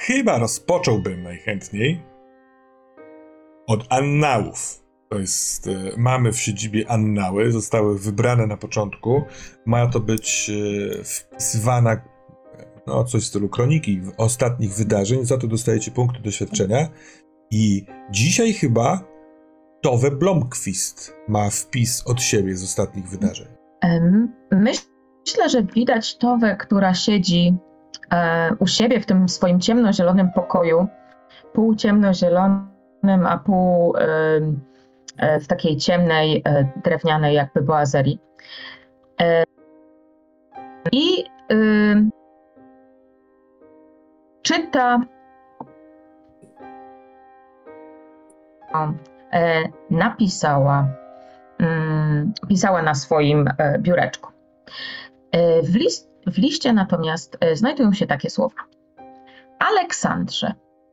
chyba rozpocząłbym najchętniej od annałów. To jest, mamy w siedzibie annały, zostały wybrane na początku. Ma to być wpisywana, no coś w stylu kroniki ostatnich wydarzeń, za to dostajecie punkty doświadczenia. I dzisiaj chyba Tove Blomqvist ma wpis od siebie z ostatnich wydarzeń. Myślę, że widać Towę, która siedzi u siebie w tym swoim ciemnozielonym pokoju, pół ciemnozielonym, a pół w takiej ciemnej, drewnianej jakby boazerii. I czyta, pisała na swoim biureczku. W liście natomiast znajdują się takie słowa. Aleksandrze,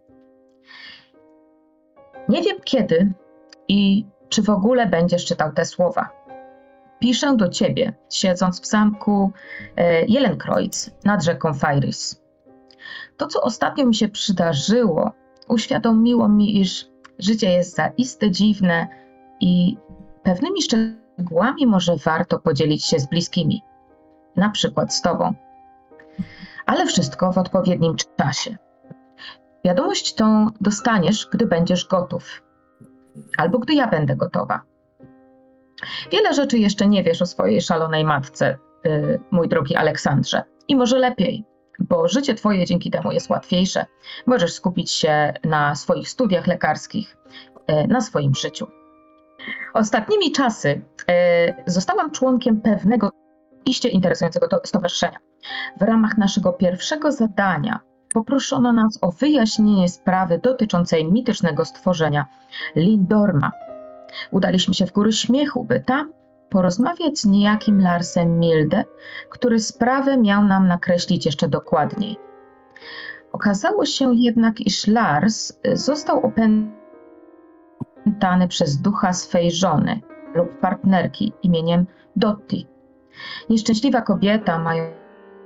nie wiem kiedy i czy w ogóle będziesz czytał te słowa. Piszę do ciebie, siedząc w zamku Jelenkreuz nad rzeką Feiris. To, co ostatnio mi się przydarzyło, uświadomiło mi, iż życie jest zaiste dziwne i pewnymi szczegółami może warto podzielić się z bliskimi, na przykład z tobą. Ale wszystko w odpowiednim czasie. Wiadomość tą dostaniesz, gdy będziesz gotów, albo gdy ja będę gotowa. Wiele rzeczy jeszcze nie wiesz o swojej szalonej matce, mój drogi Aleksandrze, i może lepiej, bo życie twoje dzięki temu jest łatwiejsze. Możesz skupić się na swoich studiach lekarskich, na swoim życiu. Ostatnimi czasy zostałam członkiem pewnego iście interesującego stowarzyszenia. W ramach naszego pierwszego zadania poproszono nas o wyjaśnienie sprawy dotyczącej mitycznego stworzenia Lindorma. Udaliśmy się w Góry Śmiechu, by tam porozmawiać z niejakim Larsem Milde, który sprawę miał nam nakreślić jeszcze dokładniej. Okazało się jednak, iż Lars został opętany przez ducha swej żony lub partnerki imieniem Dotti. Nieszczęśliwa kobieta, mając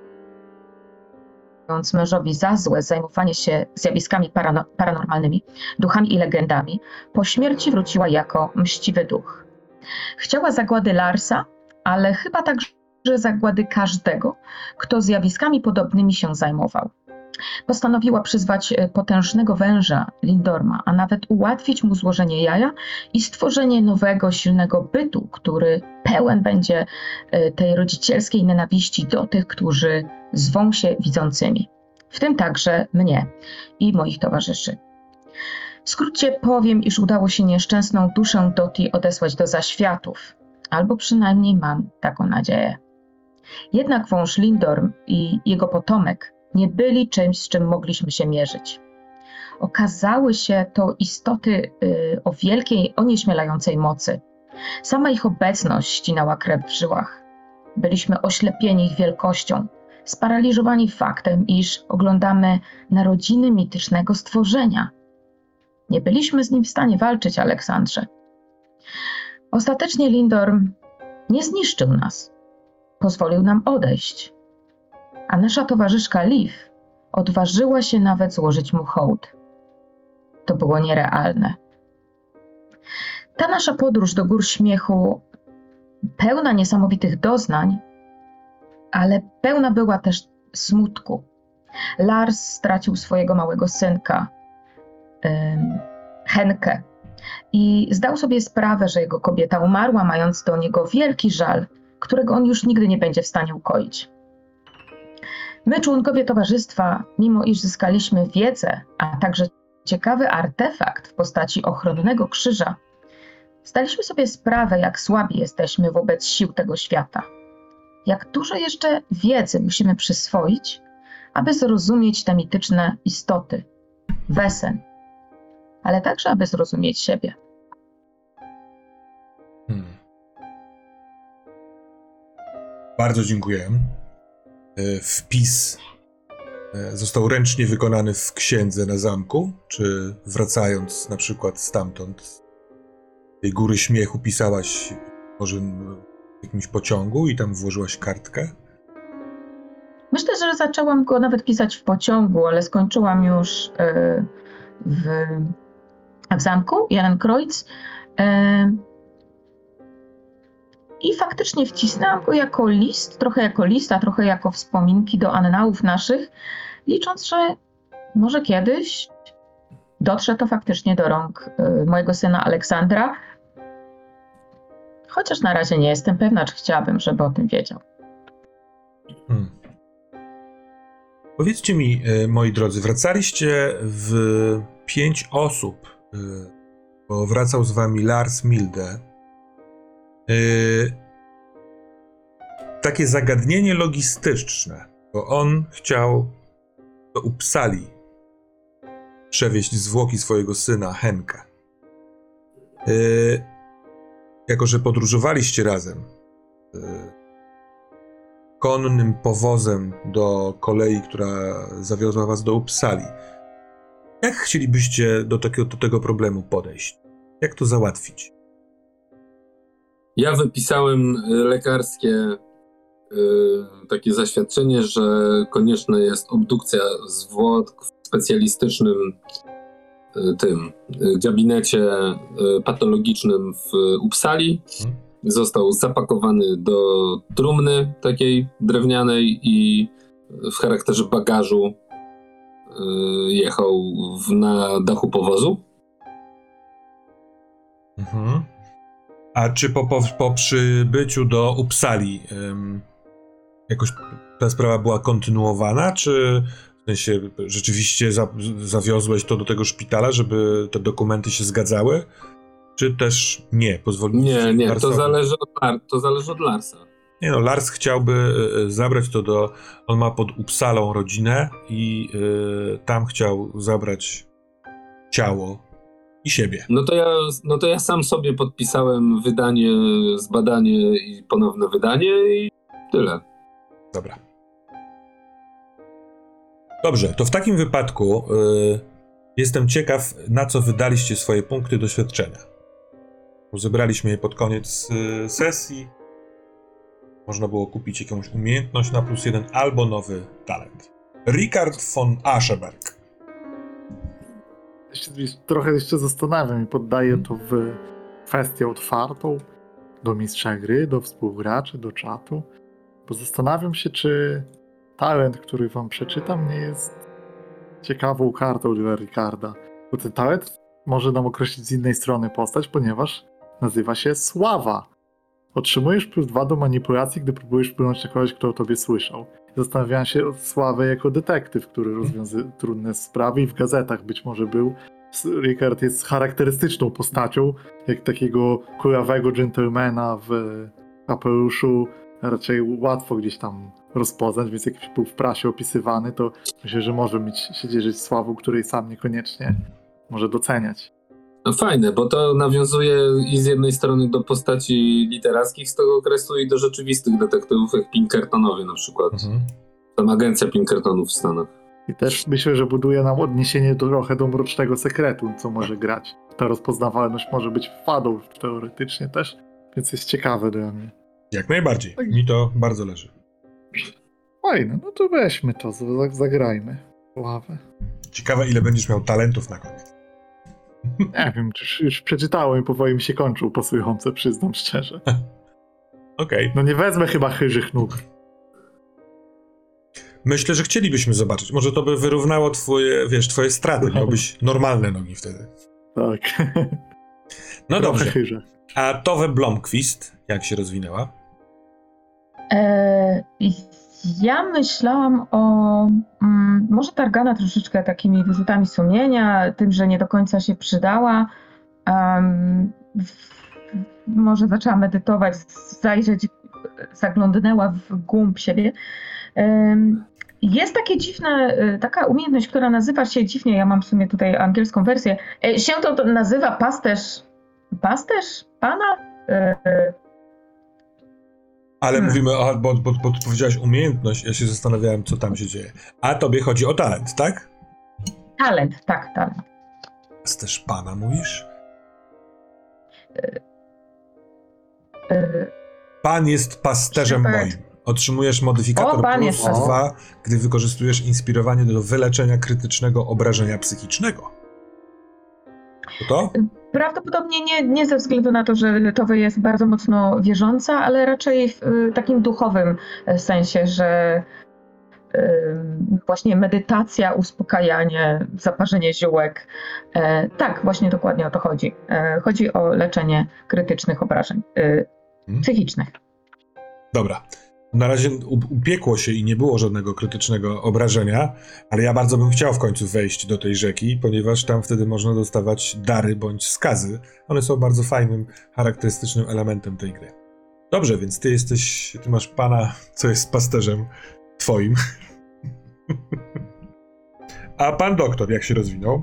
mężowi za złe zajmowanie się zjawiskami paranormalnymi, duchami i legendami, po śmierci wróciła jako mściwy duch. Chciała zagłady Larsa, ale chyba także zagłady każdego, kto zjawiskami podobnymi się zajmował. Postanowiła przyzwać potężnego węża Lindorma, a nawet ułatwić mu złożenie jaja i stworzenie nowego, silnego bytu, który pełen będzie tej rodzicielskiej nienawiści do tych, którzy zwą się widzącymi, w tym także mnie i moich towarzyszy. W skrócie powiem, iż udało się nieszczęsną duszę Dotti odesłać do zaświatów, albo przynajmniej mam taką nadzieję. Jednak wąż Lindorm i jego potomek nie byli czymś, z czym mogliśmy się mierzyć. Okazały się to istoty o wielkiej, onieśmielającej mocy. Sama ich obecność ścinała krew w żyłach. Byliśmy oślepieni ich wielkością, sparaliżowani faktem, iż oglądamy narodziny mitycznego stworzenia. Nie byliśmy z nim w stanie walczyć, Aleksandrze. Ostatecznie Lindorm nie zniszczył nas. Pozwolił nam odejść. A nasza towarzyszka Liv odważyła się nawet złożyć mu hołd. To było nierealne. Ta nasza podróż do Gór Śmiechu, pełna niesamowitych doznań, ale pełna była też smutku. Lars stracił swojego małego synka, Henkę, i zdał sobie sprawę, że jego kobieta umarła, mając do niego wielki żal, którego on już nigdy nie będzie w stanie ukoić. My, członkowie towarzystwa, mimo iż zyskaliśmy wiedzę, a także ciekawy artefakt w postaci ochronnego krzyża, zdaliśmy sobie sprawę, jak słabi jesteśmy wobec sił tego świata. Jak dużo jeszcze wiedzy musimy przyswoić, aby zrozumieć te mityczne istoty, Wesen, ale także, aby zrozumieć siebie. Bardzo dziękuję. Wpis został ręcznie wykonany w księdze na zamku, czy wracając na przykład stamtąd, z tej Góry Śmiechu, pisałaś może w jakimś pociągu i tam włożyłaś kartkę? Myślę, że zaczęłam go nawet pisać w pociągu, ale skończyłam już w zamku Jelenkreuz. I faktycznie wcisnęłam go jako list, trochę jako list, a trochę jako wspominki do annałów naszych, licząc, że może kiedyś dotrze to faktycznie do rąk mojego syna Aleksandra. Chociaż na razie nie jestem pewna, czy chciałabym, żeby o tym wiedział. Powiedzcie mi, moi drodzy, wracaliście w 5 osób, bo wracał z wami Lars Milde. Takie zagadnienie logistyczne, bo on chciał do Uppsali przewieźć zwłoki swojego syna Henka. Jako że podróżowaliście razem konnym powozem do kolei, która zawiozła was do Uppsali, jak chcielibyście do tego problemu podejść? Jak to załatwić? Ja wypisałem lekarskie takie zaświadczenie, że konieczna jest obdukcja zwłok w specjalistycznym gabinecie patologicznym w Uppsali. Został zapakowany do trumny takiej drewnianej i w charakterze bagażu jechał na dachu powozu. Mhm. A czy po przybyciu do Uppsali jakoś ta sprawa była kontynuowana, czy w sensie rzeczywiście zawiozłeś to do tego szpitala, żeby te dokumenty się zgadzały? Czy też nie? Pozwoliliście Nie, Larsowi? to zależy od Larsa. Nie no, Lars chciałby zabrać to do... On ma pod Uppsalą rodzinę i tam chciał zabrać ciało i siebie. No to ja sam sobie podpisałem wydanie, zbadanie i ponowne wydanie i tyle. Dobra. Dobrze, to w takim wypadku jestem ciekaw, na co wydaliście swoje punkty doświadczenia. Zebraliśmy je pod koniec sesji. Można było kupić jakąś umiejętność na +1 albo nowy talent. Richard von Ascheberg. Trochę jeszcze zastanawiam i poddaję to w kwestię otwartą do mistrza gry, do współgraczy, do czatu, bo zastanawiam się, czy talent, który wam przeczytam, nie jest ciekawą kartą dla Ricarda, bo ten talent może nam określić z innej strony postać, ponieważ nazywa się Sława. Otrzymujesz +2 do manipulacji, gdy próbujesz wpłynąć na kogoś, kto o tobie słyszał. Zastanawiałem się o Sławę jako detektyw, który rozwiązuje trudne sprawy i w gazetach być może był. Richard jest charakterystyczną postacią, jak takiego kurawego dżentelmena w kapeluszu. Raczej łatwo gdzieś tam rozpoznać, więc jak był w prasie opisywany, to myślę, że może się dzierżyć sławą, której sam niekoniecznie może doceniać. No fajne, bo to nawiązuje i z jednej strony do postaci literackich z tego okresu i do rzeczywistych detektywów, jak Pinkertonowie na przykład. Tam agencja Pinkertonów w Stanach. I też myślę, że buduje nam odniesienie trochę do Mrocznego Sekretu, co może grać. Ta rozpoznawalność może być wadą teoretycznie też, więc jest ciekawe dla mnie. Jak najbardziej. Mi to bardzo leży. Fajne, no to weźmy to, zagrajmy. Sławę. Ciekawe, ile będziesz miał talentów na koniec. Nie wiem, czy już przeczytałem i powoli mi się kończył posłuchające, przyznam szczerze. Okej. No nie wezmę chyba chyżych nóg. Myślę, że chcielibyśmy zobaczyć. Może to by wyrównało twoje straty. Miałbyś normalne nogi wtedy. Tak. No Trochę dobrze. chyżę. A Tove Blomqvist, jak się rozwinęła? Ja myślałam o może Targana troszeczkę takimi wyrzutami sumienia, tym, że nie do końca się przydała. Może zaczęła medytować, zaglądnęła w głąb siebie. Jest takie dziwne, taka umiejętność, która nazywa się dziwnie, ja mam w sumie tutaj angielską wersję, się to nazywa pasterz pana? Ale mówimy bo powiedziałaś umiejętność, ja się zastanawiałem, co tam się dzieje. A tobie chodzi o talent, tak? Talent, tak, talent. Pasterz pana mówisz? Pan jest pasterzem Shepherd. moim. Otrzymujesz modyfikator O, panie plus Stasiu. 2, gdy wykorzystujesz inspirowanie do wyleczenia krytycznego obrażenia psychicznego. To? Prawdopodobnie nie ze względu na to, że to jest bardzo mocno wierząca, ale raczej w takim duchowym sensie, że właśnie medytacja, uspokajanie, zaparzenie ziółek. Tak, właśnie dokładnie o to chodzi. Chodzi o leczenie krytycznych obrażeń psychicznych. Dobra. Na razie upiekło się i nie było żadnego krytycznego obrażenia, ale ja bardzo bym chciał w końcu wejść do tej rzeki, ponieważ tam wtedy można dostawać dary bądź skazy. One są bardzo fajnym, charakterystycznym elementem tej gry. Dobrze, więc ty masz pana, co jest pasterzem twoim. A pan doktor, jak się rozwinął?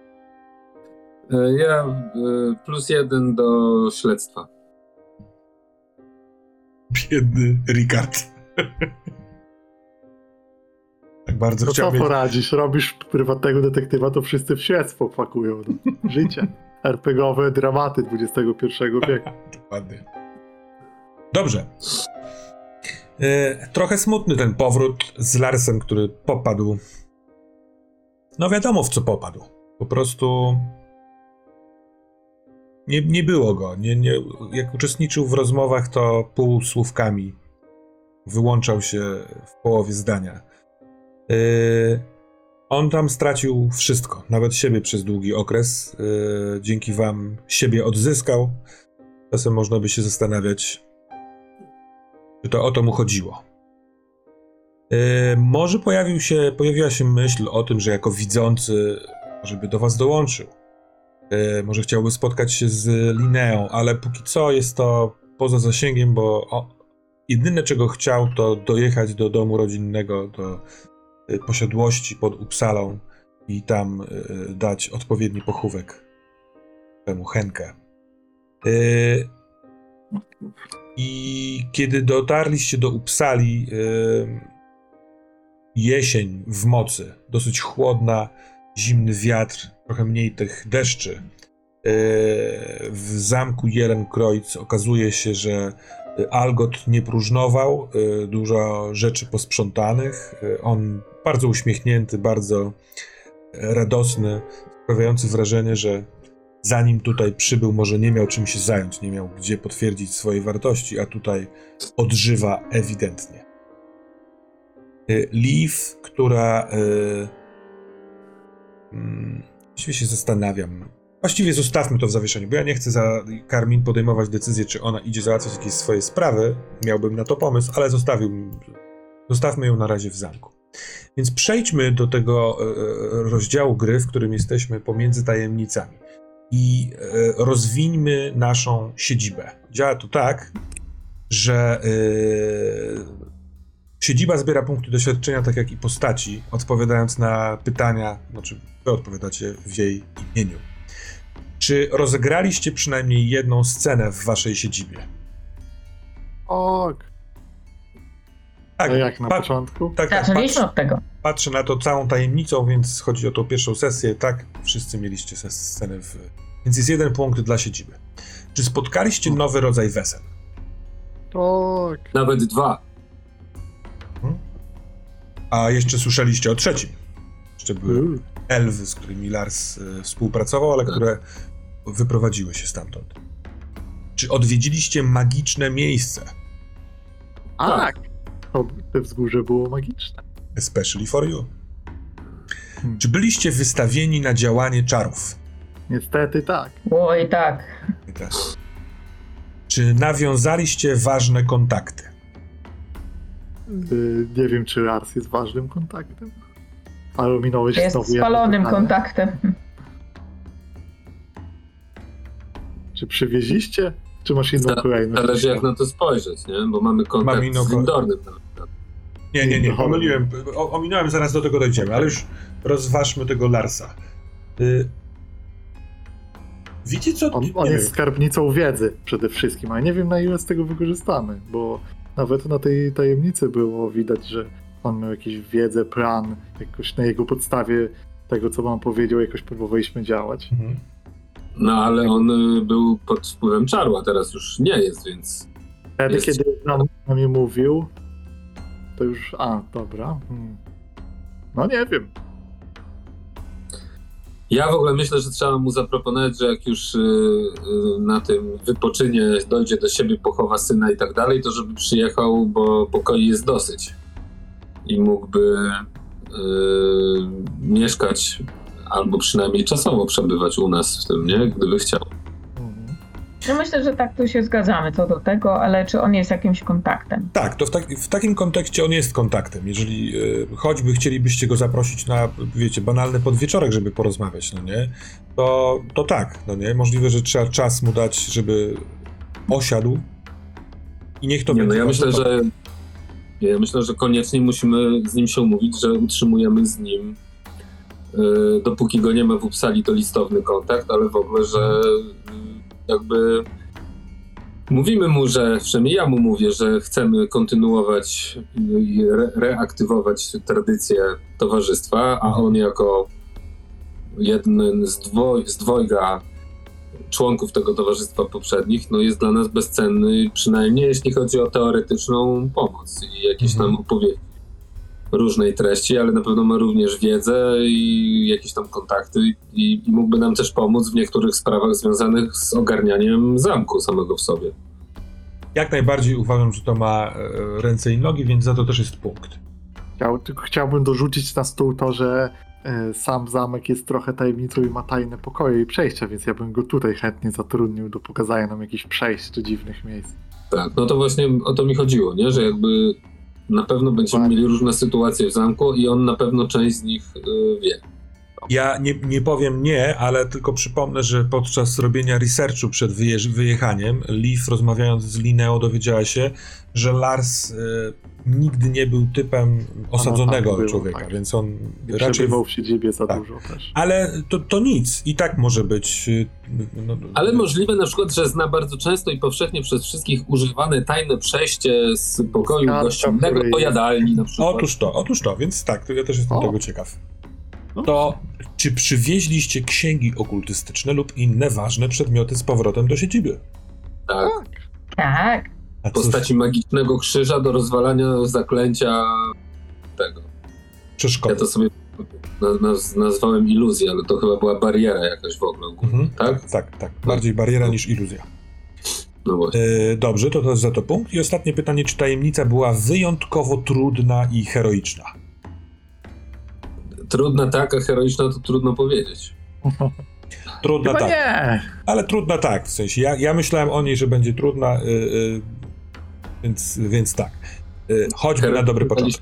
Ja +1 do śledztwa. Biedny Ricard. Tak bardzo To chciał co mieć... poradzisz? Robisz prywatnego detektywa, to wszyscy w śledztwo pakują. No. Życie. RPGowe dramaty XXI wieku. Dokładnie. Dobrze. Trochę smutny ten powrót z Larsem, który popadł. No wiadomo, w co popadł. Po prostu nie było go. Jak uczestniczył w rozmowach, to półsłówkami wyłączał się w połowie zdania. On tam stracił wszystko, nawet siebie przez długi okres. Dzięki wam siebie odzyskał. Czasem można by się zastanawiać, czy to o to mu chodziło. Może pojawiła się myśl o tym, że jako widzący może by do was dołączył. Może chciałby spotkać się z Lineą, ale póki co jest to poza zasięgiem, bo jedyne czego chciał, to dojechać do domu rodzinnego, do posiadłości pod Uppsalą i tam dać odpowiedni pochówek temu Henke. I kiedy dotarliście do Uppsali, jesień w mocy, dosyć chłodna, zimny wiatr, trochę mniej tych deszczy. W zamku Jelenkreuz okazuje się, że Algot nie próżnował, dużo rzeczy posprzątanych. On bardzo uśmiechnięty, bardzo radosny, sprawiający wrażenie, że zanim tutaj przybył, może nie miał czym się zająć, nie miał gdzie potwierdzić swojej wartości, a tutaj odżywa ewidentnie. Liv, która... Właściwie się zastanawiam. Właściwie zostawmy to w zawieszeniu, bo ja nie chcę za Carmine podejmować decyzję, czy ona idzie załatwiać jakieś swoje sprawy. Miałbym na to pomysł, ale zostawmy ją na razie w zamku. Więc przejdźmy do tego rozdziału gry, w którym jesteśmy pomiędzy tajemnicami. I rozwińmy naszą siedzibę. Działa to tak, że siedziba zbiera punkty doświadczenia, tak jak i postaci, odpowiadając na pytania, znaczy wy odpowiadacie w jej imieniu. Czy rozegraliście przynajmniej jedną scenę w waszej siedzibie? Ok. Tak, A jak na początku? Tak, Zaczęliśmy od tego. patrzę na to całą tajemnicą, więc chodzi o tą pierwszą sesję. Tak, wszyscy mieliście scenę Więc jest 1 punkt dla siedziby. Czy spotkaliście nowy rodzaj wesel? Tak. Nawet 2. A jeszcze słyszeliście o trzecim. Jeszcze były elfy, z którymi Lars współpracował, ale które wyprowadziły się stamtąd. Czy odwiedziliście magiczne miejsce? Tak. Te wzgórze było magiczne. Especially for you. Czy byliście wystawieni na działanie czarów? Niestety tak. Oj, tak. I też. Czy nawiązaliście ważne kontakty? Nie wiem, czy Lars jest ważnym kontaktem. Ale ominąłeś Jest znowu jedno spalonym pytanie. kontaktem. Czy przywieźliście? Czy masz inną kolejność? Zależy jak na to spojrzeć, nie? Bo mamy kontakt Mamy inną z Windornem. Nie, pomyliłem. Ominąłem, zaraz do tego dojdziemy, ale już rozważmy tego Larsa. Wiecie co? On jest skarbnicą wiedzy przede wszystkim, a nie wiem, na ile z tego wykorzystamy, bo nawet na tej tajemnicy było widać, że on miał jakąś wiedzę, plan, jakoś na jego podstawie tego, co wam powiedział, jakoś próbowaliśmy działać. Mhm. No ale on był pod wpływem czaru, a teraz już nie jest, więc... Wtedy, Jest. kiedy nam mówił, To już... dobra. No nie wiem. Ja w ogóle myślę, że trzeba mu zaproponować, że jak już na tym wypoczynie, dojdzie do siebie, pochowa syna i tak dalej, to żeby przyjechał, bo pokoi jest dosyć. I mógłby mieszkać albo przynajmniej czasowo przebywać u nas w tym, nie? Gdyby chciał. No myślę, że tak tu się zgadzamy co do tego, ale czy on jest jakimś kontaktem? Tak, to w takim kontekście on jest kontaktem. Jeżeli choćby chcielibyście go zaprosić na, wiecie, banalny podwieczorek, żeby porozmawiać, no nie? To tak, no nie? Możliwe, że trzeba czas mu dać, żeby osiadł i niech to Nie, będzie. no ja myślę, że koniecznie musimy z nim się umówić, że utrzymujemy z nim dopóki go nie ma w Uppsali, to listowny kontakt, ale w ogóle, że jakby mówimy mu, że przynajmniej ja mu mówię, że chcemy kontynuować i reaktywować tradycję towarzystwa, a on jako jeden z dwojga członków tego towarzystwa poprzednich, no jest dla nas bezcenny, przynajmniej jeśli chodzi o teoretyczną pomoc i jakieś tam opowieści różnej treści, ale na pewno ma również wiedzę i jakieś tam kontakty i mógłby nam też pomóc w niektórych sprawach związanych z ogarnianiem zamku samego w sobie. Jak najbardziej uważam, że to ma ręce i nogi, więc za to też jest punkt. Tylko chciałbym dorzucić na stół to, że sam zamek jest trochę tajemnicą i ma tajne pokoje i przejścia, więc ja bym go tutaj chętnie zatrudnił do pokazania nam jakichś przejść czy dziwnych miejsc. Tak, no to właśnie o to mi chodziło, nie? Że jakby na pewno będziemy mieli różne sytuacje w zamku i on na pewno część z nich wie. Ja nie powiem nie, ale tylko przypomnę, że podczas robienia researchu przed wyjechaniem, Liv, rozmawiając z Linneo, dowiedziała się, że Lars nigdy nie był typem osadzonego było, człowieka, tak. więc on Nie raczej... przebywał w siedzibie za tak. dużo też. Ale to nic, i tak może być... Ale możliwe na przykład, że zna bardzo często i powszechnie przez wszystkich używane tajne przejście z pokoju Skarbca, gościnnego który do jest- jadalni na przykład. Otóż to, więc tak, to ja też jestem O. tego ciekaw. No. To czy przywieźliście księgi okultystyczne lub inne ważne przedmioty z powrotem do siedziby? Tak. Tak. A W postaci magicznego krzyża do rozwalania zaklęcia tego. przeszkody? Ja to sobie nazwałem iluzję, ale to chyba była bariera jakaś w ogóle, tak? Tak. Bardziej bariera niż iluzja. No właśnie. Dobrze, to jest za to punkt. I ostatnie pytanie, czy tajemnica była wyjątkowo trudna i heroiczna? Trudna tak, a heroiczna to trudno powiedzieć. Trudna Chyba tak, nie! ale trudna tak, w sensie ja myślałem o niej, że będzie trudna, więc tak. Choćby na dobry początek.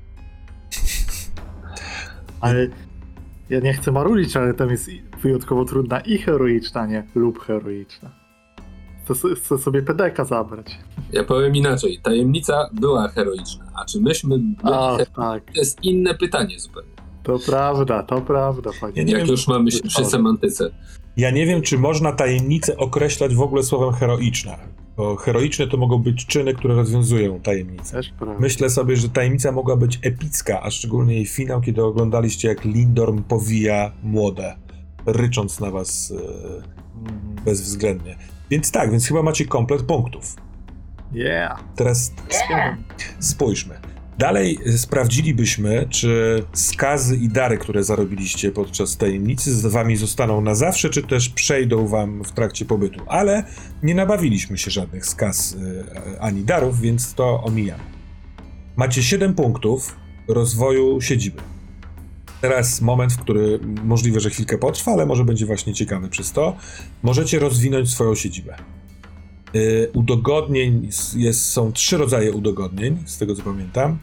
Ale ja nie chcę marudzić, ale tam jest wyjątkowo trudna i heroiczna, nie? Lub heroiczna. Chcę sobie PDK zabrać. Ja powiem inaczej. Tajemnica była heroiczna, a czy myśmy byli Tak. to jest inne pytanie zupełnie. To prawda, panie. Ja nie Jak wiem, już mamy się przy semantyce. Ja nie wiem, czy można tajemnicę określać w ogóle słowem heroiczna, bo heroiczne to mogą być czyny, które rozwiązują tajemnicę. Też prawda. Myślę sobie, że tajemnica mogła być epicka, a szczególnie jej finał, kiedy oglądaliście, jak Lindorm powija młode, rycząc na was bezwzględnie. Więc tak, więc chyba macie komplet punktów. Yeah. Teraz spójrzmy. Dalej sprawdzilibyśmy, czy skazy i dary, które zarobiliście podczas tajemnicy, z wami zostaną na zawsze, czy też przejdą wam w trakcie pobytu. Ale nie nabawiliśmy się żadnych skaz ani darów, więc to omijamy. Macie 7 punktów rozwoju siedziby. Teraz moment, w który możliwe, że chwilkę potrwa, ale może będzie właśnie ciekawy przez to. Możecie rozwinąć swoją siedzibę. Udogodnień są 3 rodzaje udogodnień, z tego co pamiętam.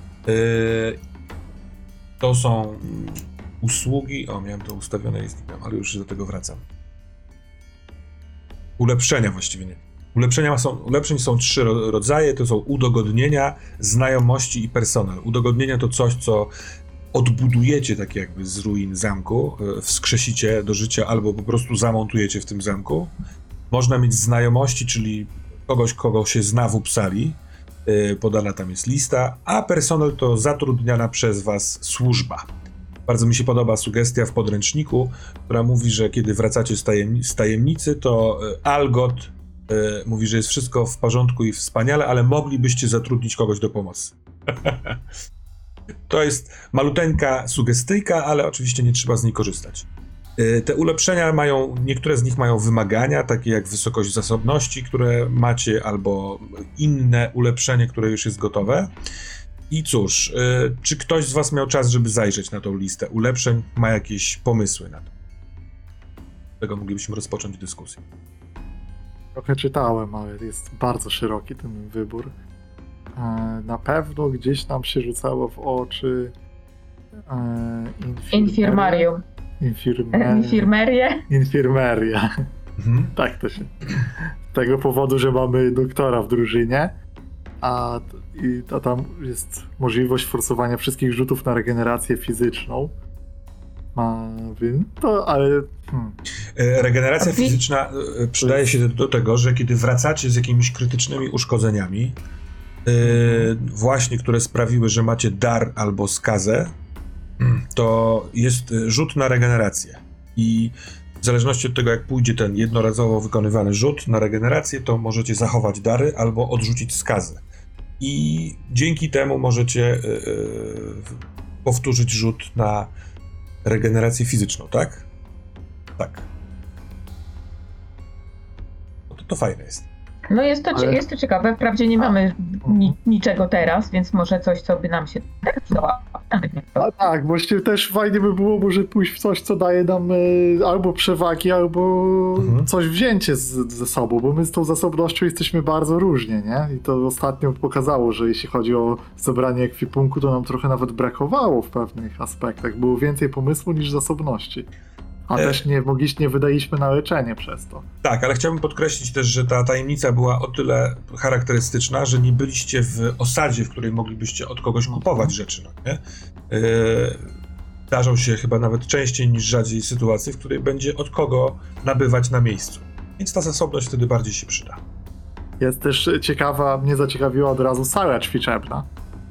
To są usługi. Miałem to ustawione, ale już do tego wracam. Ulepszenia właściwie nie. Ulepszeń są 3 rodzaje. To są udogodnienia, znajomości i personel. Udogodnienia to coś, co odbudujecie tak jakby z ruin zamku, wskrzesicie do życia albo po prostu zamontujecie w tym zamku. Można mieć znajomości, czyli kogoś, kogo się zna w Uppsali, podana tam jest lista, a personel to zatrudniana przez was służba. Bardzo mi się podoba sugestia w podręczniku, która mówi, że kiedy wracacie z tajemnicy, to Algot mówi, że jest wszystko w porządku i wspaniale, ale moglibyście zatrudnić kogoś do pomocy. To jest maluteńka sugestyjka, ale oczywiście nie trzeba z niej korzystać. Te ulepszenia mają, niektóre z nich mają wymagania, takie jak wysokość zasobności, które macie, albo inne ulepszenie, które już jest gotowe. I cóż, czy ktoś z was miał czas, żeby zajrzeć na tą listę ulepszeń? Ma jakieś pomysły na to? Z tego moglibyśmy rozpocząć dyskusję. Trochę czytałem, ale jest bardzo szeroki ten wybór. Na pewno gdzieś nam się rzucało w oczy Infirmarium. Infirmeria. Mhm. Tak to się. Z tego powodu, że mamy doktora w drużynie, a tam jest możliwość forsowania wszystkich rzutów na regenerację fizyczną. Ale Regeneracja fizyczna przydaje się do tego, że kiedy wracacie z jakimiś krytycznymi uszkodzeniami, właśnie które sprawiły, że macie dar albo skazę, to jest rzut na regenerację. I w zależności od tego, jak pójdzie ten jednorazowo wykonywany rzut na regenerację, to możecie zachować dary albo odrzucić skazę. I dzięki temu możecie powtórzyć rzut na regenerację fizyczną, tak? Tak. No to fajne jest. No jest to ciekawe, wprawdzie nie mamy niczego teraz, więc może coś, co by nam się przydało. A tak, właściwie też fajnie by było może pójść w coś, co daje nam albo przewagi, albo coś wzięcie ze sobą, bo my z tą zasobnością jesteśmy bardzo różnie, nie? I to ostatnio pokazało, że jeśli chodzi o zebranie ekwipunku, to nam trochę nawet brakowało w pewnych aspektach. Było więcej pomysłu niż zasobności. A też nie wydaliśmy na leczenie przez to. Tak, ale chciałbym podkreślić też, że ta tajemnica była o tyle charakterystyczna, że nie byliście w osadzie, w której moglibyście od kogoś kupować rzeczy, no nie? Zdarzą się chyba nawet częściej niż rzadziej sytuacje, w której będzie od kogo nabywać na miejscu. Więc ta zasobność wtedy bardziej się przyda. Jest też ciekawa, mnie zaciekawiła od razu sala ćwiczebna.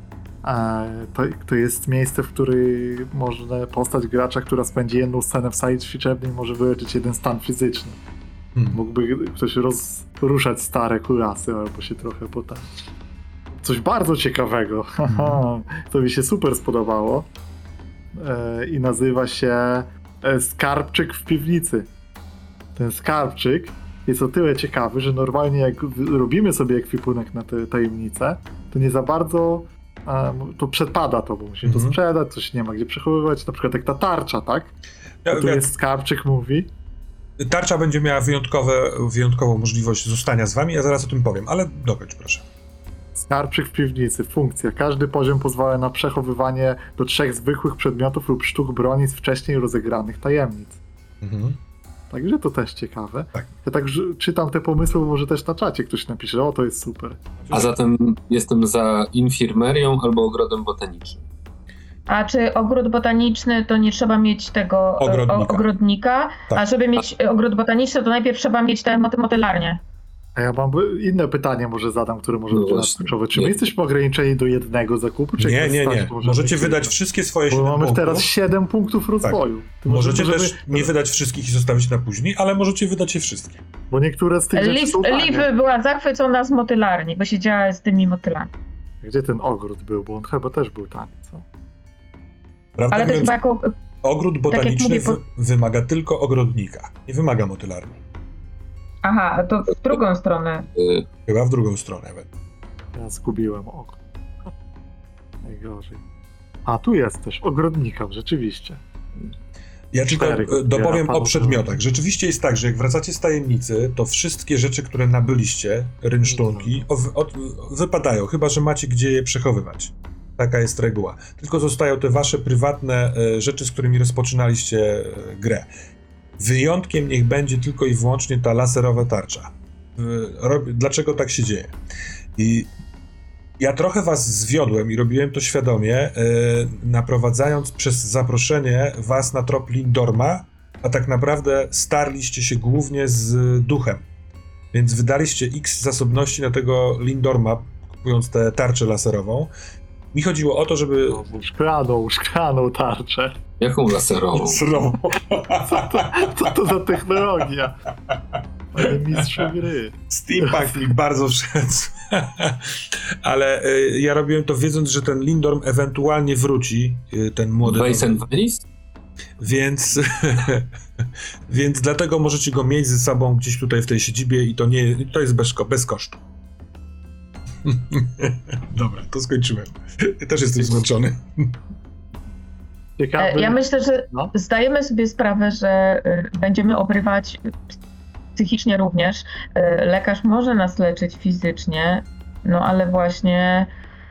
To jest miejsce, w którym można postać gracza, która spędzi jedną scenę w sali ćwiczebnej, może wyleczyć jeden stan fizyczny. Mógłby ktoś ruszać stare kulasy albo się trochę potańczyć. Coś bardzo ciekawego. To mi się super spodobało. I nazywa się Skarbczyk w piwnicy. Ten skarbczyk jest o tyle ciekawy, że normalnie jak robimy sobie ekwipunek na te tajemnice, to nie za bardzo to przepada to, bo musimy to sprzedać, coś nie ma gdzie przechowywać, na przykład jak ta tarcza, tak? Tu jest skarbczyk, mówi. Tarcza będzie miała wyjątkową możliwość zostania z wami, ja zaraz o tym powiem, ale dokończ proszę. Skarbczyk w piwnicy, funkcja. Każdy poziom pozwala na przechowywanie do 3 zwykłych przedmiotów lub sztuk broni z wcześniej rozegranych tajemnic. Także to też ciekawe. Tak. Ja tak czytam te pomysły, może też na czacie ktoś napisze, o to jest super. A zatem jestem za infirmerią albo ogrodem botanicznym. A czy ogród botaniczny to nie trzeba mieć tego ogrodnika? Tak. A żeby mieć ogród botaniczny, to najpierw trzeba mieć tę motylarnię. A ja mam inne pytanie może zadam, które może być kluczowe. Czy my jesteśmy ograniczeni do jednego zakupu? Czy Nie. Możecie wydać wszystkie swoje 7 punktów. Bo mamy teraz 7 punktów rozwoju. Tak. Możecie też nie wydać wszystkich i zostawić na później, ale możecie wydać je wszystkie. Bo niektóre z tych rzeczy są Liv była zachwycona z motylarni, bo siedziała z tymi motylami. Gdzie ten ogród był? Bo on chyba też był tani, co? Prawda Ale mówiąc, to jako... ogród botaniczny tak wymaga tylko ogrodnika. Nie wymaga motylarni. Aha, to w drugą stronę. Chyba w drugą stronę. Ja zgubiłem oko. Najgorzej. A tu jest też ogrodnika, rzeczywiście. Ja tylko dopowiem o przedmiotach. Rzeczywiście jest tak, że jak wracacie z tajemnicy, to wszystkie rzeczy, które nabyliście, rynsztunki, wypadają, chyba że macie gdzie je przechowywać. Taka jest reguła. Tylko zostają te wasze prywatne rzeczy, z którymi rozpoczynaliście grę. Wyjątkiem niech będzie tylko i wyłącznie ta laserowa tarcza. Dlaczego tak się dzieje? I ja trochę was zwiodłem i robiłem to świadomie, naprowadzając przez zaproszenie was na trop Lindorma, a tak naprawdę starliście się głównie z duchem. Więc wydaliście X zasobności na tego Lindorma, kupując tę tarczę laserową. Mi chodziło o to, żeby... Szklaną tarczę. Jaką laserową? Co to za technologia? Ale mistrz gry. Steampunk mi bardzo wszedł. Ale ja robiłem to wiedząc, że ten Lindorm ewentualnie wróci, ten młody. Vice and Venice? Więc, więc dlatego możecie go mieć ze sobą gdzieś tutaj w tej siedzibie i to jest bez kosztu. Dobra, to skończyłem. Ja też jestem zmęczony. Ciekawy. Ja myślę, że No. zdajemy sobie sprawę, że będziemy obrywać psychicznie również. Lekarz może nas leczyć fizycznie, no ale właśnie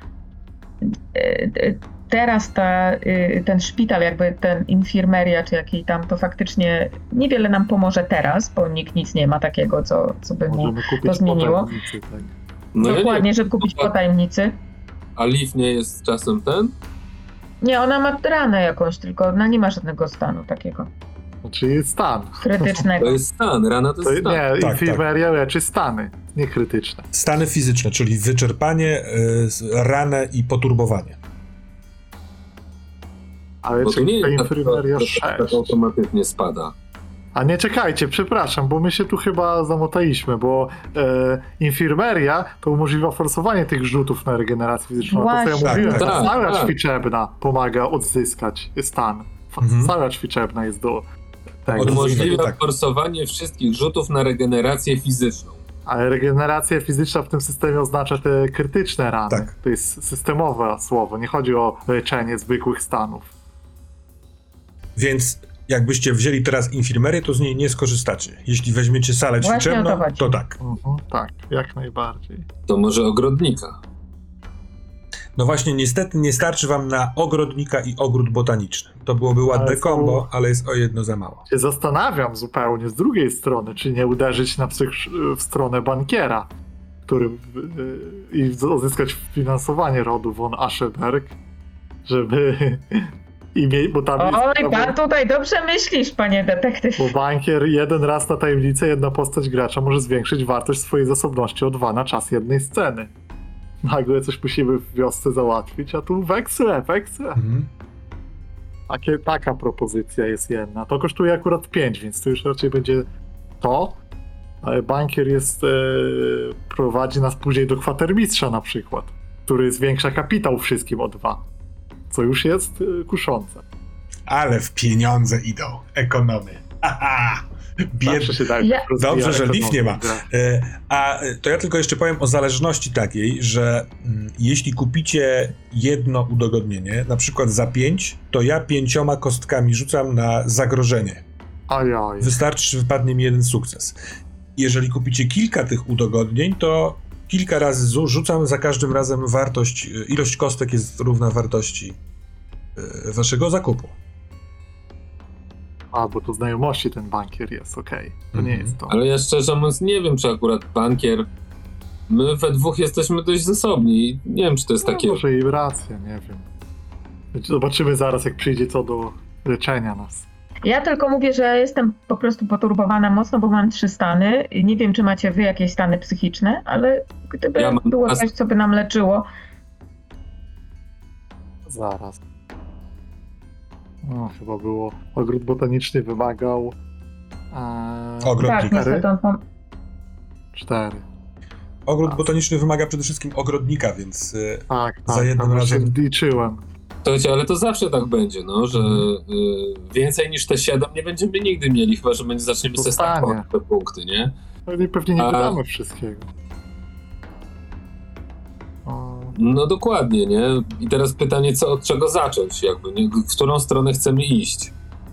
teraz ten szpital, jakby ten infirmeria, czy jakiej tam, to faktycznie niewiele nam pomoże teraz, bo nikt nic nie ma takiego, co by mu Możemy kupić to zmieniło. po tajemnicy, tak. No ja dokładnie, nie, żeby kupić po tajemnicy. a Liv nie jest czasem ten? Nie, ona ma ranę jakąś, tylko ona nie ma żadnego stanu takiego Znaczy jest stan. krytycznego. To jest stan, rana to To, jest stan. nie, Tak, infirmeria leczy stany, nie krytyczne. Stany fizyczne, czyli wyczerpanie, ranę i poturbowanie. Ale Bo to czy nie ta jest infirmeria tak 6? automatycznie spada. A nie, czekajcie, przepraszam, bo my się tu chyba zamotaliśmy, bo infirmeria to umożliwia forsowanie tych rzutów na regenerację fizyczną. To co ja Właśnie. mówiłem, Tak, ta tak, sala tak. ćwiczebna pomaga odzyskać stan. Mhm. Sala ćwiczebna jest do tego. Umożliwia tak. forsowanie wszystkich rzutów na regenerację fizyczną. Ale regeneracja fizyczna w tym systemie oznacza te krytyczne rany. Tak. To jest systemowe słowo, nie chodzi o leczenie zwykłych stanów. Więc jakbyście wzięli teraz infirmerię, to z niej nie skorzystacie. Jeśli weźmiecie salę Właśnie o ćwiczebną, to chodzi. to tak. Tak, jak najbardziej. To może ogrodnika. No właśnie, niestety nie starczy wam na ogrodnika i ogród botaniczny. To byłoby ładne Ale to- kombo, ale jest o jedno za mało. Się zastanawiam zupełnie z drugiej strony, czy nie uderzyć w stronę bankiera, który i uzyskać finansowanie rodu von Ascheberg, żeby bo tam Oj, pan tutaj dobrze myślisz, panie detektyw. bo bankier jeden raz na tajemnicę, jedna postać gracza może zwiększyć wartość swojej zasobności o 2 na czas jednej sceny. Nagle coś musimy w wiosce załatwić, a tu weksle. Mhm. Taka propozycja jest jedna. To kosztuje akurat 5, więc to już raczej będzie to. Ale bankier prowadzi nas później do kwatermistrza na przykład, który zwiększa kapitał wszystkim o 2. Co już jest kuszące. Ale w pieniądze idą ekonomy. Haha! Zawsze się daje Ja- rozwija Dobrze, że Liv nie ma. ekonomię. To ja tylko jeszcze powiem o zależności takiej, że jeśli kupicie jedno udogodnienie, na przykład za 5, to ja 5 kostkami rzucam na zagrożenie. Ajaj. Wystarczy, że wypadnie mi jeden sukces. Jeżeli kupicie kilka tych udogodnień, to kilka razy rzucam, za każdym razem ilość kostek jest równa wartości waszego zakupu. A, bo to znajomości ten bankier jest, okej. To nie Mhm. jest to. Ale ja szczerze mówiąc nie wiem, czy akurat bankier... My we dwóch jesteśmy dość zasobni. Nie wiem, czy to jest takie... Może i racja, nie wiem. Zobaczymy zaraz, jak przyjdzie co do leczenia nas. Ja tylko mówię, że jestem po prostu poturbowana mocno, bo mam 3 stany. Nie wiem, czy macie wy jakieś stany psychiczne, ale gdyby Ja mam było 2 coś, co by nam leczyło. Zaraz. No, chyba było. Ogród botaniczny wymagał... Ogrodnika. Tak, niestety on 4. Ogród botaniczny wymaga przede wszystkim ogrodnika, więc Tak, Za jednym tam właśnie razem- liczyłem. Słuchajcie, ale to zawsze tak będzie, no, że więcej niż te 7 nie będziemy nigdy mieli, chyba że zaczniemy To sobie stanie. stakować te punkty, nie? No i pewnie nie A- wydamy wszystkiego. O, No dokładnie, nie? I teraz pytanie, od czego zacząć, jakby, nie? W którą stronę chcemy iść?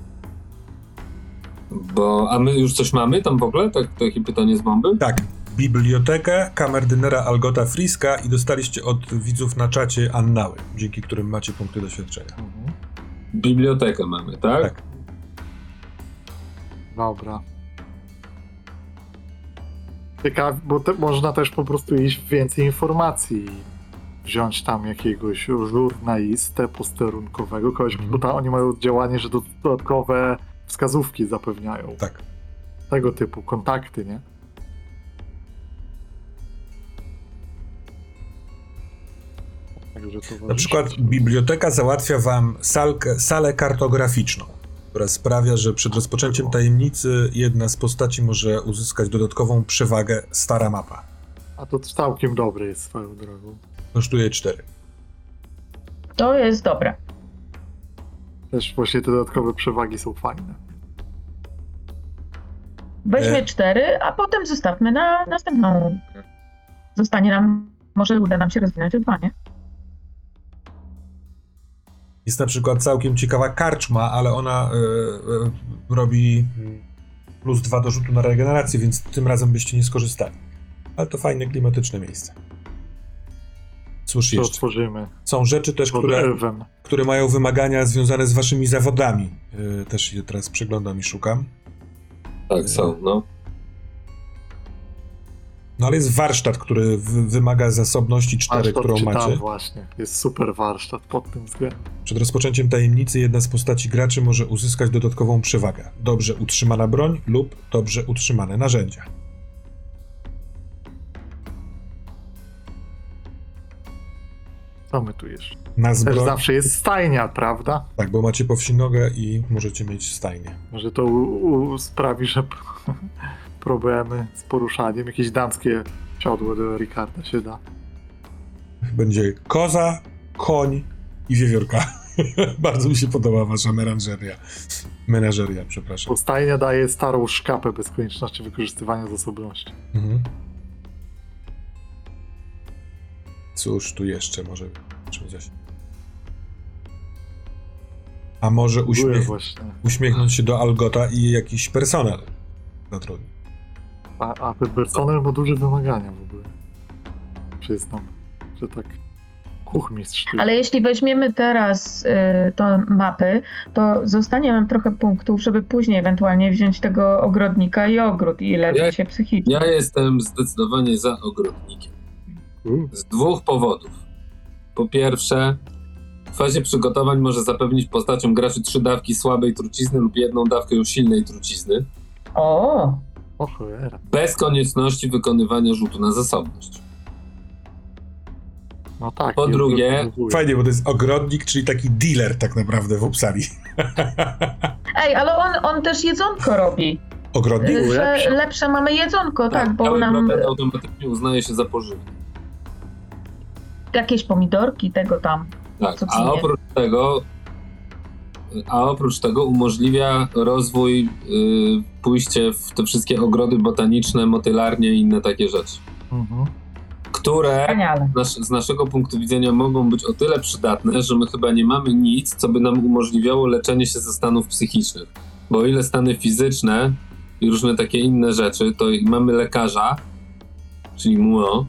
A my już coś mamy tam w ogóle? Takie pytanie z bomby? tak, bibliotekę kamerdynera Algota Friska i dostaliście od widzów na czacie annały, dzięki którym macie punkty doświadczenia. mhm. Bibliotekę mamy, tak? Tak. Dobra. Ciekawe, bo można też po prostu iść w więcej informacji. Wziąć tam jakiegoś żurnalistę posterunkowego, kogoś, bo oni mają działanie, że dodatkowe wskazówki zapewniają. Tak. Tego typu kontakty, nie? Także Na przykład biblioteka załatwia wam salę kartograficzną. która sprawia, że przed rozpoczęciem tajemnicy jedna z postaci może uzyskać dodatkową przewagę stara mapa. A to całkiem dobry jest swoją drogą. Kosztuje 4. To jest dobre. Też właśnie te dodatkowe przewagi są fajne. Weźmy 4, a potem zostawmy na następną. Zostanie nam, może uda nam się rozwinąć o 2, nie? Jest na przykład całkiem ciekawa karczma, ale ona robi +2 do rzutu na regenerację, więc tym razem byście nie skorzystali. Ale to fajne, klimatyczne miejsce. Cóż To jeszcze? otworzymy. Są rzeczy też, Pod które, Elwem. które mają wymagania związane z waszymi zawodami. Też je teraz przeglądam i szukam. Tak, są, no. No ale jest warsztat, który wymaga zasobności 4, Warsztat którą czytam macie. właśnie. Jest super warsztat pod tym względem. Przed rozpoczęciem tajemnicy jedna z postaci graczy może uzyskać dodatkową przewagę. Dobrze utrzymana broń lub dobrze utrzymane narzędzia. Co my tu jeszcze? Na Też zbroję. zawsze jest stajnia, prawda? Tak, bo macie po wsi nogę i możecie mieć stajnię. Może to sprawi, że problemy z poruszaniem. Jakieś damskie siodło do Ricarda się da. Będzie koza, koń i wiewiórka. Bardzo mi się podoba wasza menażeria. Menażeria, przepraszam. Bo stajnia daje starą szkapę bez konieczności wykorzystywania zasobności. Mhm. Cóż tu jeszcze może coś? A może Były właśnie. uśmiechnąć się do Algota i jakiś personel zatrudnić. A ten personel ma duże wymagania w ogóle. Przyznam, że tak kuchmistrz. Ale jeśli weźmiemy teraz to mapy, to zostanie nam trochę punktów, żeby później ewentualnie wziąć tego ogrodnika i ogród i leczyć się psychicznie. Ja jestem zdecydowanie za ogrodnikiem. Z 2 powodów. Po pierwsze, w fazie przygotowań może zapewnić postaciom graczy 3 dawki słabej trucizny lub 1 dawkę silnej trucizny, O! O cholera. bez konieczności wykonywania rzutu na zasobność. No tak. Po nie drugie, odblokowuję. Fajnie, bo to jest ogrodnik, czyli taki dealer tak naprawdę w Uppsali. Ej, ale on też jedzonko robi. Ogrodnik? Że lepsze mamy jedzonko, tak, bo cały nam brokat automatycznie uznaje się za pożywny. jakieś pomidorki, tego tam. Tak, Co a nie? oprócz tego umożliwia rozwój, pójście w te wszystkie ogrody botaniczne, motylarnie i inne takie rzeczy, Mhm. które Wspaniale. z naszego punktu widzenia mogą być o tyle przydatne, że my chyba nie mamy nic, co by nam umożliwiało leczenie się ze stanów psychicznych. Bo o ile stany fizyczne i różne takie inne rzeczy, to mamy lekarza, czyli MUO,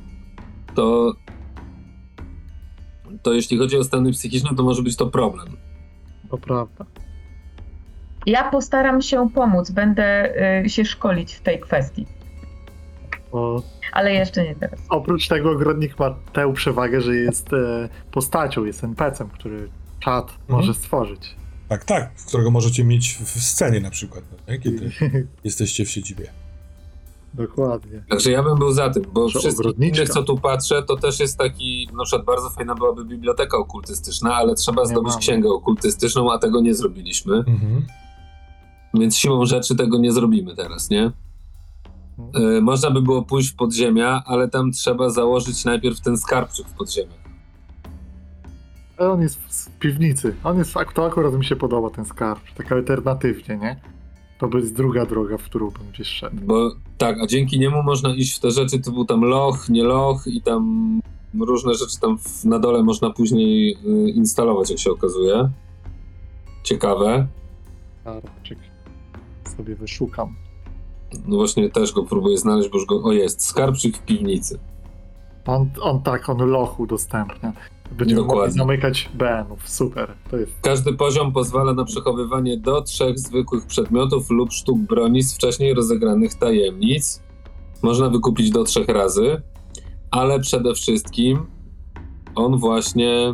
to jeśli chodzi o stany psychiczne, to może być to problem. To prawda. Ja postaram się pomóc, będę się szkolić w tej kwestii, Bo ale jeszcze nie teraz. oprócz tego ogrodnik ma tę przewagę, że jest postacią, jest NPC-em, który czat może stworzyć. Tak, tak, którego możecie mieć w scenie na przykład, no, nie? Kiedy jesteście w siedzibie. Dokładnie. Także ja bym był za tym, bo Że wszystkich ogrodniczka. innych, co tu patrzę, to też jest taki, na przykład bardzo fajna byłaby biblioteka okultystyczna, ale trzeba zdobyć mamy. księgę okultystyczną, a tego nie zrobiliśmy, Mhm. więc siłą rzeczy tego nie zrobimy teraz, nie? Można by było pójść w podziemia, ale tam trzeba założyć najpierw ten skarbczyk w podziemiach. Ale on jest w piwnicy. To akurat mi się podoba ten skarb. Tak alternatywnie, nie? To jest druga droga, w którą bym gdzieś szedł. Bo tak, a dzięki niemu można iść w te rzeczy typu tam loch, nie loch i tam różne rzeczy tam na dole można później instalować, jak się okazuje. Ciekawe. Skarbczyk sobie wyszukam. No właśnie też go próbuję znaleźć, bo już go... O, jest. Skarbczyk w piwnicy. On loch udostępnia. Będziemy mogli Dokładnie. zamykać BN-ów. Super. To jest Każdy poziom pozwala na przechowywanie do 3 zwykłych przedmiotów lub sztuk broni z wcześniej rozegranych tajemnic. Można wykupić do 3 razy, ale przede wszystkim on właśnie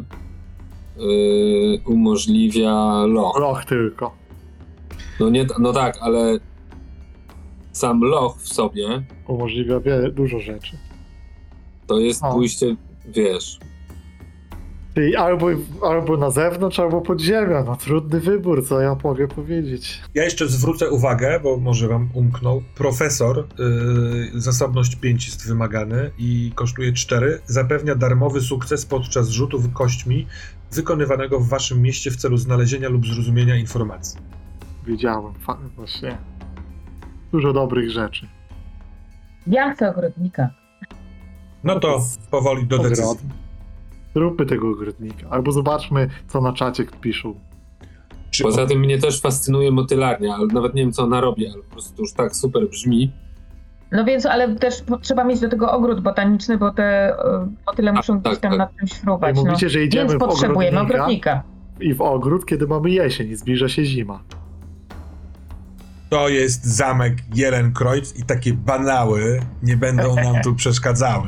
umożliwia loch. loch tylko. No tak, ale sam loch w sobie Umożliwia dużo rzeczy. to jest O. pójście, wiesz, Czyli albo na zewnątrz, albo pod ziemią. No trudny wybór, co ja mogę powiedzieć. Ja jeszcze zwrócę uwagę, bo może wam umknął. Profesor, zasobność 5 jest wymagany i kosztuje 4. Zapewnia darmowy sukces podczas rzutu kośćmi wykonywanego w waszym mieście w celu znalezienia lub zrozumienia informacji. Wiedziałem, właśnie. Dużo dobrych rzeczy. Ja chcę ogrodnika. No to powoli do decyzji. Ogrodnik. Zróbmy tego ogrodnika. Albo zobaczmy, co na czacie piszą. Czy Poza tym mnie też fascynuje motylarnia, ale nawet nie wiem, co ona robi, ale po prostu już tak super brzmi. No więc, ale też trzeba mieć do tego ogród botaniczny, bo te motyle muszą gdzieś tam nad tym śrubować. I mówicie, że idziemy Więc w potrzebujemy ogrodnika. I w ogród, kiedy mamy jesień i zbliża się zima. to jest zamek Jelenkreuz i takie banały nie będą nam tu przeszkadzały.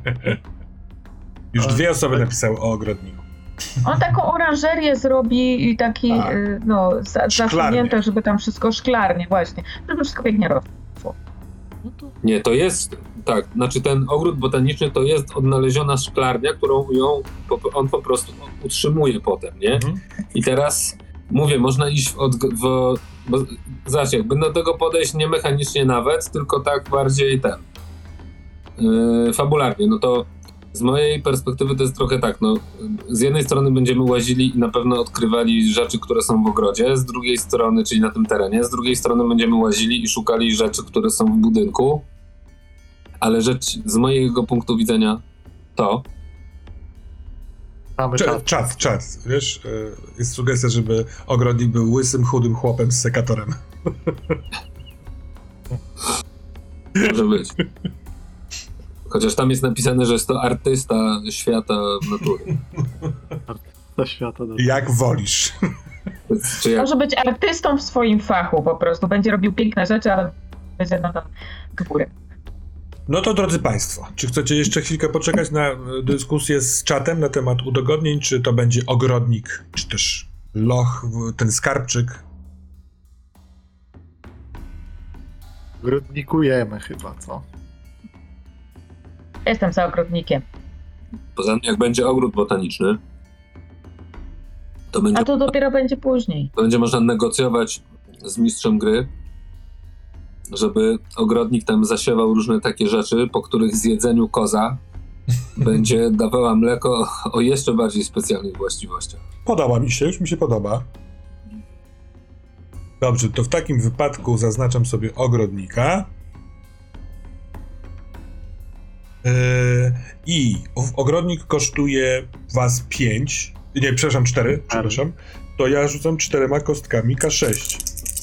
Już 2 osoby napisały o ogrodniku. On taką oranżerię zrobi i taki, zasunięte, żeby tam wszystko szklarnie, właśnie. Żeby wszystko pięknie rosło. Nie, to jest, tak, znaczy ten ogród botaniczny to jest odnaleziona szklarnia, którą on po prostu utrzymuje potem, nie? I teraz mówię, można iść bo zobacz, jakby do tego podejść nie mechanicznie nawet, tylko tak bardziej fabularnie, no to z mojej perspektywy to jest trochę tak, no z jednej strony będziemy łazili i na pewno odkrywali rzeczy, które są w ogrodzie, z drugiej strony, czyli na tym terenie, z drugiej strony będziemy łazili i szukali rzeczy, które są w budynku, ale rzecz z mojego punktu widzenia to... Czat, wiesz, jest sugestia, żeby ogrodnik był łysym, chudym chłopem z sekatorem. Może być. Chociaż tam jest napisane, że jest to artysta świata natury. Artysta świata natury. Jak wolisz. Może być artystą w swoim fachu po prostu. Będzie robił piękne rzeczy, ale będzie tam do góry. No to drodzy Państwo, czy chcecie jeszcze chwilkę poczekać na dyskusję z czatem na temat udogodnień, czy to będzie ogrodnik, czy też loch, ten skarbczyk? Ogrodnikujemy chyba, co? Jestem za ogrodnikiem. Poza tym, jak będzie ogród botaniczny, to A to dopiero będzie później. będzie można negocjować z mistrzem gry, żeby ogrodnik tam zasiewał różne takie rzeczy, po których zjedzeniu koza będzie dawała mleko o jeszcze bardziej specjalnych właściwościach. Podoba mi się, już mi się podoba. Dobrze, to w takim wypadku zaznaczam sobie ogrodnika. I ogrodnik kosztuje was 5, nie, przepraszam, 4, przepraszam. To ja rzucam 4 kostkami K6.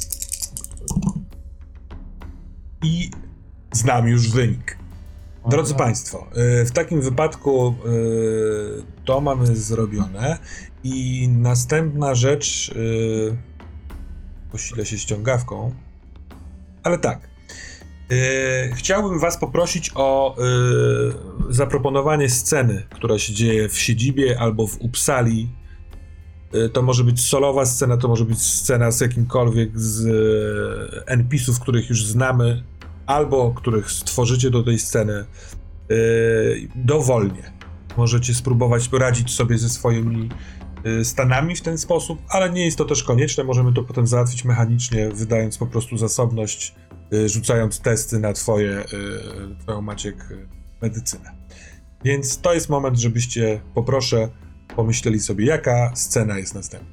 I znam już wynik. Drodzy Państwo, w takim wypadku to mamy zrobione i następna rzecz, posilę się ściągawką, ale tak, chciałbym was poprosić o zaproponowanie sceny, która się dzieje w siedzibie albo w Uppsali. To może być solowa scena, to może być scena z jakimkolwiek z NPC-ów, których już znamy, albo których stworzycie do tej sceny dowolnie. Możecie spróbować poradzić sobie ze swoimi stanami w ten sposób, ale nie jest to też konieczne. Możemy to potem załatwić mechanicznie, wydając po prostu zasobność, rzucając testy na twoją, Maciek, medycynę. Więc to jest moment, żebyście, poproszę, pomyśleli sobie, jaka scena jest następna.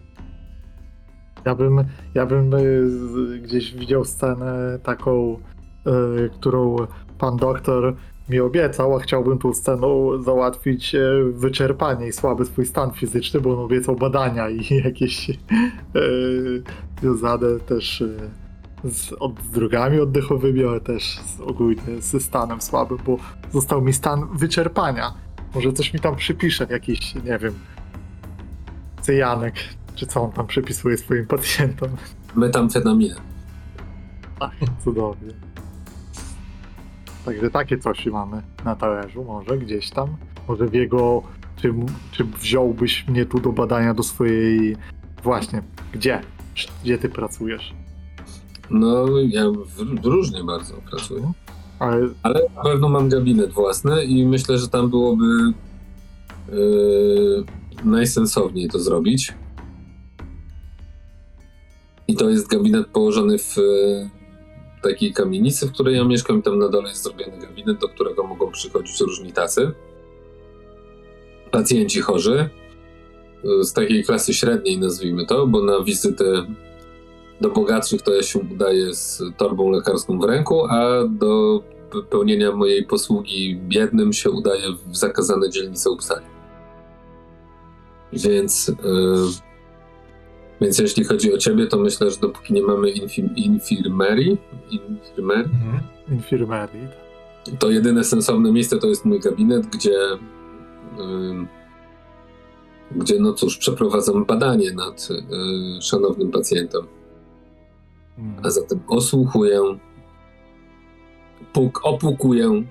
Ja bym gdzieś widział scenę taką, którą pan doktor mi obiecał, a chciałbym tą sceną załatwić wyczerpanie i słaby swój stan fizyczny, bo on obiecał badania i jakieś związane też z drogami oddechowymi, ale też ogólnie ze stanem słabym, bo został mi stan wyczerpania. Może coś mi tam przypisze, jakiś, nie wiem, cyjanek, czy co on tam przypisuje swoim pacjentom. Metamfetaminę. Ach, cudownie. Także takie coś mamy na talerzu, może gdzieś tam. Może w jego... Czy wziąłbyś mnie tu do badania do swojej... Właśnie, gdzie? Gdzie ty pracujesz? No, ja różnie bardzo pracuję. Ale na pewno mam gabinet własny i myślę, że tam byłoby najsensowniej to zrobić. I to jest gabinet położony w takiej kamienicy, w której ja mieszkam, i tam na dole jest zrobiony gabinet, do którego mogą przychodzić różni tacy. Pacjenci chorzy, z takiej klasy średniej, nazwijmy to, bo na wizytę do bogatszych to ja się udaję z torbą lekarską w ręku, a do pełnienia mojej posługi biednym się udaje w zakazane dzielnice Uppsali. Więc jeśli chodzi o ciebie, to myślę, że dopóki nie mamy infirmerii, to jedyne sensowne miejsce to jest mój gabinet, gdzie no cóż, przeprowadzam badanie nad szanownym pacjentem. A zatem osłuchuję, opukuję.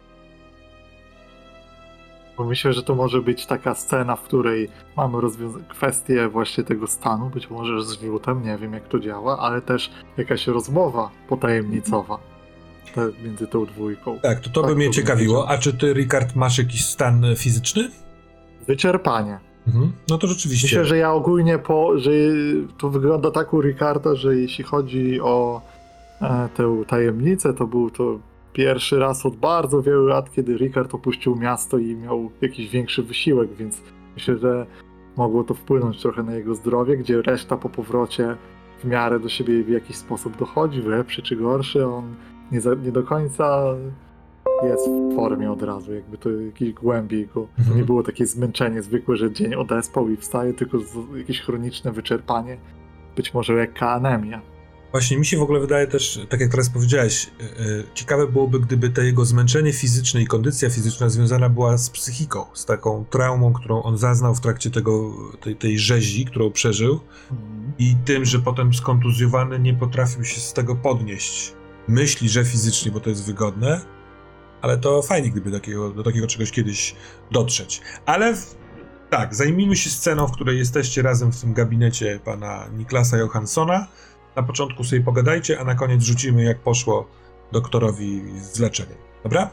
Bo myślę, że to może być taka scena, w której mamy kwestię właśnie tego stanu, być może z żółtem, nie wiem jak to działa, ale też jakaś rozmowa potajemnicowa między tą dwójką. Tak, to by mnie ciekawiło. A czy ty, Rikard, masz jakiś stan fizyczny? Wyczerpanie. No to rzeczywiście. Myślę, że ja ogólnie że to wygląda tak u Ricarda, że jeśli chodzi o tę tajemnicę, to był to pierwszy raz od bardzo wielu lat, kiedy Rikard opuścił miasto i miał jakiś większy wysiłek, więc myślę, że mogło to wpłynąć trochę na jego zdrowie, gdzie reszta po powrocie w miarę do siebie w jakiś sposób dochodzi, w lepszy czy gorszy, on nie do końca jest w formie od razu, jakby to jakiś głębiej go. To nie było takie zmęczenie zwykłe, że dzień odespał i wstaje, tylko jakieś chroniczne wyczerpanie, być może lekka anemia. Właśnie mi się w ogóle wydaje też, tak jak teraz powiedziałeś, ciekawe byłoby, gdyby to jego zmęczenie fizyczne i kondycja fizyczna związana była z psychiką, z taką traumą, którą on zaznał w trakcie tej rzezi, którą przeżył, i tym, że potem skontuzjowany nie potrafił się z tego podnieść. Myśli, że fizycznie, bo to jest wygodne, ale to fajnie, gdyby do takiego czegoś kiedyś dotrzeć. Ale tak, zajmijmy się sceną, w której jesteście razem w tym gabinecie pana Niklasa Johanssona. Na początku sobie pogadajcie, a na koniec rzucimy, jak poszło doktorowi z leczeniem. Dobra?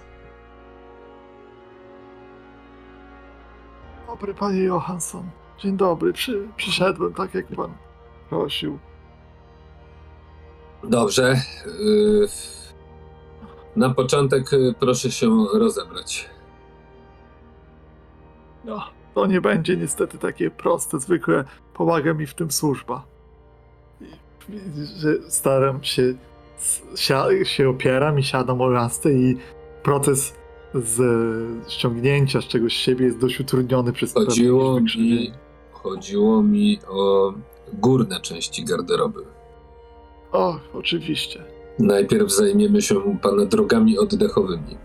Dobry, panie Johansson. Dzień dobry. Przyszedłem tak, jak pan prosił. Dobrze. Na początek proszę się rozebrać. No, to nie będzie niestety takie proste. Zwykle pomaga mi w tym służba. Że staram się opieram i siadam o rastę i proces z ściągnięcia z czegoś z siebie jest dość utrudniony przez Chodziło mi o górne części garderoby. O, oczywiście. Najpierw zajmiemy się pana drogami oddechowymi.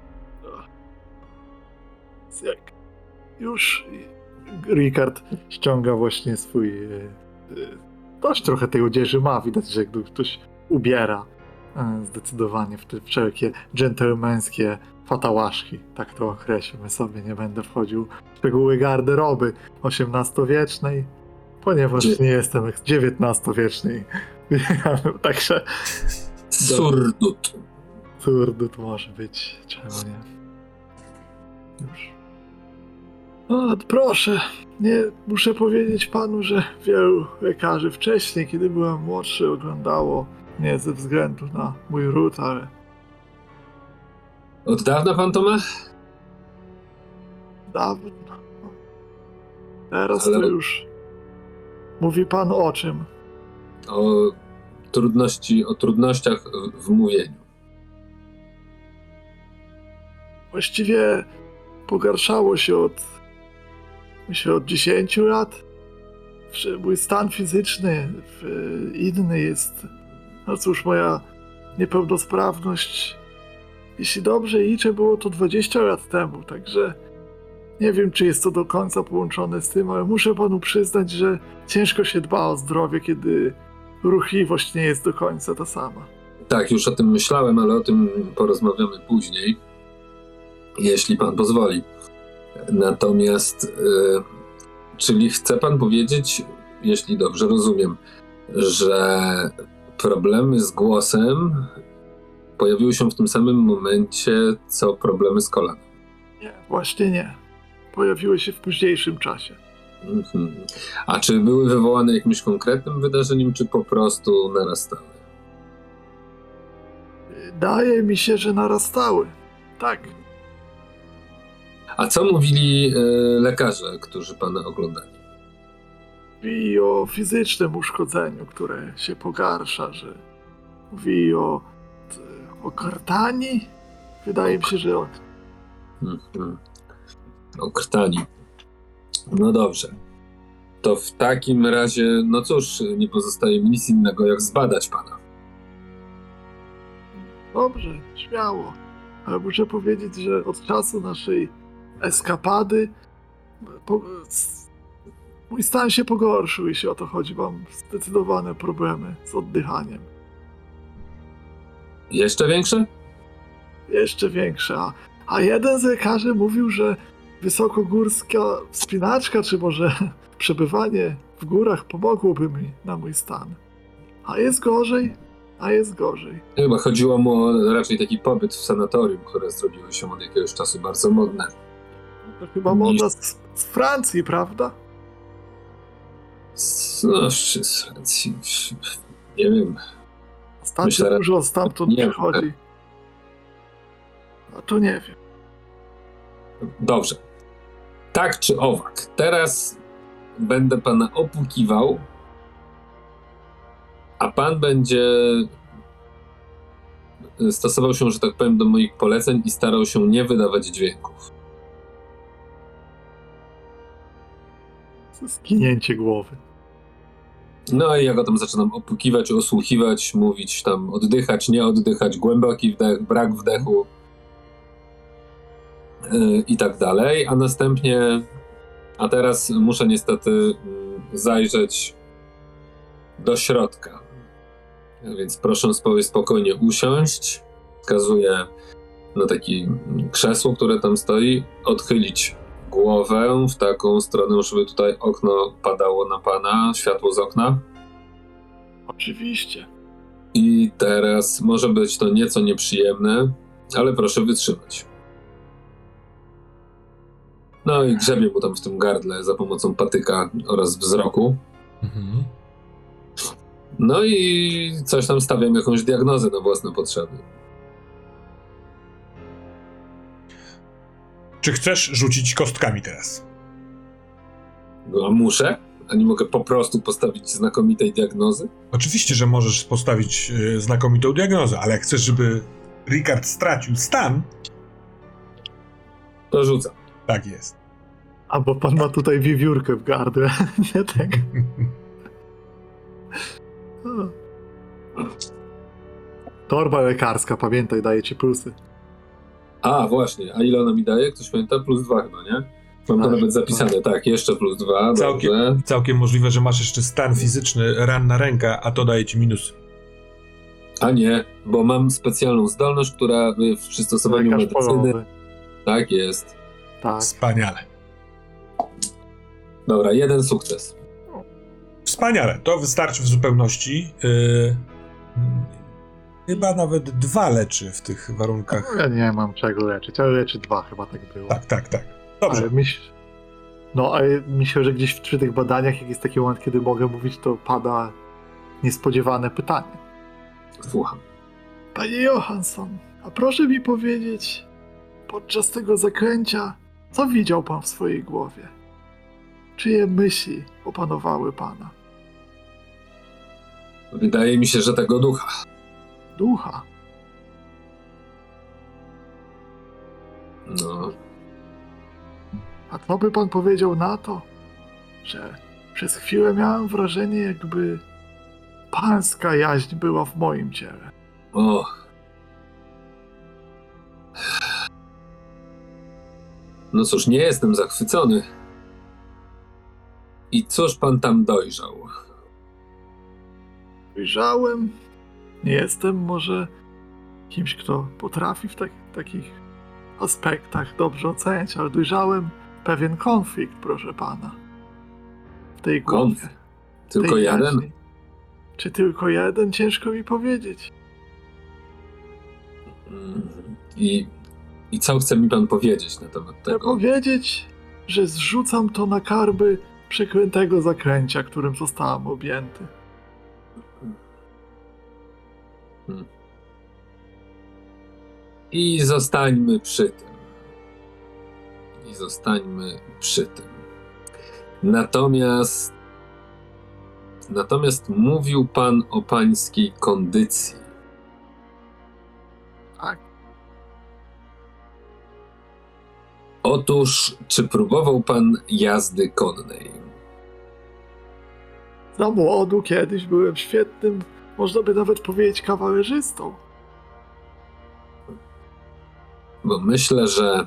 Jak już Rikard ściąga właśnie swój dość trochę tej odzieży ma, widać, że jak ktoś ubiera zdecydowanie w te wszelkie dżentelmeńskie fatałaszki, tak to określmy sobie, nie będę wchodził w szczegóły garderoby XVIII-wiecznej, ponieważ nie jestem XIX-wiecznej, także Surdut. Surdut może być, czemu nie? Już. O, proszę, nie muszę powiedzieć panu, że wielu lekarzy wcześniej, kiedy byłem młodszy, oglądało mnie ze względu na mój ród, ale... Od dawna pan to ma? Dawno. Teraz to już... Mówi pan o czym? O trudnościach w mówieniu. Właściwie pogarszało się od 10 lat. Mój stan fizyczny inny jest. No cóż, moja niepełnosprawność, jeśli dobrze liczę, było to 20 lat temu, także nie wiem, czy jest to do końca połączone z tym, ale muszę panu przyznać, że ciężko się dba o zdrowie, kiedy ruchliwość nie jest do końca ta sama. Tak, już o tym myślałem, ale o tym porozmawiamy później, jeśli pan pozwoli. Natomiast, czyli chce pan powiedzieć, jeśli dobrze rozumiem, że problemy z głosem pojawiły się w tym samym momencie, co problemy z kolanem? Nie, właśnie nie. Pojawiły się w późniejszym czasie. Mhm. A czy były wywołane jakimś konkretnym wydarzeniem, czy po prostu narastały? Wydaje mi się, że narastały. Tak. A co mówili lekarze, którzy pana oglądali? Mówi o fizycznym uszkodzeniu, które się pogarsza, że mówi o kartani. Wydaje mi się, że Mhm. O krtani. No dobrze. To w takim razie, no cóż, nie pozostaje mi nic innego, jak zbadać pana. dobrze, śmiało. Ale muszę powiedzieć, że od czasu naszej eskapady mój stan się pogorszył, jeśli o to chodzi. Mam zdecydowane problemy z oddychaniem. Jeszcze większe? Jeszcze większe. A jeden z lekarzy mówił, że wysokogórska wspinaczka, czy może przebywanie w górach pomogłoby mi na mój stan. A jest gorzej, a jest gorzej. Chyba chodziło mu o raczej taki pobyt w sanatorium, które zrobiły się od jakiegoś czasu bardzo modne. To chyba moda z Francji, prawda? No, nie wiem. Ostatnio Myślę, dużo stamtąd nie, przychodzi. No to nie wiem. Dobrze. Tak czy owak. Teraz będę pana opukiwał, a pan będzie stosował się, że tak powiem, do moich poleceń i starał się nie wydawać dźwięków. Skinięcie głowy. No i ja go tam zaczynam opukiwać, osłuchiwać, mówić tam oddychać, nie oddychać, głęboki wdech, brak wdechu i tak dalej, a następnie, a teraz muszę niestety zajrzeć do środka. Więc proszę sobie spokojnie usiąść. Wskazuję na takie krzesło, które tam stoi, odchylić głowę w taką stronę, żeby tutaj okno padało na pana, światło z okna. Oczywiście. I teraz może być to nieco nieprzyjemne, ale proszę wytrzymać. No i grzebię mu tam w tym gardle za pomocą patyka oraz wzroku. Mhm. No i coś tam stawiam, jakąś diagnozę na własne potrzeby. Czy chcesz rzucić kostkami teraz? No a muszę? A nie mogę po prostu postawić znakomitej diagnozy? Oczywiście, że możesz postawić znakomitą diagnozę, ale jak chcesz, żeby Ricard stracił stan, To rzucam. tak jest. A bo pan ma tutaj wiewiórkę w gardle. Nie tak. Torba lekarska, pamiętaj, daje ci plusy. A, właśnie. A ile ona mi daje? Ktoś pamięta? +2 chyba, nie? Mam to Tak, nawet zapisane. Tak, jeszcze +2. Całkiem, Dobrze. całkiem możliwe, że masz jeszcze stan fizyczny, ranna ręka, a to daje ci minus. A nie, bo mam specjalną zdolność, która w przystosowaniu Lekarz medycyny... polowy. Tak jest. Tak. Wspaniale. Dobra, 1 sukces. Wspaniale. To wystarczy w zupełności. Chyba nawet 2 leczy w tych warunkach. Ja nie mam czego leczyć, ale leczy 2 chyba tak było. Tak. Dobrze. Ale ale myślę, że gdzieś przy tych badaniach, jak jest taki moment, kiedy mogę mówić, to pada niespodziewane pytanie. Słucham. Panie Johansson, a proszę mi powiedzieć, podczas tego zaklęcia, co widział pan w swojej głowie? Czyje myśli opanowały pana? Wydaje mi się, że tego ducha. Ducha. No, A co by pan powiedział na to, że przez chwilę miałem wrażenie, jakby pańska jaźń była w moim ciele? o. No cóż, nie jestem zachwycony. I cóż pan tam dojrzał? Dojrzałem. Nie jestem może kimś, kto potrafi w takich aspektach dobrze oceniać, ale dojrzałem pewien konflikt, proszę pana. W tej głowie. Konflikt? Tylko tej jeden? jaźni. Czy tylko jeden? Ciężko mi powiedzieć. I co chce mi pan powiedzieć na temat Chcę tego? powiedzieć, że zrzucam to na karby przeklętego zaklęcia, którym zostałem objęty. I zostańmy przy tym. Natomiast mówił pan o pańskiej kondycji. Tak. Otóż, czy próbował pan jazdy konnej? Za młodu kiedyś byłem świetnym, można by nawet powiedzieć, kawalerzystą. Bo myślę, że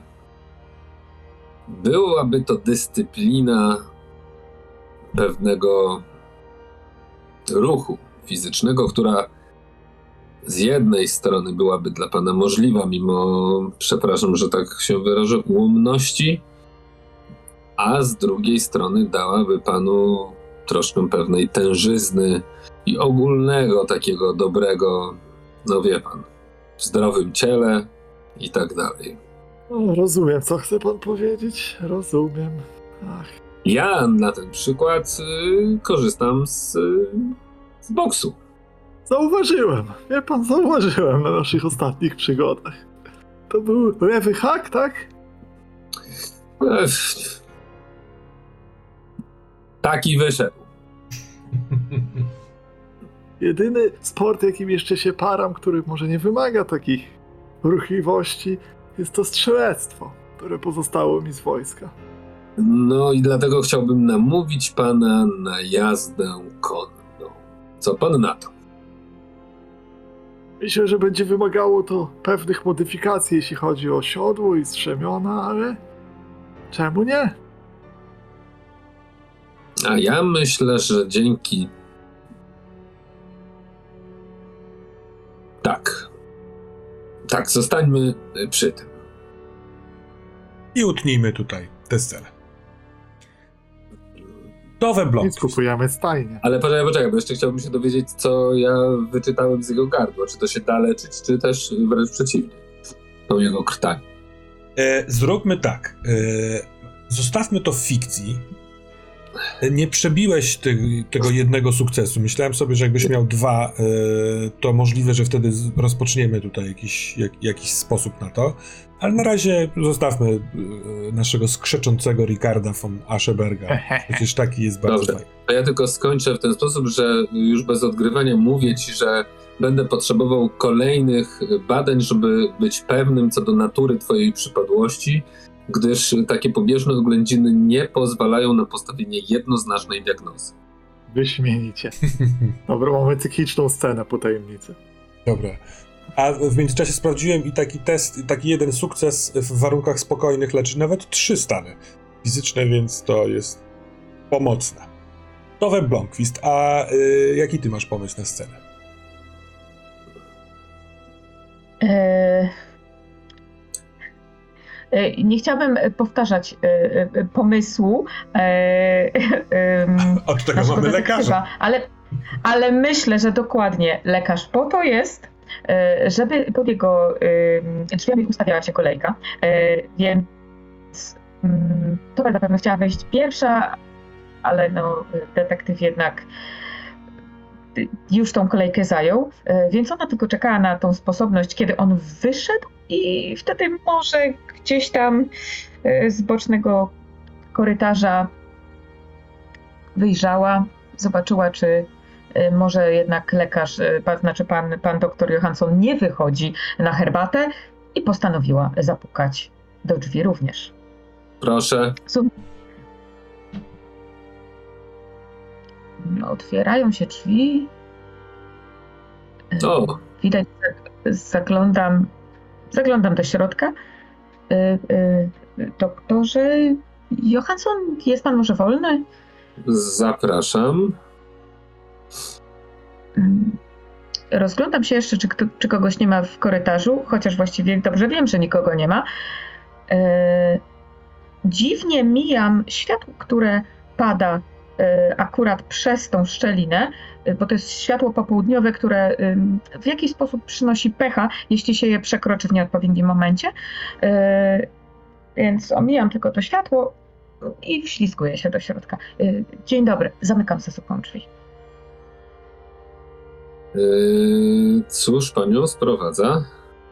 byłaby to dyscyplina pewnego ruchu fizycznego, która z jednej strony byłaby dla pana możliwa, mimo, przepraszam, że tak się wyrażę, ułomności, a z drugiej strony dałaby panu troszkę pewnej tężyzny i ogólnego takiego dobrego, no wie pan, w zdrowym ciele i tak dalej. No, rozumiem, co chce pan powiedzieć. Rozumiem. Ach, Ja na ten przykład korzystam z boksu. zauważyłem. Wie pan, zauważyłem na naszych ostatnich przygodach. To był lewy hak, tak? Taki wyszedł. Jedyny sport, jakim jeszcze się param, który może nie wymaga takich ruchliwości, jest to strzelectwo, które pozostało mi z wojska. No i dlatego chciałbym namówić pana na jazdę konną. Co pan na to? Myślę, że będzie wymagało to pewnych modyfikacji, jeśli chodzi o siodło i strzemiona, ale czemu nie? A ja myślę, że dzięki... Tak, zostańmy przy tym. I utnijmy tutaj tę scenę. To we blok. Nic, kupujemy stajnie. Ale poczekaj, bo jeszcze chciałbym się dowiedzieć, co ja wyczytałem z jego gardła. Czy to się da leczyć, czy też wręcz przeciwnie. Tą jego krtań. Zróbmy tak. Zostawmy to w fikcji. Nie przebiłeś tego jednego sukcesu. Myślałem sobie, że jakbyś miał 2, to możliwe, że wtedy rozpoczniemy tutaj jakiś sposób na to. Ale na razie zostawmy naszego skrzeczącego Ricarda von Ascheberga. Przecież taki jest bardzo Dobrze. fajny. A ja tylko skończę w ten sposób, że już bez odgrywania mówię ci, że będę potrzebował kolejnych badań, żeby być pewnym co do natury twojej przypadłości, gdyż takie pobieżne oględziny nie pozwalają na postawienie jednoznacznej diagnozy. Wyśmienicie. Dobra, mamy cykliczną scenę po tajemnicy. Dobra. A w międzyczasie sprawdziłem i taki test, taki jeden sukces w warunkach spokojnych leczy nawet 3 stany fizyczne, więc to jest pomocne. To we Blomqvist, a jaki ty masz pomysł na scenę? Nie chciałabym powtarzać pomysłu. Od tego naszego mamy detektywa, lekarza. ale myślę, że dokładnie lekarz po to jest, żeby pod jego drzwiami ustawiała się kolejka. Więc to na pewno chciała wejść pierwsza, ale no, detektyw jednak już tą kolejkę zajął, więc ona tylko czekała na tą sposobność, kiedy on wyszedł i wtedy może gdzieś tam z bocznego korytarza wyjrzała, zobaczyła, czy może jednak lekarz, znaczy pan doktor Johansson nie wychodzi na herbatę i postanowiła zapukać do drzwi również. Proszę. Otwierają się drzwi. O. Widać, zaglądam do środka. Doktorze Johansson, jest pan może wolny? Zapraszam. Rozglądam się jeszcze, czy kogoś nie ma w korytarzu, chociaż właściwie dobrze wiem, że nikogo nie ma. Dziwnie mijam światło, które pada akurat przez tą szczelinę, bo to jest światło popołudniowe, które w jakiś sposób przynosi pecha, jeśli się je przekroczy w nieodpowiednim momencie. Więc omijam tylko to światło, i wślizguje się do środka. Dzień dobry, zamykam za sobą drzwi. Cóż panią sprowadza?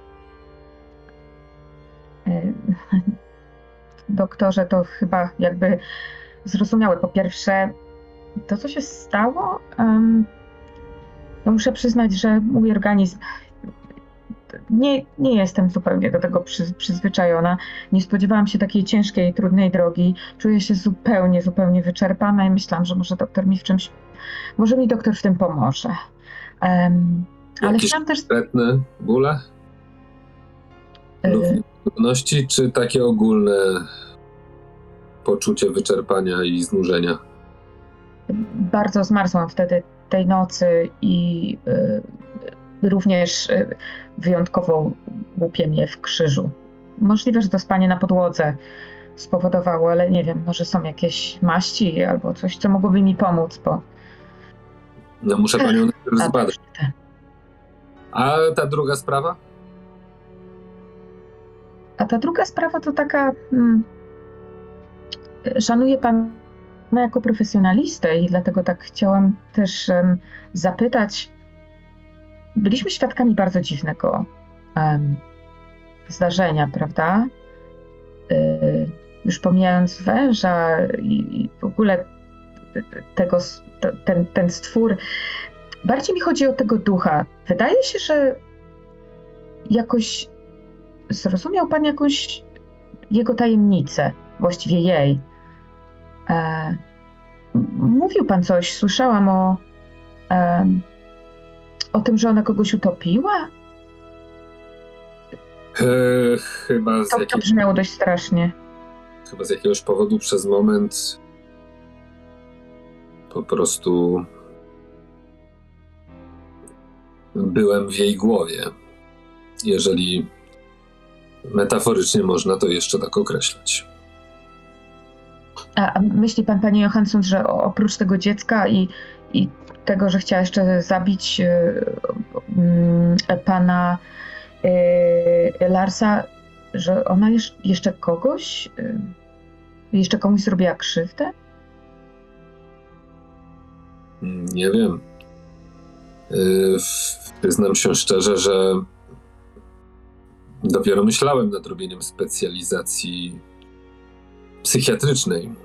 Doktorze, to chyba jakby zrozumiałe. Po pierwsze, to co się stało, no muszę przyznać, że mój organizm, nie jestem zupełnie do tego przyzwyczajona. Nie spodziewałam się takiej ciężkiej i trudnej drogi. Czuję się zupełnie wyczerpana i myślałam, że może mi doktor w tym pomoże. Ale Jakieś chciałam też... konkretne bóle? Lub trudności, czy takie ogólne poczucie wyczerpania i znużenia? Bardzo zmarzłam wtedy tej nocy i również wyjątkowo głupie mnie w krzyżu. Możliwe, że to spanie na podłodze spowodowało, ale nie wiem, może są jakieś maści albo coś, co mogłoby mi pomóc, bo... No muszę panią najpierw A, zbadać. A ta druga sprawa? A ta druga sprawa to taka... Szanuję pana jako profesjonalistę i dlatego tak chciałam też zapytać. Byliśmy świadkami bardzo dziwnego zdarzenia, prawda? Już pomijając węża i w ogóle ten stwór. Bardziej mi chodzi o tego ducha. Wydaje się, że jakoś zrozumiał pan jakąś jego tajemnicę, właściwie jej. Mówił pan coś, słyszałam o tym, że ona kogoś utopiła? Chyba To brzmiało dość strasznie. Chyba z jakiegoś powodu przez moment po prostu byłem w jej głowie. Jeżeli metaforycznie można to jeszcze tak określać. A myśli pan, panie Johansson, że oprócz tego dziecka i tego, że chciała jeszcze zabić pana Larsa, że ona jeszcze komuś zrobiła krzywdę? Nie wiem. Przyznam się szczerze, że dopiero myślałem nad robieniem specjalizacji psychiatrycznej.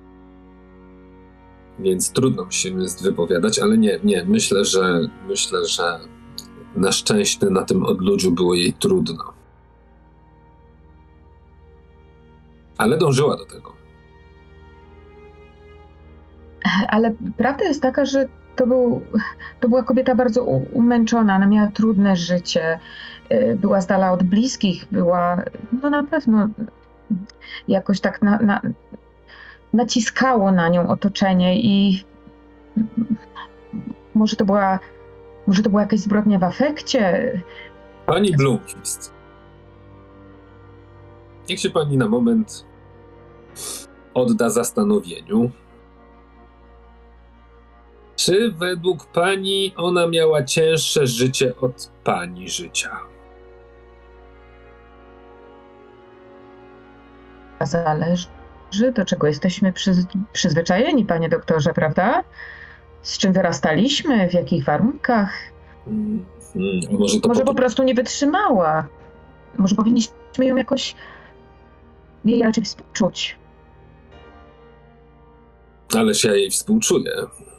Więc trudno mi się jest wypowiadać, ale nie. Myślę, że na szczęście na tym odludziu było jej trudno. Ale dążyła do tego. Ale prawda jest taka, że to była kobieta bardzo umęczona, ona miała trudne życie, była z dala od bliskich, była, no na pewno jakoś tak naciskało na nią otoczenie i może to była jakaś zbrodnia w afekcie. Pani Blomqvist, niech się pani na moment odda zastanowieniu. Czy według pani ona miała cięższe życie od pani życia? Zależy, do czego jesteśmy przyzwyczajeni, panie doktorze, prawda? Z czym wyrastaliśmy, w jakich warunkach. Może po prostu nie wytrzymała. Może powinniśmy ją jakoś jej raczej współczuć. Ależ ja jej współczuję.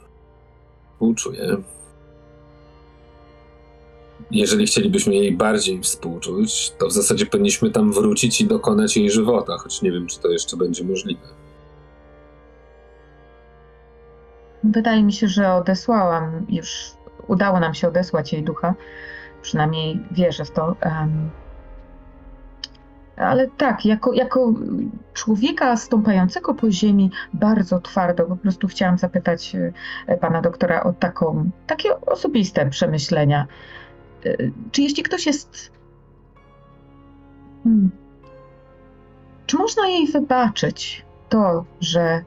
Jeżeli chcielibyśmy jej bardziej współczuć, to w zasadzie powinniśmy tam wrócić i dokonać jej żywota, choć nie wiem, czy to jeszcze będzie możliwe. Wydaje mi się, że udało nam się odesłać jej ducha. Przynajmniej wierzę w to. Ale tak, jako człowieka stąpającego po ziemi bardzo twardo, po prostu chciałam zapytać pana doktora o takie osobiste przemyślenia. Czy jeśli ktoś jest... Czy można jej wybaczyć to, że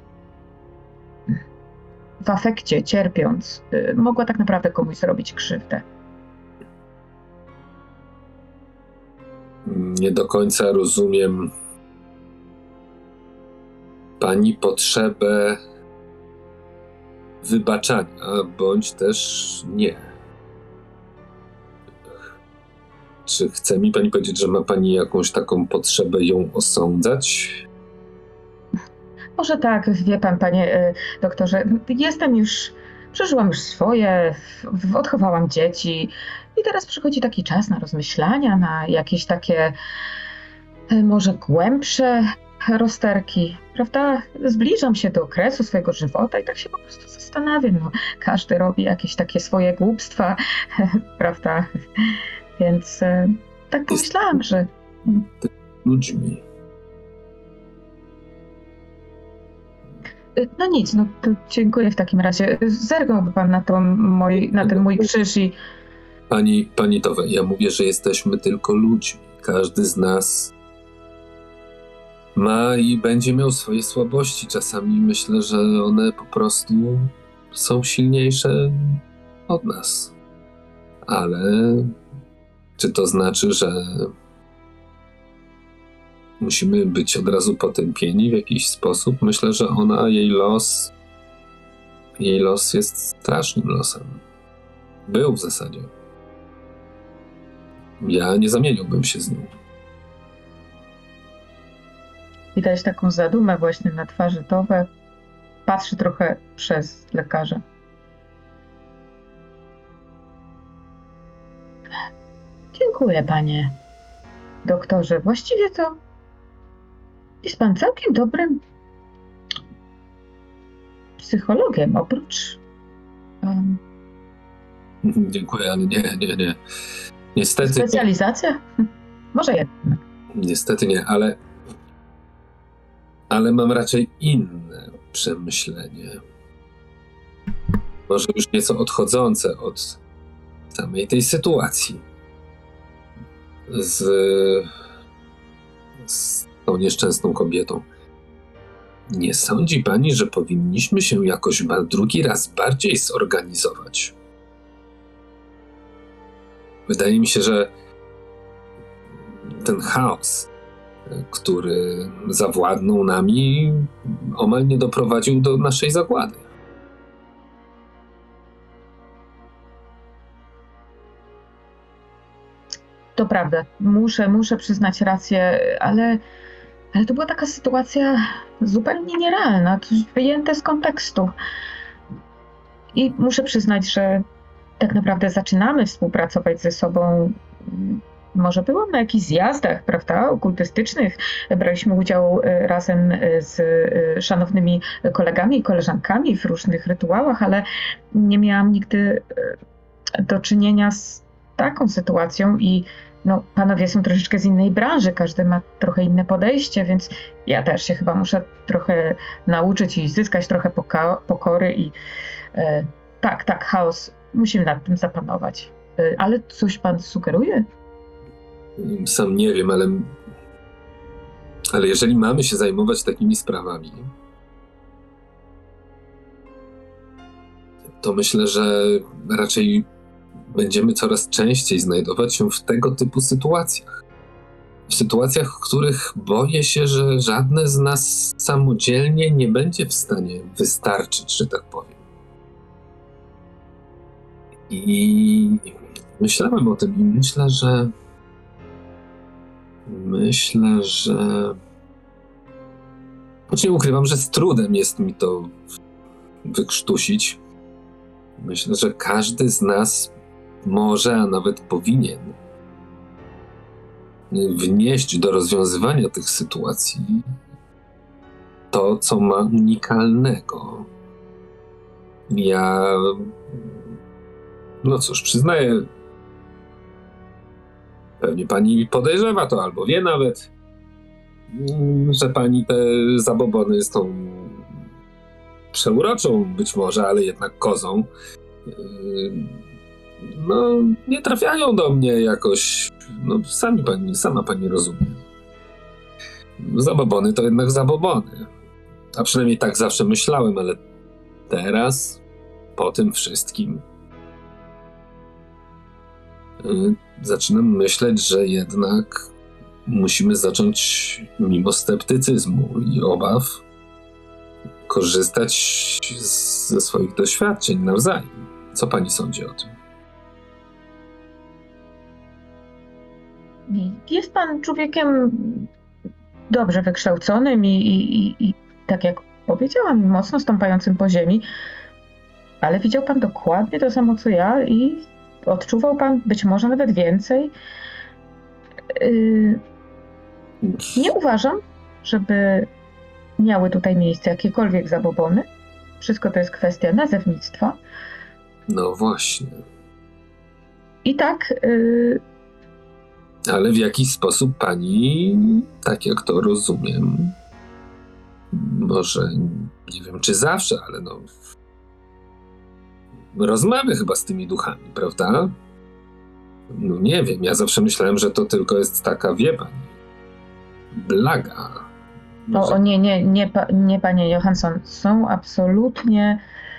w afekcie, cierpiąc, mogła tak naprawdę komuś zrobić krzywdę? Nie do końca rozumiem pani potrzebę wybaczania, bądź też nie. Czy chce mi pani powiedzieć, że ma pani jakąś taką potrzebę ją osądzać? Może tak, wie pan, panie doktorze, przeżyłam już swoje, odchowałam dzieci i teraz przychodzi taki czas na rozmyślania, na jakieś takie może głębsze rozterki, prawda? Zbliżam się do kresu swojego żywota i tak się po prostu zastanawiam. No, każdy robi jakieś takie swoje głupstwa, prawda? Więc tak pomyślałam, że... Ludźmi. No nic, no to dziękuję w takim razie. Zerknąłby pan na ten mój krzyż i... Pani Towe, ja mówię, że jesteśmy tylko ludźmi. Każdy z nas ma i będzie miał swoje słabości. Czasami myślę, że one po prostu są silniejsze od nas. Ale czy to znaczy, że musimy być od razu potępieni w jakiś sposób? Myślę, że jej los jest strasznym losem. Był w zasadzie. Ja nie zamieniłbym się z nią. Widać taką zadumę właśnie na twarzy Towe. Patrzy trochę przez lekarza. Dziękuję, panie doktorze. Właściwie to jest pan całkiem dobrym psychologiem, oprócz... Dziękuję, ale nie. Niestety. Specjalizacja? Może jednak. Niestety nie, ale mam raczej inne przemyślenie. Może już nieco odchodzące od samej tej sytuacji. Z tą nieszczęsną kobietą. Nie sądzi pani, że powinniśmy się jakoś drugi raz bardziej zorganizować? Wydaje mi się, że ten chaos, który zawładnął nami, omal nie doprowadził do naszej zagłady. To prawda, muszę przyznać rację, ale to była taka sytuacja zupełnie nierealna, coś wyjęte z kontekstu. I muszę przyznać, że tak naprawdę zaczynamy współpracować ze sobą. Może byłam na jakichś zjazdach, prawda, okultystycznych. Braliśmy udział razem z szanownymi kolegami i koleżankami w różnych rytuałach, ale nie miałam nigdy do czynienia z taką sytuacją i no, panowie są troszeczkę z innej branży, każdy ma trochę inne podejście, więc ja też się chyba muszę trochę nauczyć i zyskać trochę pokory i tak, chaos, musimy nad tym zapanować. Ale coś pan sugeruje? Sam nie wiem, ale jeżeli mamy się zajmować takimi sprawami, to myślę, że raczej będziemy coraz częściej znajdować się w tego typu sytuacjach. W sytuacjach, w których boję się, że żadne z nas samodzielnie nie będzie w stanie wystarczyć, że tak powiem. I myślałem o tym i myślę, że choć nie ukrywam, że z trudem jest mi to wykrztusić. Myślę, że każdy z nas może, a nawet powinien wnieść do rozwiązywania tych sytuacji to, co ma unikalnego. Ja, no cóż, przyznaję, pewnie pani podejrzewa to, albo wie nawet, że pani te zabobony z tą przeuroczą być może, ale jednak kozą, no nie trafiają do mnie jakoś, no sama pani rozumie. Zabobony to jednak zabobony. A przynajmniej tak zawsze myślałem, ale teraz, po tym wszystkim, zaczynam myśleć, że jednak musimy zacząć, mimo sceptycyzmu i obaw, korzystać ze swoich doświadczeń nawzajem. Co pani sądzi o tym? Jest pan człowiekiem dobrze wykształconym i tak jak powiedziałam, mocno stąpającym po ziemi, ale widział pan dokładnie to samo co ja i odczuwał pan być może nawet więcej. Nie uważam, żeby miały tutaj miejsce jakiekolwiek zabobony. Wszystko to jest kwestia nazewnictwa. No właśnie. I tak... Ale w jakiś sposób pani, tak jak to rozumiem, może, nie wiem czy zawsze, ale no, rozmawiamy chyba z tymi duchami, prawda? No nie wiem, ja zawsze myślałem, że to tylko jest taka, wie pani, blaga. O nie, panie Johansson, są absolutnie...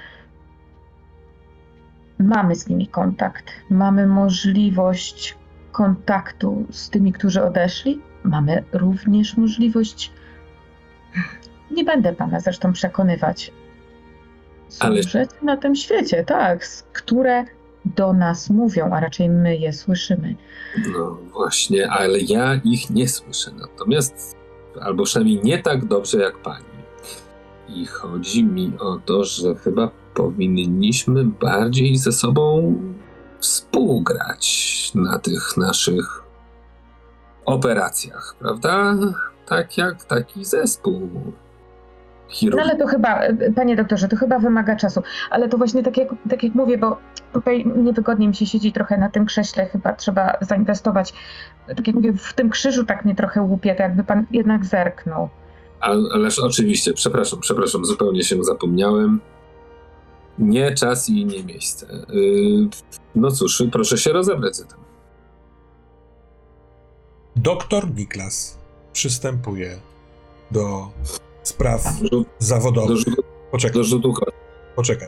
Mamy z nimi kontakt, mamy możliwość kontaktu z tymi, którzy odeszli. Mamy również możliwość, nie będę pana zresztą przekonywać, Ale- rzeczy na tym świecie, tak, które do nas mówią, a raczej my je słyszymy. No właśnie, ale ja ich nie słyszę, natomiast, albo przynajmniej nie tak dobrze jak pani. I chodzi mi o to, że chyba powinniśmy bardziej ze sobą współgrać na tych naszych operacjach, prawda? Tak jak taki zespół No chirurgii. ale to chyba, panie doktorze, to chyba wymaga czasu. Ale to właśnie tak jak mówię, bo tutaj niewygodnie mi się siedzi trochę na tym krześle, chyba trzeba zainwestować. Tak jak mówię, w tym krzyżu tak mnie trochę łupie, to jakby pan jednak zerknął. Ależ oczywiście, przepraszam, zupełnie się zapomniałem. Nie czas i nie miejsce. No cóż, proszę się rozebrać za tym. Doktor Niklas przystępuje do spraw Do zawodowych. rzutu, Poczekaj, do rzutu kości. poczekaj.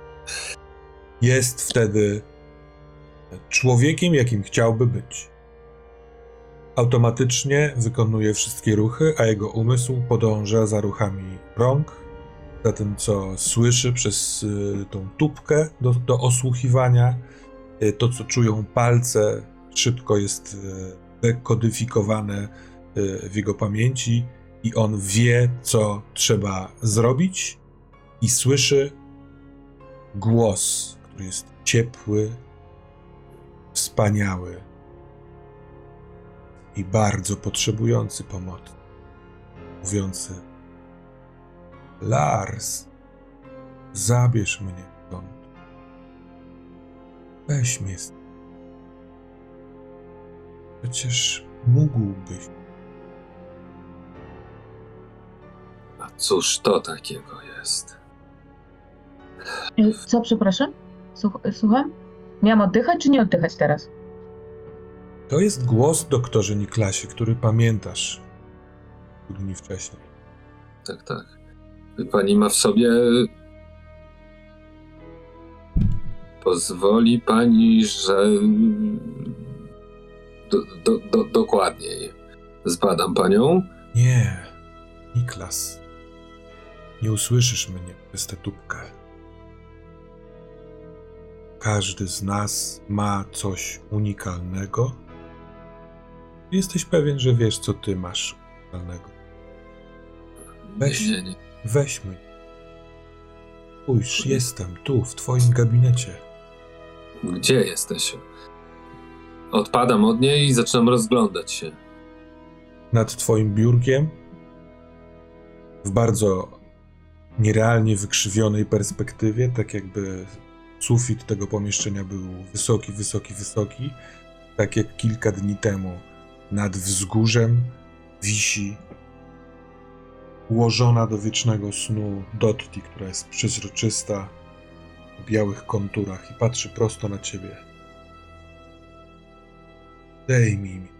Jest wtedy człowiekiem, jakim chciałby być. Automatycznie wykonuje wszystkie ruchy, a jego umysł podąża za ruchami rąk, za tym, co słyszy przez tą tubkę do osłuchiwania. To, co czują palce, szybko jest dekodyfikowane w jego pamięci i on wie, co trzeba zrobić i słyszy głos, który jest ciepły, wspaniały i bardzo potrzebujący pomocy. Mówiący: Lars, zabierz mnie stąd. Weź mnie stąd. Przecież mógłbyś. A cóż to takiego jest? Co, przepraszam? Słucham? Miałam oddychać czy nie oddychać teraz? To jest głos, doktorze Niklasie, który pamiętasz dni wcześniej. Tak. Pani ma w sobie... Pozwoli pani, że... Dokładniej zbadam panią. Nie, Niklas. Nie usłyszysz mnie przez tę tubkę. Każdy z nas ma coś unikalnego. Jesteś pewien, że wiesz, co ty masz unikalnego. Weź. Nie. Weź mnie. Spójrz, jestem tu, w twoim gabinecie. Gdzie jesteś? Odpadam od niej i zaczynam rozglądać się. Nad twoim biurkiem, w bardzo nierealnie wykrzywionej perspektywie, tak jakby sufit tego pomieszczenia był wysoki, tak jak kilka dni temu nad wzgórzem wisi ułożona do wiecznego snu Dotti, która jest przezroczysta, w białych konturach i patrzy prosto na ciebie. Zdejmij mi.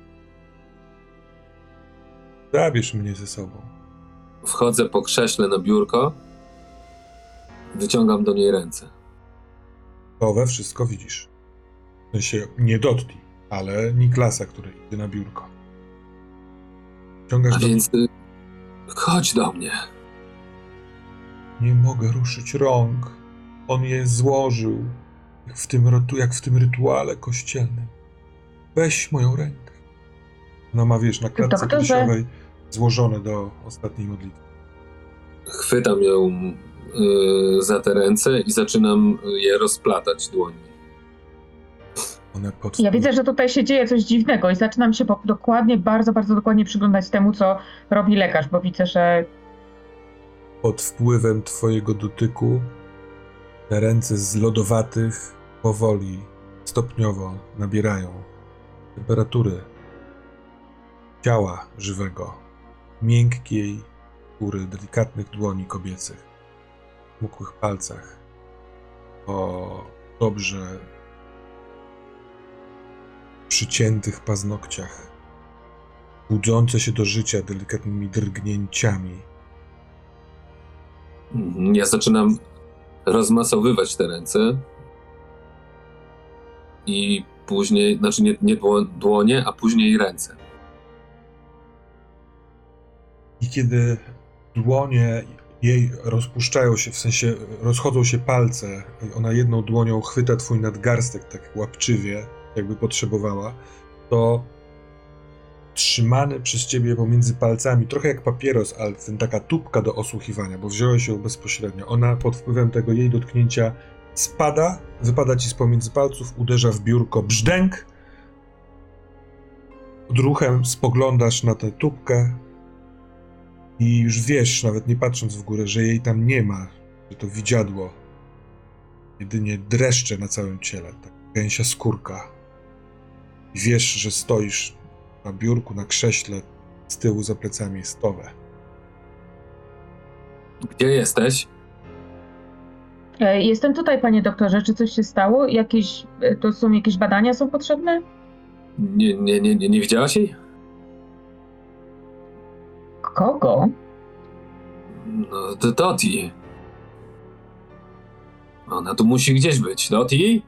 Zabierz mnie ze sobą. Wchodzę po krześle na biurko. Wyciągam do niej ręce. Owe wszystko widzisz. W sensie nie Dotti, ale Niklasa, który idzie na biurko. A Ciągasz do więc chodź do mnie. Nie mogę ruszyć rąk. On je złożył, jak w tym rytuale kościelnym. Weź moją rękę. Ona ma, wiesz, na klatce Doktorze. piersiowej złożone do ostatniej modlitwy. Chwytam ją za te ręce i zaczynam je rozplatać dłońmi. One pod Ja widzę, że tutaj się dzieje coś dziwnego i zaczynam się dokładnie, bardzo, bardzo dokładnie przyglądać temu, co robi lekarz, bo widzę, że pod wpływem twojego dotyku te ręce z lodowatych powoli, stopniowo nabierają temperatury ciała żywego, miękkiej skóry, delikatnych dłoni kobiecych, smukłych palcach, o dobrze przyciętych paznokciach, budzące się do życia delikatnymi drgnięciami. Ja zaczynam rozmasowywać te ręce i później, znaczy nie dłonie, a później ręce. I kiedy dłonie jej rozpuszczają się, w sensie rozchodzą się palce, ona jedną dłonią chwyta twój nadgarstek tak łapczywie, jakby potrzebowała, to trzymany przez ciebie pomiędzy palcami, trochę jak papieros, ale taka tubka do osłuchiwania, bo wziąłeś ją bezpośrednio. Ona pod wpływem tego jej dotknięcia spada, wypada ci z pomiędzy palców, uderza w biurko, brzdęk. Odruchem spoglądasz na tę tubkę i już wiesz, nawet nie patrząc w górę, że jej tam nie ma, że to widziadło. Jedynie dreszcze na całym ciele, tak gęsia skórka. I wiesz, że stoisz na biurku, na krześle, z tyłu za plecami jest Towe. Gdzie jesteś? jestem tutaj, panie doktorze, czy coś się stało? To są jakieś badania są potrzebne? Nie widziałaś jej? Kogo? No, to Doti. Ona tu musi gdzieś być. Doti?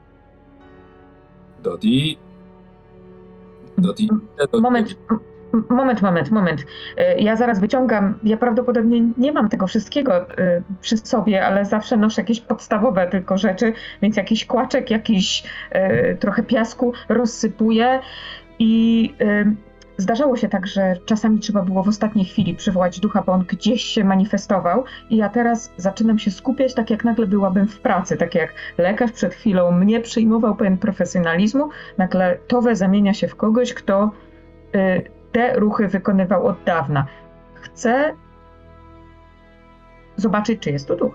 Doti? Doti? Moment. Ja zaraz wyciągam. Ja prawdopodobnie nie mam tego wszystkiego przy sobie, ale zawsze noszę jakieś podstawowe tylko rzeczy, więc jakiś kłaczek, jakiś trochę piasku rozsypuję i zdarzało się tak, że czasami trzeba było w ostatniej chwili przywołać ducha, bo on gdzieś się manifestował i ja teraz zaczynam się skupiać tak, jak nagle byłabym w pracy, tak jak lekarz przed chwilą mnie przyjmował pełen profesjonalizmu, nagle Towe zamienia się w kogoś, kto te ruchy wykonywał od dawna. Chcę zobaczyć, czy jest to duch.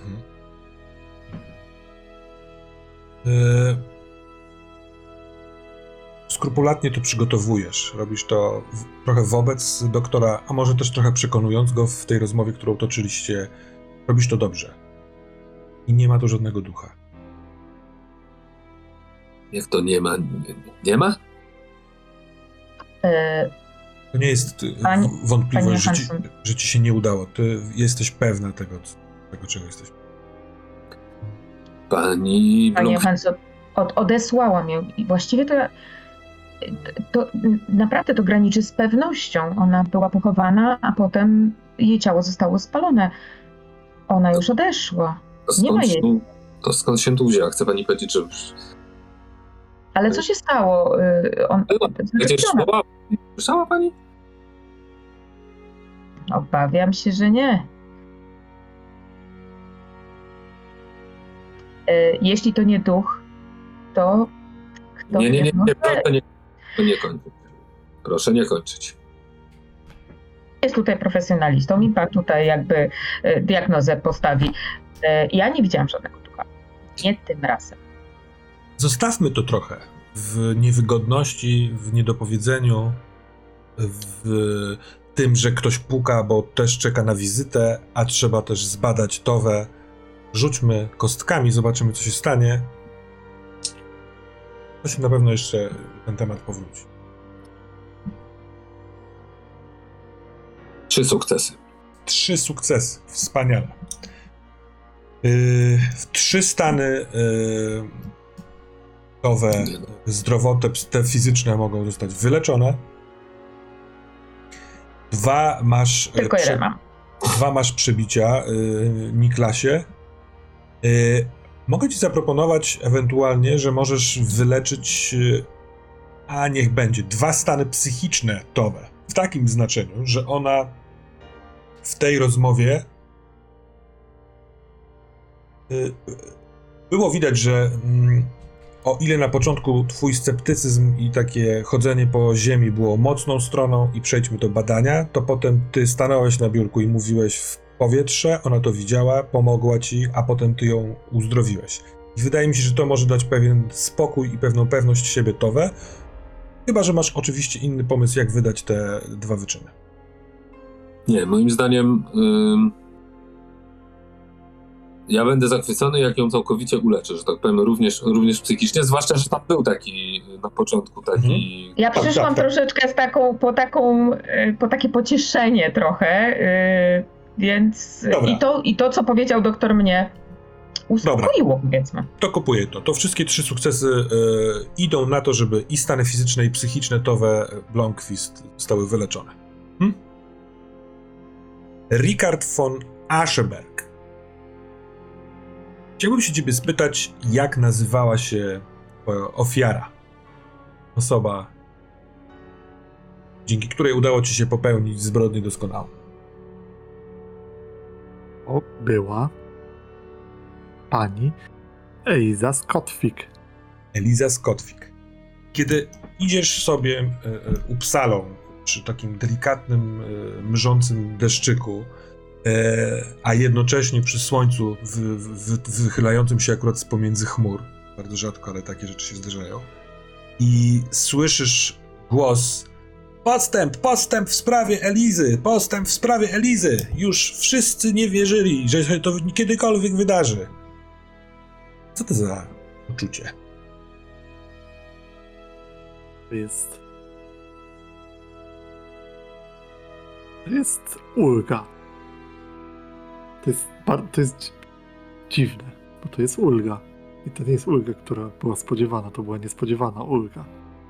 Skrupulatnie to przygotowujesz. Robisz to trochę wobec doktora, a może też trochę przekonując go w tej rozmowie, którą toczyliście. Robisz to dobrze. I nie ma tu żadnego ducha. Jak to nie ma? Nie ma? To nie jest wątpliwość, że ci się nie udało. Ty jesteś pewna tego czego jesteś. Pani Hanson, odesłała mnie i właściwie to naprawdę to graniczy z pewnością. Ona była pochowana, a potem jej ciało zostało spalone. Ona już odeszła. Nie ma jej. To skąd się tu wzięła? Chce pani powiedzieć, że... Ale co się stało? Gdzieś słyszała pani? Obawiam się, że nie. Jeśli to nie duch, to kto Nie, wie? proszę nie kończyć. Proszę nie kończyć. Jest tutaj profesjonalistą i pan tutaj jakby diagnozę postawi. Ja nie widziałam żadnego ducha. Nie tym razem. Zostawmy to trochę w niewygodności, w niedopowiedzeniu, w tym, że ktoś puka, bo też czeka na wizytę, a trzeba też zbadać Towę. Rzućmy kostkami, zobaczymy, co się stanie. To się na pewno jeszcze ten temat powróci. 3 sukcesy. 3 sukcesy. Wspaniale. 3 stany Towe zdrowotne, te fizyczne mogą zostać wyleczone. 2 masz... Tylko jeden mam. 2 masz przebicia, Niklasie. Mogę ci zaproponować ewentualnie, że możesz wyleczyć, a niech będzie, 2 stany psychiczne Towe. W takim znaczeniu, że ona w tej rozmowie było widać, że o ile na początku twój sceptycyzm i takie chodzenie po ziemi było mocną stroną i przejdźmy do badania, to potem ty stanąłeś na biurku i mówiłeś w powietrze, ona to widziała, pomogła ci, a potem ty ją uzdrowiłeś. I wydaje mi się, że to może dać pewien spokój i pewną pewność siebie Towe, chyba że masz oczywiście inny pomysł, jak wydać te 2 wyczyny. Nie, moim zdaniem ja będę zachwycony, jak ją całkowicie uleczę, że tak powiem, również psychicznie, zwłaszcza, że tam był taki na początku taki... Ja Tak, przyszłam tak. troszeczkę z po takie pocieszenie trochę, więc Dobra. i to, co powiedział doktor, mnie uspokoiło, powiedzmy. To kupuję to. To wszystkie 3 sukcesy idą na to, żeby i stany fizyczne i psychiczne Tove Blomqvist zostały wyleczone. Richard von Ascheberg. Chciałbym się ciebie spytać, jak nazywała się twoja ofiara? Osoba, dzięki której udało ci się popełnić zbrodnię doskonałą. O, była pani Eliza Skotwik. Eliza Skotwik. Kiedy idziesz sobie Uppsalą przy takim delikatnym, mrzącym deszczyku, a jednocześnie przy słońcu wychylającym się akurat z pomiędzy chmur, bardzo rzadko, ale takie rzeczy się zdarzają, i słyszysz głos: postęp w sprawie Elizy, postęp w sprawie Elizy. Już wszyscy nie wierzyli, że się to kiedykolwiek wydarzy. Co to za uczucie? To jest ulga. To jest dziwne, bo to jest ulga. I to nie jest ulga, która była spodziewana, to była niespodziewana ulga.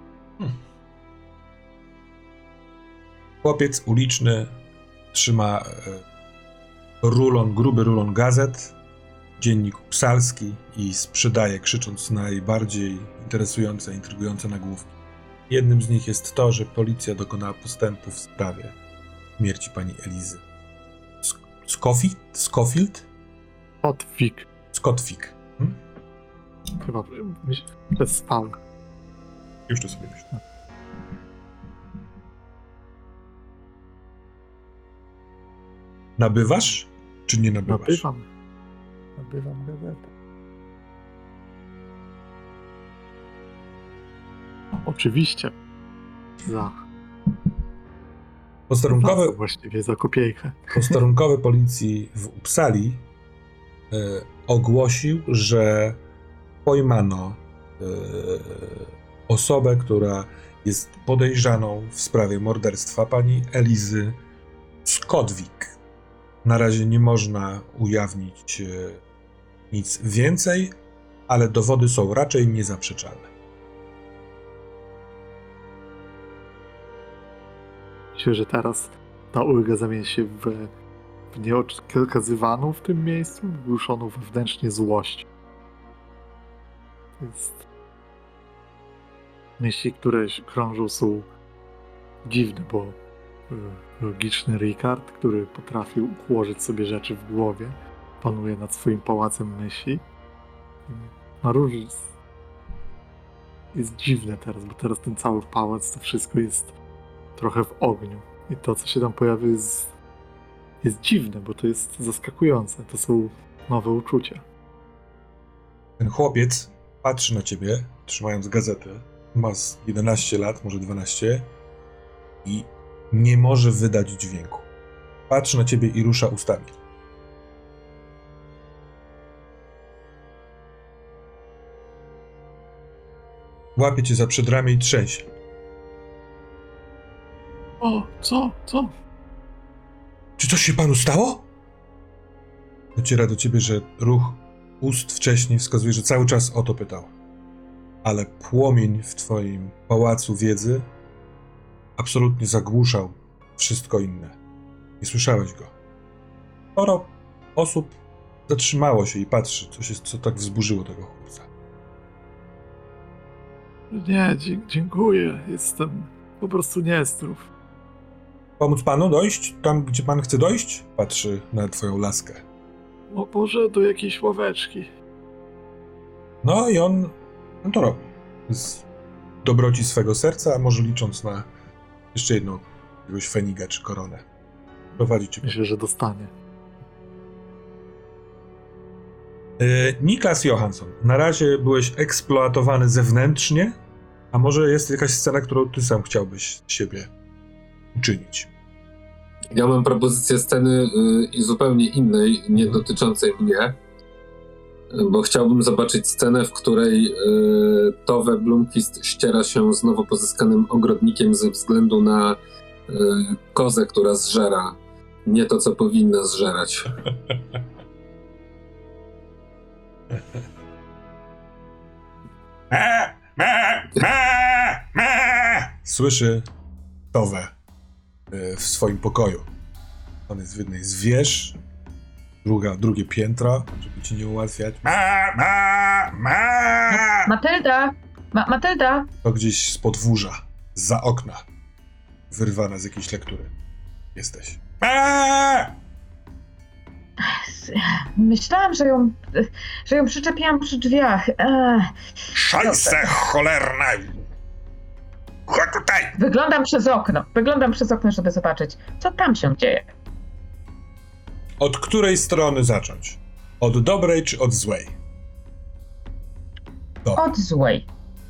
Chłopiec uliczny trzyma gruby rulon gazet, dziennik upsalski i sprzedaje, krzycząc najbardziej interesujące, intrygujące nagłówki. Jednym z nich jest to, że policja dokonała postępu w sprawie śmierci pani Elizy. Scofield? Skotwik. Chyba bez spał. Już to sobie myślę. Nabywasz, czy nie nabywasz? Nabywam gazetę. Właściwie Oczywiście. za kopiejkę. Posterunkowy policji w Uppsali ogłosił, że pojmano osobę, która jest podejrzaną w sprawie morderstwa pani Elizy Skotwik. Na razie nie można ujawnić nic więcej, ale dowody są raczej niezaprzeczalne. Myślę, że teraz ta ulga zamieni się w nieokazywaną w tym miejscu, wgłuszoną wewnętrznie złość. To jest... Myśli, które krążą, są dziwne, bo logiczny Richard, który potrafił ułożyć sobie rzeczy w głowie, panuje nad swoim pałacem myśli. Ma różne... Jest dziwne teraz, bo teraz ten cały pałac, to wszystko jest trochę w ogniu. I to, co się tam pojawia, jest dziwne, bo to jest zaskakujące. To są nowe uczucia. Ten chłopiec patrzy na ciebie, trzymając gazetę. Ma z 11 lat, może 12 i nie może wydać dźwięku. Patrzy na ciebie i rusza ustami. Łapie cię za przedramię i trzęsie. O, co? Czy coś się panu stało? Dociera do ciebie, że ruch ust wcześniej wskazuje, że cały czas o to pytał. Ale płomień w twoim pałacu wiedzy absolutnie zagłuszał wszystko inne. Nie słyszałeś go. sporo osób zatrzymało się i patrzy, co tak wzburzyło tego chłopca. Nie, dziękuję. Jestem po prostu niezdrów. Pomóc panu dojść? Tam, gdzie pan chce dojść? Patrzy na twoją laskę. Może do jakiejś ławeczki. No i on to robi. Z dobroci swego serca, a może licząc na jeszcze jedną jakiegoś feniga czy koronę. Prowadzi cię. Myślę, że dostanie. Niklas Johansson, na razie byłeś eksploatowany zewnętrznie, a może jest jakaś scena, którą ty sam chciałbyś z siebie uczynić? Ja mam propozycję sceny zupełnie innej, nie dotyczącej mnie, bo chciałbym zobaczyć scenę, w której Tove Blomqvist ściera się z nowo pozyskanym ogrodnikiem ze względu na kozę, która zżera nie to, co powinna zżerać. Słyszy Tove w swoim pokoju. On jest w jednej z wież, drugie piętro, żeby ci nie ułatwiać. Matylda! Matylda! To gdzieś z podwórza, zza okna, wyrwana z jakiejś lektury. Jesteś. Myślałam, że ją przyczepiłam przy drzwiach. Szajse cholerna! Chodź tutaj! Wyglądam przez okno, żeby zobaczyć, co tam się dzieje. Od której strony zacząć? Od dobrej czy od złej? Od złej.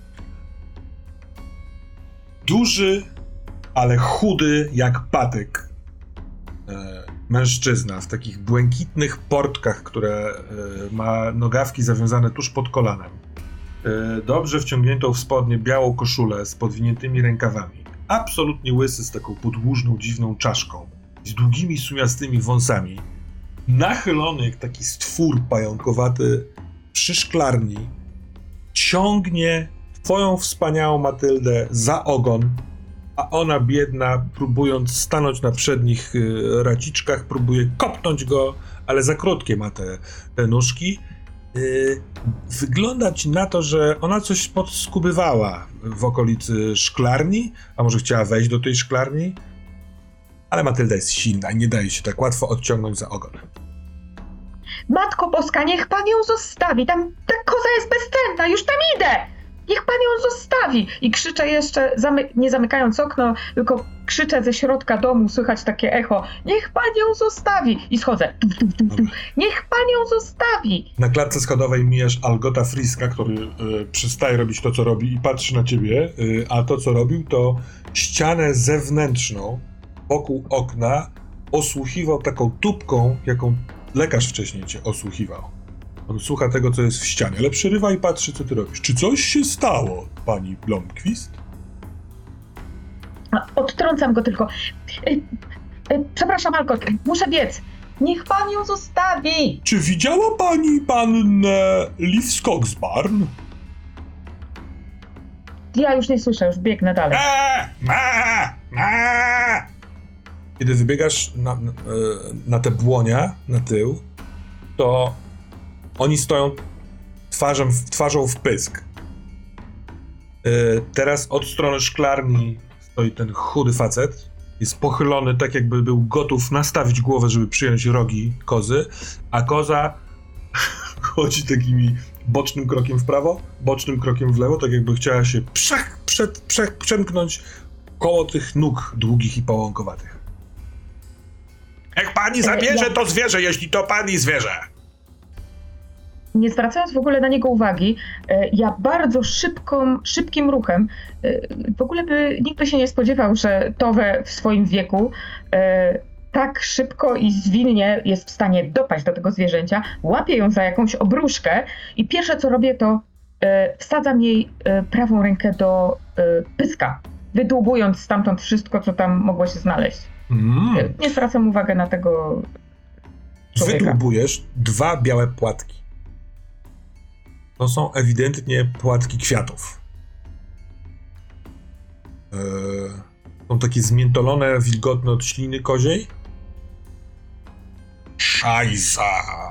Duży, ale chudy jak patyk mężczyzna w takich błękitnych portkach, które ma nogawki zawiązane tuż pod kolanem. Dobrze wciągniętą w spodnie białą koszulę z podwiniętymi rękawami. Absolutnie łysy z taką podłużną, dziwną czaszką. Z długimi, sumiastymi wąsami. Nachylony jak taki stwór pająkowaty przy szklarni. Ciągnie twoją wspaniałą Matyldę za ogon, a ona biedna, próbując stanąć na przednich raciczkach, próbuje kopnąć go, ale za krótkie ma te nóżki. Wygląda ci na to, że ona coś podskubywała w okolicy szklarni, a może chciała wejść do tej szklarni, ale Matylda jest silna i nie daje się tak łatwo odciągnąć za ogon. Matko Boska, niech pan ją zostawi. Ta koza jest bezcenna, już tam idę. Niech pan ją zostawi. I krzyczę jeszcze, nie zamykając okno, tylko krzyczę ze środka domu, słychać takie echo. Niech pan ją zostawi. I schodzę. Niech pan ją zostawi. Na klatce schodowej mijasz Algota Friska, który przestaje robić to, co robi i patrzy na ciebie, a to, co robił, to ścianę zewnętrzną wokół okna osłuchiwał taką tubką, jaką lekarz wcześniej cię osłuchiwał. On słucha tego, co jest w ścianie, ale przerywa i patrzy, co ty robisz. Czy coś się stało, pani Blomqvist? Odtrącam go tylko. Przepraszam, Algot, muszę biec. Niech pan ją zostawi. Czy widziała pani pannę Liv Skogsbarn? Ja już nie słyszę, już biegnę dalej. Kiedy wybiegasz na te błonia, na tył, to oni stoją twarzą w pysk. Teraz od strony szklarni stoi ten chudy facet. Jest pochylony tak, jakby był gotów nastawić głowę, żeby przyjąć rogi kozy, a koza chodzi takimi bocznym krokiem w prawo, bocznym krokiem w lewo, tak jakby chciała się przemknąć koło tych nóg długich i połąkowatych. Jak pani zabierze to zwierzę, jeśli to pani zwierzę. Nie zwracając w ogóle na niego uwagi, ja bardzo szybkim ruchem, w ogóle nikt by się nie spodziewał, że Tove w swoim wieku tak szybko i zwinnie jest w stanie dopaść do tego zwierzęcia, łapię ją za jakąś obruszkę i pierwsze co robię to wsadzam jej prawą rękę do pyska, wydłubując stamtąd wszystko, co tam mogło się znaleźć. Nie zwracam uwagi na tego człowieka. Wydłubujesz 2 białe płatki. To są ewidentnie płatki kwiatów. Są takie zmiętolone, wilgotne od śliny koziej. Szajsa.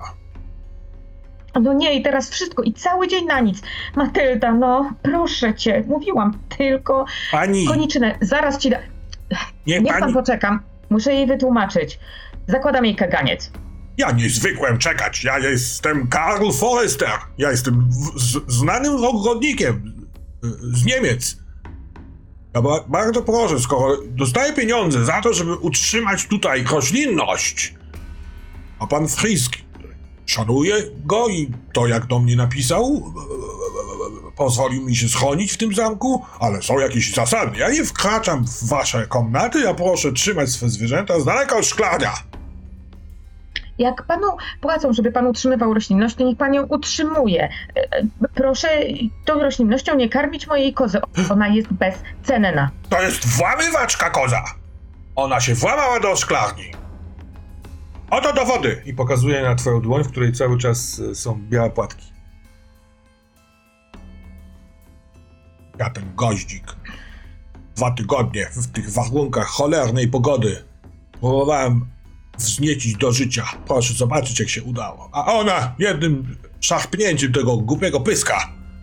No nie, i teraz wszystko, i cały dzień na nic. Matylda, no, proszę cię, mówiłam, tylko Pani, koniczynę, zaraz ci da... niech Niech pan pani... poczekam, muszę jej wytłumaczyć. Zakładam jej kaganiec. Ja nie zwykłem czekać. Ja jestem Karl Forrester. Ja jestem znanym ogrodnikiem z Niemiec. Ja bardzo proszę, skoro dostaję pieniądze za to, żeby utrzymać tutaj roślinność, a pan Frisk szanuje go i to, jak do mnie napisał, pozwolił mi się schronić w tym zamku, ale są jakieś zasady. Ja nie wkraczam w wasze komnaty, ja proszę trzymać swe zwierzęta z daleka od szklarnia. Jak panu płacą, żeby pan utrzymywał roślinność, to niech pan ją utrzymuje. Proszę tą roślinnością nie karmić mojej kozy. Ona jest bezcenna. To jest włamywaczka koza. Ona się włamała do szklarni. Oto dowody. I pokazuję na twoją dłoń, w której cały czas są białe płatki. Ja ten goździk. 2 tygodnie w tych warunkach cholernej pogody próbowałem wzniecić do życia. Proszę zobaczyć, jak się udało. A ona jednym szarpnięciem tego głupiego pyska.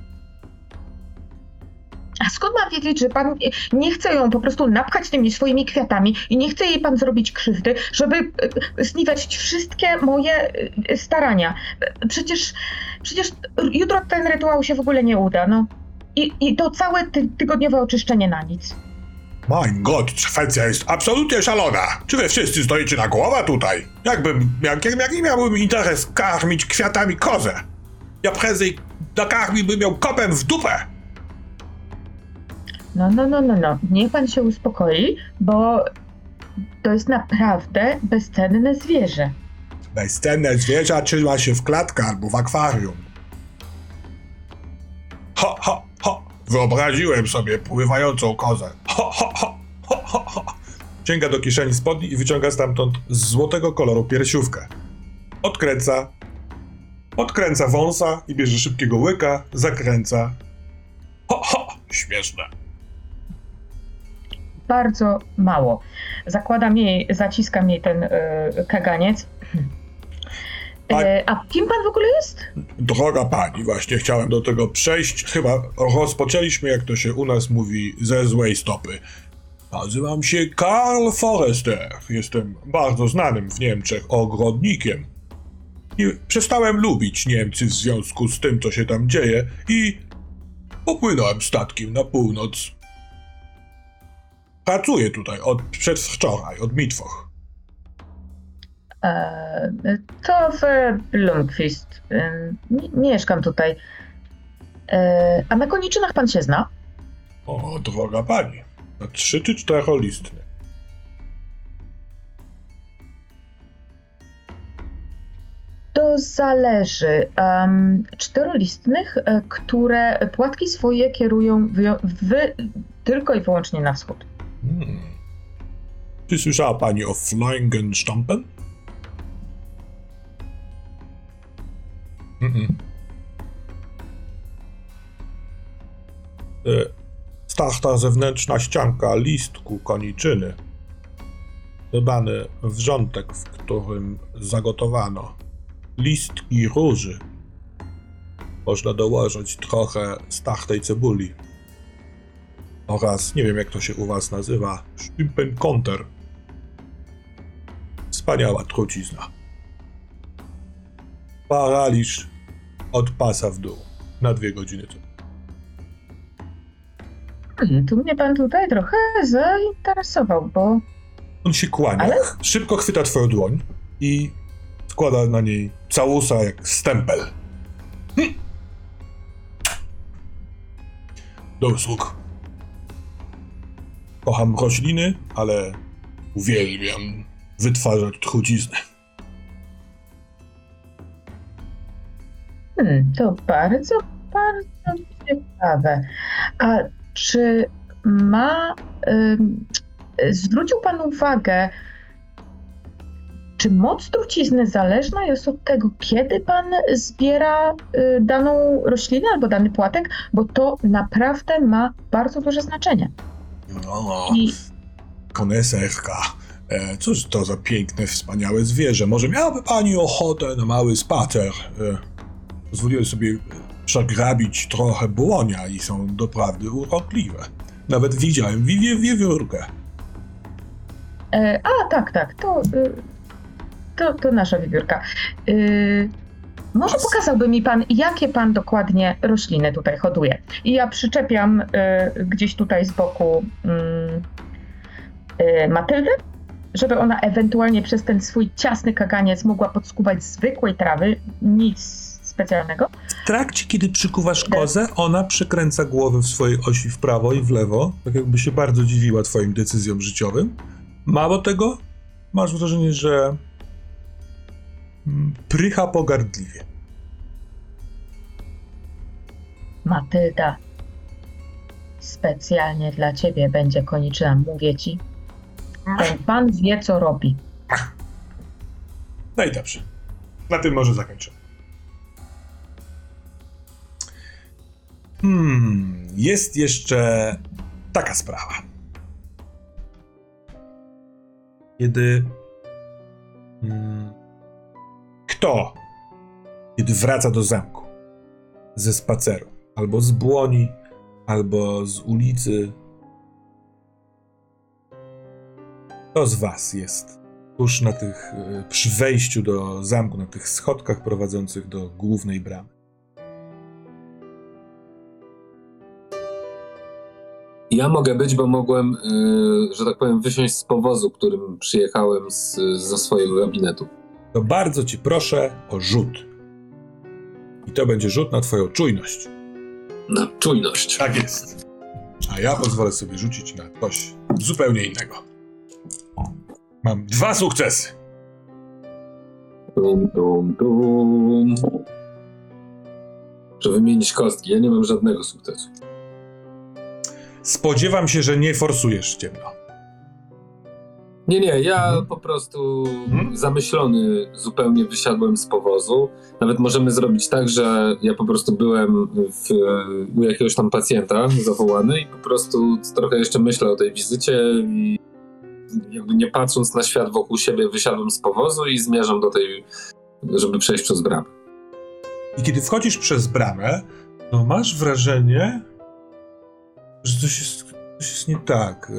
A skąd mam wiedzieć, że pan nie chce ją po prostu napchać tymi swoimi kwiatami i nie chce jej pan zrobić krzywdy, żeby zniweczyć wszystkie moje starania? Przecież jutro ten rytuał się w ogóle nie uda, no. I to całe tygodniowe oczyszczenie na nic. Mein Gott, Szwecja jest absolutnie szalona. Czy wy wszyscy stoicie na głowę tutaj? Jaki miałbym interes karmić kwiatami kozę? Ja prędzej nakarmiłbym ją kopem w dupę. No. Niech pan się uspokoi, bo to jest naprawdę bezcenne zwierzę. Bezcenne zwierzę trzyma się w klatce albo w akwarium. Ho, ho, ho. Wyobraziłem sobie pływającą kozę. Ho, ho, ho, ho, ho, ho. Sięga do kieszeni spodni i wyciąga stamtąd złotego koloru piersiówkę. Odkręca wąsa i bierze szybkiego łyka, zakręca. Ho, ho, śmieszne. Bardzo mało. Zaciskam jej ten kaganiec. A kim pan w ogóle jest? Droga pani, właśnie chciałem do tego przejść. Chyba rozpoczęliśmy, jak to się u nas mówi, ze złej stopy. Nazywam się Karl Forrester. Jestem bardzo znanym w Niemczech ogrodnikiem. I przestałem lubić Niemcy w związku z tym, co się tam dzieje i popłynąłem statkiem na północ. Pracuję tutaj od przedwczoraj, od Mittwoch. To w Blomqvist. Mieszkam tutaj. A na koniczynach pan się zna? O, droga pani, na 3 czy 4-listny. To zależy. 4-listnych, które płatki swoje kierują tylko i wyłącznie na wschód. Czy słyszała pani o Flyingenstampen? Starta zewnętrzna ścianka listku koniczyny. Dodany wrzątek, w którym zagotowano listki róży. Można dołożyć trochę startej cebuli. Oraz, nie wiem jak to się u was nazywa, Stimpenkonter. Wspaniała trucizna. Paraliż od pasa w dół na 2 godziny. Tu mnie pan tutaj trochę zainteresował, bo... On się kłania, Ale? szybko chwyta twoją dłoń i wkłada na niej całusa jak stempel. Do usług. Kocham rośliny, ale uwielbiam wytwarzać truciznę. To bardzo, bardzo ciekawe. A czy zwrócił pan uwagę, czy moc trucizny zależna jest od tego, kiedy pan zbiera daną roślinę albo dany płatek, bo to naprawdę ma bardzo duże znaczenie. No, I koneserka. Cóż to za piękne, wspaniałe zwierzę. Może miałaby pani ochotę na mały spacer? Pozwoliłem sobie przegrabić trochę błonia i są doprawdy urokliwe. Nawet widziałem wiewiórkę. Tak, to nasza wiewiórka. Może pokazałby mi pan, jakie pan dokładnie rośliny tutaj hoduje? I ja przyczepiam gdzieś tutaj z boku Matyldę, żeby ona ewentualnie przez ten swój ciasny kaganiec mogła podskubać zwykłej trawy, nic specjalnego. W trakcie, kiedy przykuwasz kozę, ona przekręca głowę w swojej osi w prawo i w lewo, tak jakby się bardzo dziwiła twoim decyzjom życiowym. Mało tego, masz wrażenie, że prycha pogardliwie. Matylda, specjalnie dla ciebie będzie koniczyna, mówię ci. Ten pan wie, co robi. No i dobrze. Na tym może zakończymy. Jest jeszcze taka sprawa. Kiedy kiedy wraca do zamku ze spaceru, albo z błoni, albo z ulicy, kto z was jest tuż na tych, przy wejściu do zamku, na tych schodkach prowadzących do głównej bramy? Ja mogę być, bo mogłem, że tak powiem, wysiąść z powozu, którym przyjechałem ze swojego gabinetu. To bardzo cię proszę o rzut. I to będzie rzut na twoją czujność. Na czujność. Tak jest. A ja pozwolę sobie rzucić na coś zupełnie innego. Mam 2 sukcesy. Tum. Muszę wymienić kostki. Ja nie mam żadnego sukcesu. Spodziewam się, że nie forsujesz ciemno. Nie, ja po prostu zamyślony zupełnie wysiadłem z powozu. Nawet możemy zrobić tak, że ja po prostu byłem u jakiegoś tam pacjenta zawołany i po prostu trochę jeszcze myślę o tej wizycie i jakby nie patrząc na świat wokół siebie wysiadłem z powozu i zmierzam do tej, żeby przejść przez bramę. I kiedy wchodzisz przez bramę, to masz wrażenie, że coś jest nie tak.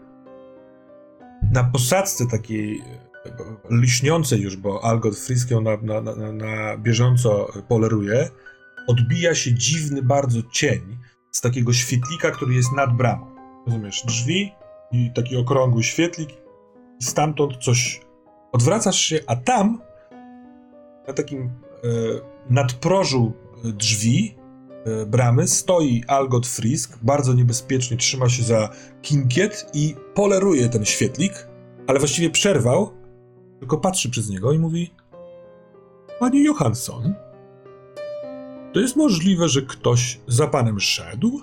Na posadzce takiej liśniącej już, bo Algot Frisk ją na bieżąco poleruje, odbija się dziwny bardzo cień z takiego świetlika, który jest nad bramą. Rozumiesz? Drzwi i taki okrągły świetlik i stamtąd coś. Odwracasz się, a tam na takim nadprożu drzwi bramy stoi Algot Frisk, bardzo niebezpiecznie trzyma się za kinkiet i poleruje ten świetlik, ale właściwie przerwał, tylko patrzy przez niego i mówi: Panie Johansson, to jest możliwe, że ktoś za panem szedł?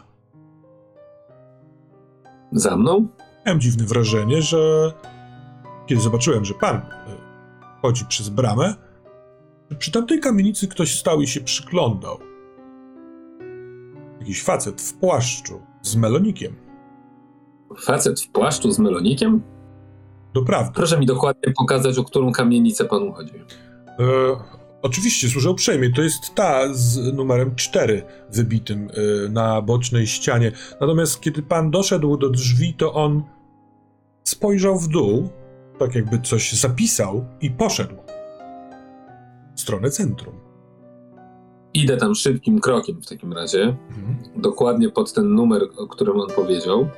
Za mną? Miałem dziwne wrażenie, że kiedy zobaczyłem, że pan chodzi przez bramę, przy tamtej kamienicy ktoś stał i się przyglądał. Jakiś facet w płaszczu z melonikiem. Facet w płaszczu z melonikiem? Doprawdy. Proszę mi dokładnie pokazać, o którą kamienicę panu chodzi. Oczywiście, służę uprzejmie. To jest ta z numerem 4 wybitym na bocznej ścianie. Natomiast kiedy pan doszedł do drzwi, to on spojrzał w dół, tak jakby coś zapisał i poszedł w stronę centrum. Idę tam szybkim krokiem w takim razie. Dokładnie pod ten numer, o którym on powiedział.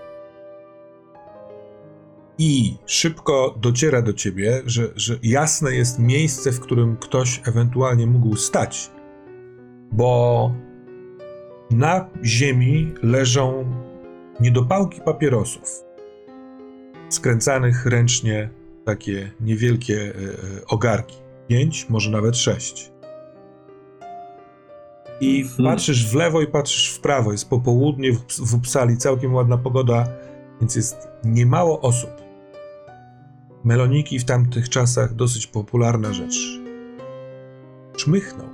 I szybko dociera do ciebie, że jasne jest miejsce, w którym ktoś ewentualnie mógł stać. Bo na ziemi leżą niedopałki papierosów. Skręcanych ręcznie takie niewielkie ogarki. 5, może nawet 6. I patrzysz w lewo i patrzysz w prawo. Jest popołudnie w Uppsali, całkiem ładna pogoda, więc jest niemało osób. Meloniki w tamtych czasach dosyć popularna rzecz. Czmychnął.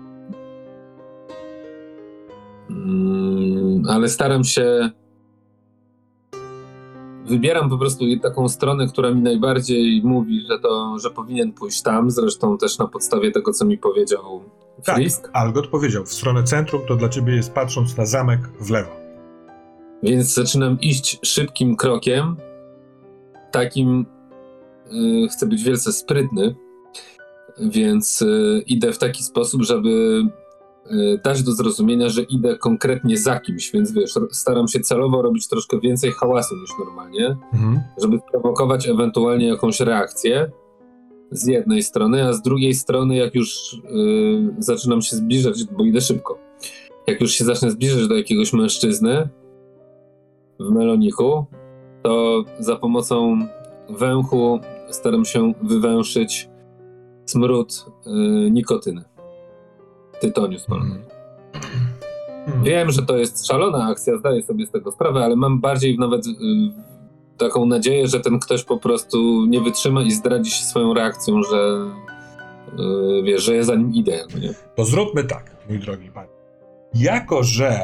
Ale staram się wybieram po prostu taką stronę, która mi najbardziej mówi, że powinien pójść tam, zresztą też na podstawie tego, co mi powiedział Frisk. Tak, Algot powiedział, w stronę centrum to dla ciebie jest patrząc na zamek w lewo. Więc zaczynam iść szybkim krokiem, takim, chcę być wielce sprytny, więc idę w taki sposób, żeby dać do zrozumienia, że idę konkretnie za kimś, więc wiesz, staram się celowo robić troszkę więcej hałasu niż normalnie, żeby sprowokować ewentualnie jakąś reakcję z jednej strony, a z drugiej strony jak już zaczynam się zbliżać, bo idę szybko, jak już się zacznę zbliżać do jakiegoś mężczyzny w meloniku, to za pomocą węchu staram się wywęszyć smród nikotyny. Tytoniu spalonego. Wiem, że to jest szalona akcja, zdaję sobie z tego sprawę, ale mam bardziej nawet taką nadzieję, że ten ktoś po prostu nie wytrzyma i zdradzi się swoją reakcją, że wiesz, że ja za nim idę. Jakby, nie? To zróbmy tak, mój drogi panie. Jako, że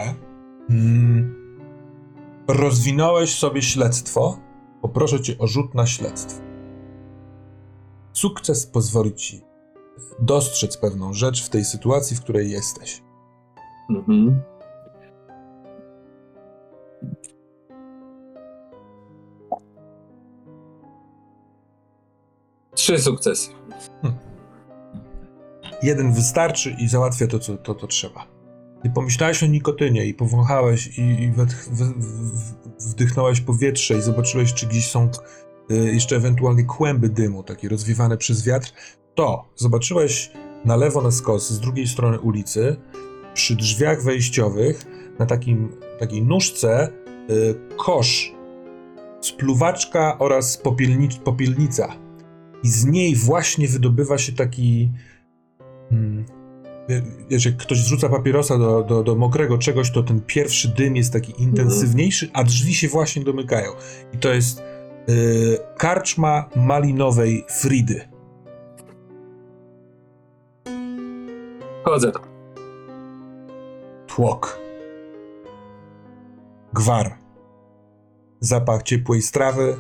rozwinąłeś sobie śledztwo, poproszę cię o rzut na śledztwo. Sukces pozwoli ci dostrzec pewną rzecz w tej sytuacji, w której jesteś. Mhm. Trzy sukcesy. Jeden wystarczy i załatwia to, co trzeba. Ty pomyślałeś o nikotynie i powąchałeś i wdychnąłeś powietrze i zobaczyłeś, czy gdzieś są jeszcze ewentualnie kłęby dymu, takie rozwiewane przez wiatr, to zobaczyłeś na lewo na skos z drugiej strony ulicy, przy drzwiach wejściowych, na takiej nóżce kosz, spluwaczka oraz popielnica. I z niej właśnie wydobywa się taki... Wiesz, jak ktoś zrzuca papierosa do mokrego czegoś, to ten pierwszy dym jest taki intensywniejszy, a drzwi się właśnie domykają. I to jest karczma malinowej Fridy. Chodzę tam. Tłok. Gwar. Zapach ciepłej strawy.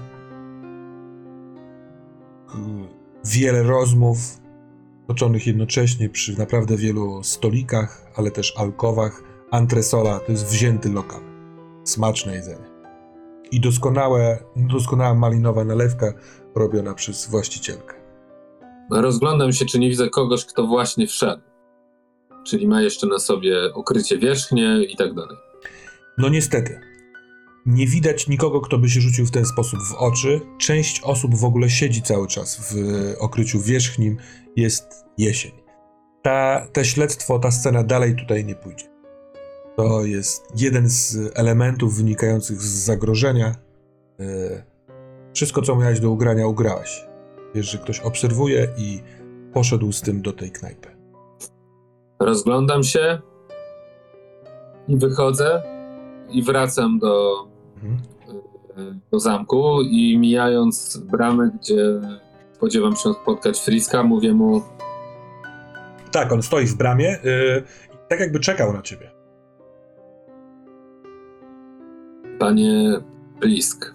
Wiele rozmów toczonych jednocześnie przy naprawdę wielu stolikach, ale też alkowach. Antresola to jest wzięty lokal. Smaczne jedzenie. I doskonała malinowa nalewka robiona przez właścicielkę. Rozglądam się, czy nie widzę kogoś, kto właśnie wszedł. Czyli ma jeszcze na sobie okrycie wierzchnie i tak dalej. No niestety. Nie widać nikogo, kto by się rzucił w ten sposób w oczy. Część osób w ogóle siedzi cały czas w okryciu wierzchnim. Jest jesień. To śledztwo, ta scena dalej tutaj nie pójdzie. To jest jeden z elementów wynikających z zagrożenia. Wszystko, co miałeś do ugrania, ugrałeś. Wiesz, że ktoś obserwuje i poszedł z tym do tej knajpy. Rozglądam się i wychodzę i wracam do zamku i mijając bramę, gdzie spodziewam się spotkać Friska, mówię mu... Tak, on stoi w bramie i tak jakby czekał na ciebie. Panie Frisk,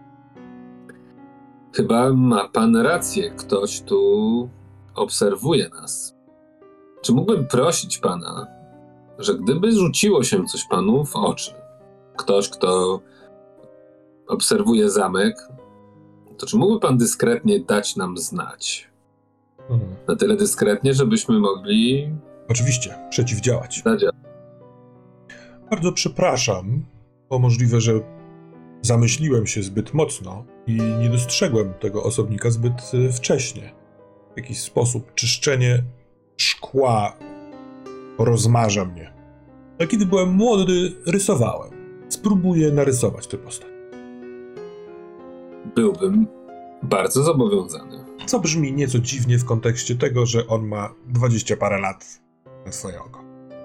chyba ma pan rację, ktoś tu obserwuje nas. Czy mógłbym prosić pana, że gdyby rzuciło się coś panu w oczy, ktoś, kto obserwuje zamek, to czy mógłby pan dyskretnie dać nam znać? Na tyle dyskretnie, żebyśmy mogli... Oczywiście, przeciwdziałać. Zadziałać. Bardzo przepraszam, bo możliwe, że zamyśliłem się zbyt mocno i nie dostrzegłem tego osobnika zbyt wcześnie. W jakiś sposób czyszczenie szkła rozmarza mnie. A kiedy byłem młody, rysowałem. Spróbuję narysować tę postać. Byłbym bardzo zobowiązany. Co brzmi nieco dziwnie w kontekście tego, że on ma 20 parę lat na swoje oko.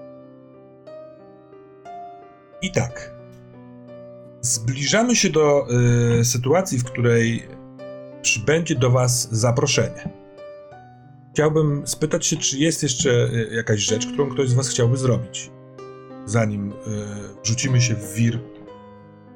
I tak. Zbliżamy się do sytuacji, w której przybędzie do was zaproszenie. Chciałbym spytać się, czy jest jeszcze jakaś rzecz, którą ktoś z was chciałby zrobić, zanim wrzucimy się w wir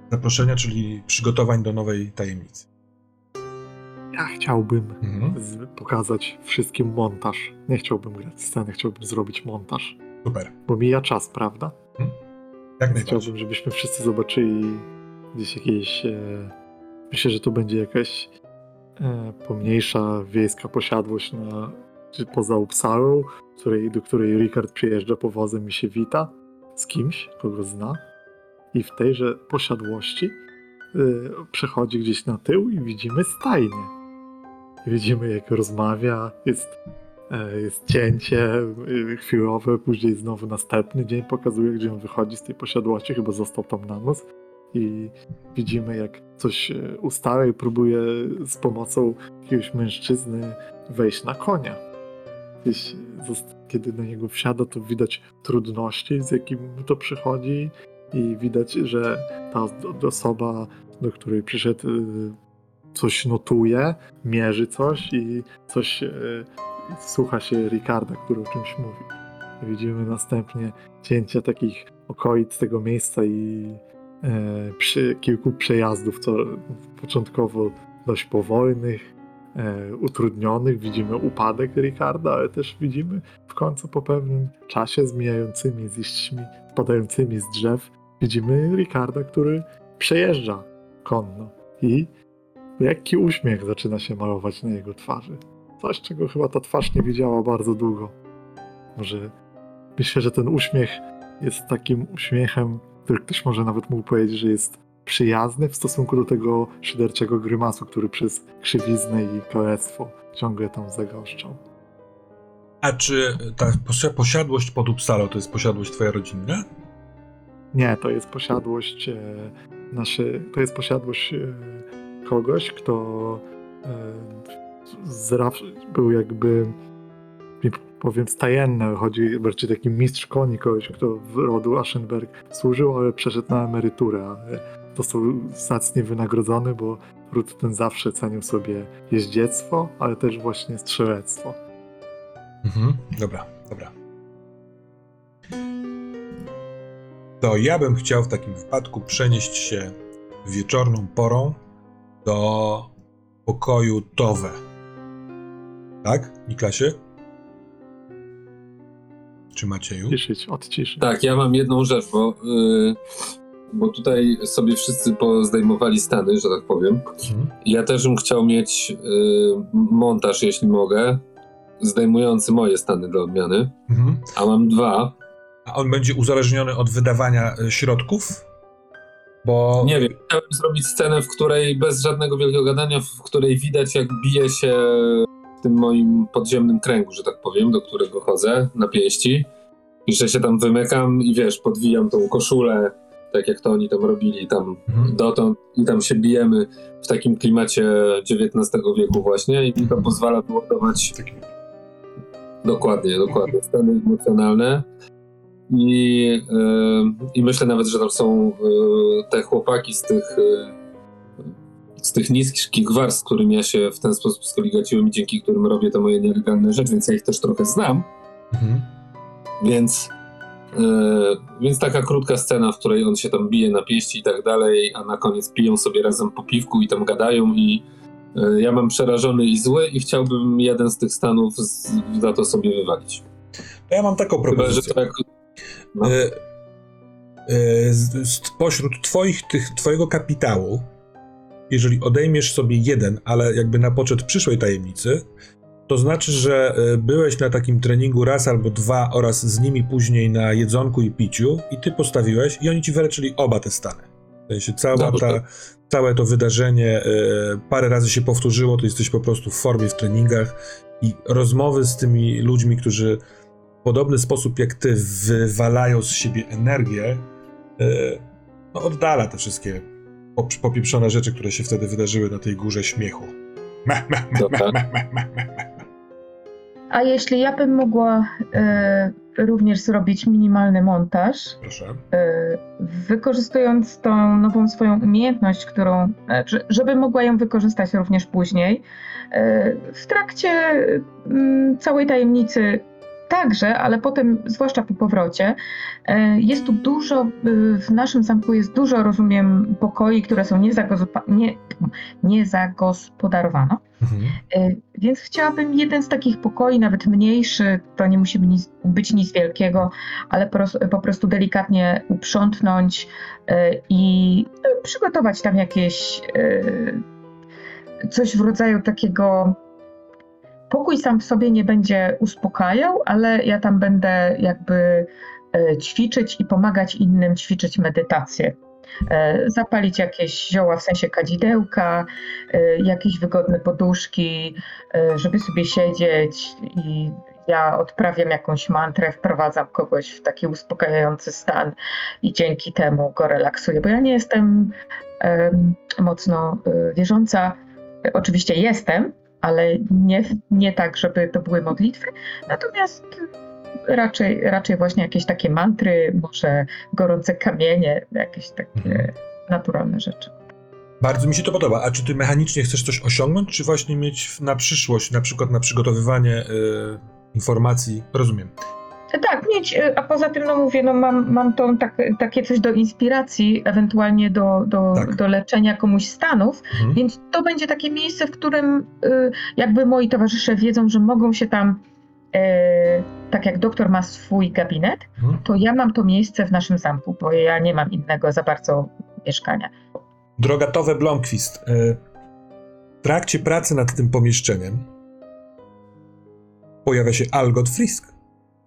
zaproszenia, czyli przygotowań do nowej tajemnicy. Ja chciałbym Mhm. pokazać wszystkim montaż. Nie chciałbym grać sceny, chciałbym zrobić montaż. Super. Bo mija czas, prawda? Jak najbardziej. Chciałbym, żebyśmy wszyscy zobaczyli gdzieś jakieś... myślę, że to będzie jakaś pomniejsza wiejska posiadłość poza Uppsalą, do której Rikard przyjeżdża powozem i się wita z kimś, kogo zna. I w tejże posiadłości przechodzi gdzieś na tył i widzimy stajnię. Widzimy, jak rozmawia, jest cięcie chwilowe, później znowu następny dzień pokazuje, gdzie on wychodzi z tej posiadłości, chyba został tam na noc. I widzimy, jak coś ustala i próbuje z pomocą jakiegoś mężczyzny wejść na konia. Kiedy na niego wsiada, to widać trudności, z jakimi mu to przychodzi i widać, że ta osoba, do której przyszedł, coś notuje, mierzy coś i coś słucha się Ricarda, który o czymś mówi. Widzimy następnie cięcia takich okolic tego miejsca i kilku przejazdów, co początkowo dość powolnych, utrudnionych. Widzimy upadek Ricarda, ale też widzimy w końcu po pewnym czasie z mijającymi z liśćmi, spadającymi z drzew, widzimy Ricarda, który przejeżdża konno i lekki uśmiech zaczyna się malować na jego twarzy. Coś, czego chyba ta twarz nie widziała bardzo długo. Myślę, że ten uśmiech jest takim uśmiechem, który ktoś może nawet mógł powiedzieć, że jest przyjazny w stosunku do tego szyderczego grymasu, który przez krzywiznę i kalectwo ciągle tam zagąszczał. A czy ta posiadłość pod Uppsalą to jest posiadłość twoja rodzinna? Nie, to jest posiadłość kogoś, kto był jakby, powiem, stajenny, chodzi bardziej taki mistrz koni, kogoś, kto w rodu Aschenberg służył, ale przeszedł na emeryturę, ale został zacnie wynagrodzony, bo ród ten zawsze cenił sobie jeździectwo, ale też właśnie strzelectwo. Dobra. To ja bym chciał w takim wypadku przenieść się wieczorną porą do pokoju Tove. Tak, Niklasie? Czy Macieju? Odciszyć. Tak, ja mam jedną rzecz, bo tutaj sobie wszyscy pozdejmowali stany, że tak powiem. Ja też bym chciał mieć montaż, jeśli mogę, zdejmujący moje stany dla odmiany, a mam 2. A on będzie uzależniony od wydawania środków? Bo... Nie wiem, chciałbym zrobić scenę, w której bez żadnego wielkiego gadania, w której widać, jak bije się w tym moim podziemnym kręgu, że tak powiem, do którego chodzę na pięści. I że się tam wymykam i wiesz, podwijam tą koszulę, tak jak to oni tam robili tam dotąd i tam się bijemy w takim klimacie XIX wieku właśnie i mi to pozwala wyładować dokładnie stany emocjonalne. I myślę nawet, że tam są te chłopaki z tych niskich warstw, z którymi ja się w ten sposób skoligaciłem i dzięki którym robię te moje nielegalne rzeczy, więc ja ich też trochę znam. Więc taka krótka scena, w której on się tam bije na pięści i tak dalej, a na koniec piją sobie razem po piwku i tam gadają i ja mam przerażony i zły i chciałbym jeden z tych stanów za to sobie wywalić. Ja mam taką propozycję. Chyba, że tak... No. Spośród twojego kapitału, jeżeli odejmiesz sobie jeden, ale jakby na poczet przyszłej tajemnicy, to znaczy, że byłeś na takim treningu raz albo 2 oraz z nimi później na jedzonku i piciu i ty postawiłeś i oni ci wyleczyli oba te stany. W sensie całe to wydarzenie parę razy się powtórzyło, to jesteś po prostu w formie w treningach i rozmowy z tymi ludźmi, którzy w podobny sposób jak ty wywalają z siebie energię, oddala te wszystkie popieprzone rzeczy, które się wtedy wydarzyły na tej górze śmiechu. A jeśli ja bym mogła również zrobić minimalny montaż, Proszę. wykorzystując tą nową swoją umiejętność, którą, żeby mogła ją wykorzystać również później. W trakcie całej tajemnicy także, ale potem, zwłaszcza po powrocie, jest tu dużo, w naszym zamku jest dużo, rozumiem, pokoi, które są niezagospodarowane. Więc chciałabym jeden z takich pokoi, nawet mniejszy, to nie musi być nic wielkiego, ale po prostu delikatnie uprzątnąć i przygotować tam jakieś coś w rodzaju takiego. Pokój sam w sobie nie będzie uspokajał, ale ja tam będę jakby ćwiczyć i pomagać innym ćwiczyć medytację. Zapalić jakieś zioła, w sensie kadzidełka, jakieś wygodne poduszki, żeby sobie siedzieć i ja odprawiam jakąś mantrę, wprowadzam kogoś w taki uspokajający stan i dzięki temu go relaksuję, bo ja nie jestem mocno wierząca. Oczywiście jestem, ale nie tak, żeby to były modlitwy, natomiast raczej właśnie jakieś takie mantry, może gorące kamienie, jakieś takie naturalne rzeczy. Bardzo mi się to podoba. A czy ty mechanicznie chcesz coś osiągnąć, czy właśnie mieć na przyszłość, na przykład na przygotowywanie informacji? Rozumiem. Tak, mieć, a poza tym, no mówię, no mam takie coś do inspiracji, ewentualnie do leczenia komuś stanów, więc to będzie takie miejsce, w którym jakby moi towarzysze wiedzą, że mogą się tam, tak jak doktor ma swój gabinet, to ja mam to miejsce w naszym zamku, bo ja nie mam innego za bardzo mieszkania. Droga Tove Blomqvist, w trakcie pracy nad tym pomieszczeniem pojawia się Algot Frisk.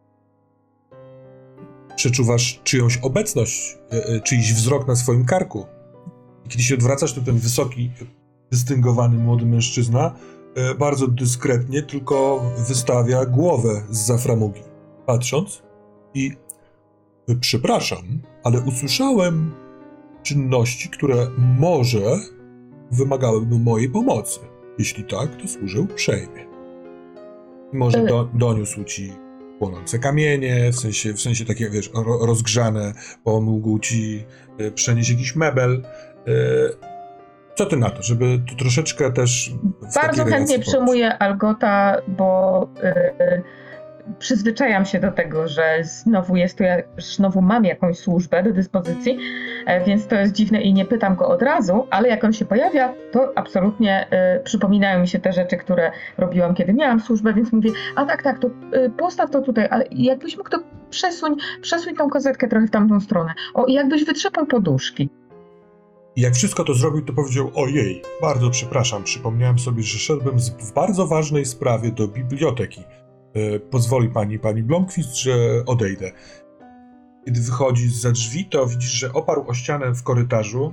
Przeczuwasz czyjąś obecność, czyjś wzrok na swoim karku. I kiedy się odwracasz, to ten wysoki, dystyngowany młody mężczyzna bardzo dyskretnie tylko wystawia głowę zza framugi, patrząc i przepraszam, ale usłyszałem czynności, które może wymagałyby mojej pomocy. Jeśli tak, to służę uprzejmie. Może doniósł ci płonące kamienie, w sensie takie, wiesz, rozgrzane, pomógł ci przenieść jakiś mebel. Co ty na to, żeby tu troszeczkę też... Bardzo chętnie przyjmuję Algota, bo przyzwyczajam się do tego, że znowu mam jakąś służbę do dyspozycji, więc to jest dziwne i nie pytam go od razu, ale jak on się pojawia, to absolutnie przypominają mi się te rzeczy, które robiłam, kiedy miałam służbę, więc mówię, a tak, to postaw to tutaj, ale jakbyś mógł to przesuń tą kazetkę trochę w tamtą stronę. O, i jakbyś wytrzepał poduszki. I jak wszystko to zrobił, to powiedział, ojej, bardzo przepraszam, przypomniałem sobie, że szedłbym w bardzo ważnej sprawie do biblioteki. Pozwoli pani Blomqvist, że odejdę. Kiedy wychodzi zza drzwi, to widzisz, że oparł o ścianę w korytarzu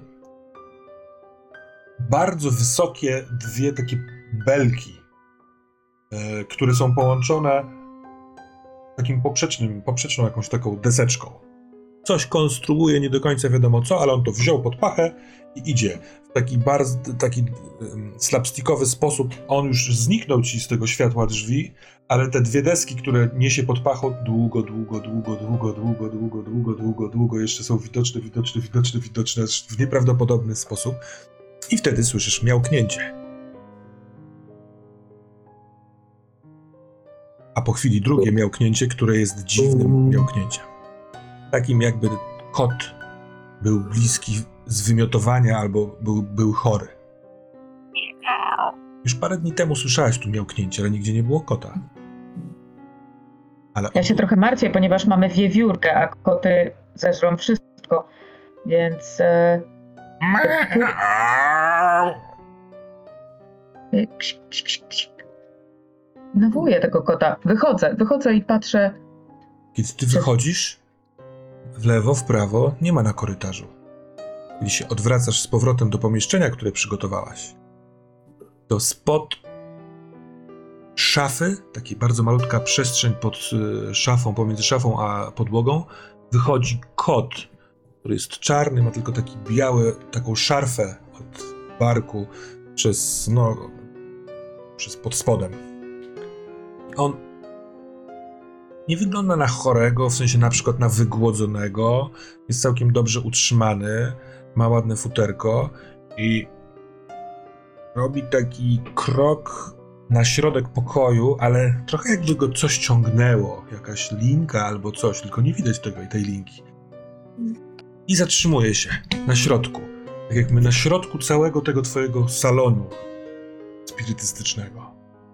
bardzo wysokie dwie takie belki, które są połączone takim poprzeczną jakąś taką deseczką. Coś konstruuje, nie do końca wiadomo co, ale on to wziął pod pachę i idzie. W taki slapstickowy sposób on już zniknął ci z tego światła drzwi, ale te dwie deski, które niesie pod pachą, długo jeszcze są widoczne w nieprawdopodobny sposób. I wtedy słyszysz miałknięcie. A po chwili drugie miałknięcie, które jest dziwnym miałknięciem. Takim jakby kot był bliski zwymiotowania albo był chory. Już parę dni temu słyszałeś tu miałknięcie, ale nigdzie nie było kota. Ale ja się trochę martwię, ponieważ mamy wiewiórkę, a koty zeżrą wszystko, więc... Nawołuję tego kota. Wychodzę i patrzę... Kiedy ty wychodzisz, w lewo, w prawo, nie ma na korytarzu. Kiedy się odwracasz z powrotem do pomieszczenia, które przygotowałaś, to spod szafy, taka bardzo malutka przestrzeń pod szafą, pomiędzy szafą a podłogą, wychodzi kot, który jest czarny, ma tylko taki taką szarfę od barku przez pod spodem. On nie wygląda na chorego, w sensie na przykład na wygłodzonego, jest całkiem dobrze utrzymany, ma ładne futerko i robi taki krok na środek pokoju, ale trochę jakby go coś ciągnęło, jakaś linka albo coś, tylko nie widać tej linki. I zatrzymuje się na środku, tak jakby na środku całego tego twojego salonu spirytystycznego.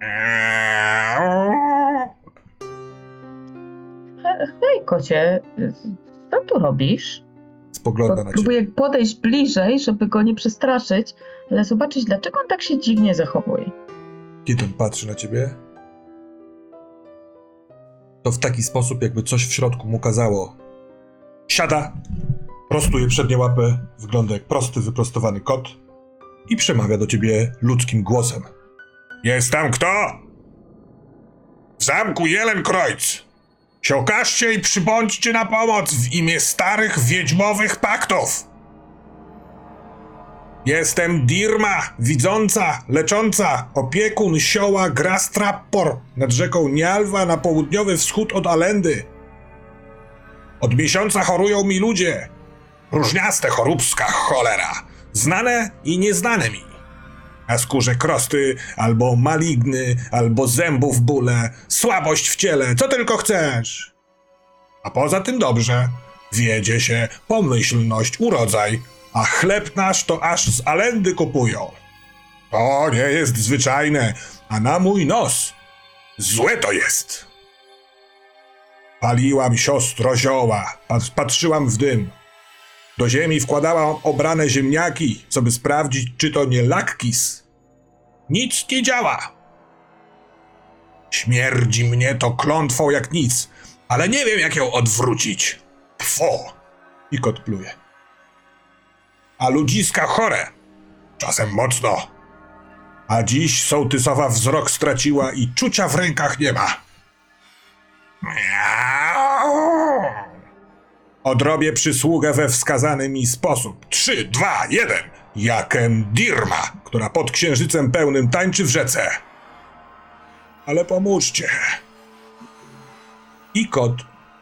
Hej, kocie, co tu robisz? Spogląda na ciebie. Próbuję podejść bliżej, żeby go nie przestraszyć, ale zobaczyć, dlaczego on tak się dziwnie zachowuje. Kiedy on patrzy na ciebie, to w taki sposób, jakby coś w środku mu kazało. Siada, prostuje przednie łapy, wygląda jak prosty, wyprostowany kot i przemawia do ciebie ludzkim głosem. Jest tam kto? W zamku Jelenkreuz. Się okażcie i przybądźcie na pomoc w imię starych wiedźmowych paktów. Jestem Dirma, widząca, lecząca, opiekun sioła Grastrappor nad rzeką Nialwa na południowy wschód od Alendy. Od miesiąca chorują mi ludzie. Różniaste choróbska cholera, znane i nieznane mi. Na skórze krosty, albo maligny, albo zębów bóle, słabość w ciele, co tylko chcesz. A poza tym dobrze, wiedzie się, pomyślność, urodzaj, a chleb nasz to aż z Alendy kupują. To nie jest zwyczajne, a na mój nos złe to jest. Paliłam siostro zioła, patrzyłam w dym. Do ziemi wkładałam obrane ziemniaki, co by sprawdzić, czy to nie lakkis. Nic nie działa. Śmierdzi mnie to klątwą jak nic, ale nie wiem, jak ją odwrócić. Pfo! I kot pluje. A ludziska chore. Czasem mocno. A dziś sołtysowa wzrok straciła i czucia w rękach nie ma. Miau. Odrobię przysługę we wskazany mi sposób. 3, 2, 1. Jakem Dirma, która pod księżycem pełnym tańczy w rzece. Ale pomóżcie. I kot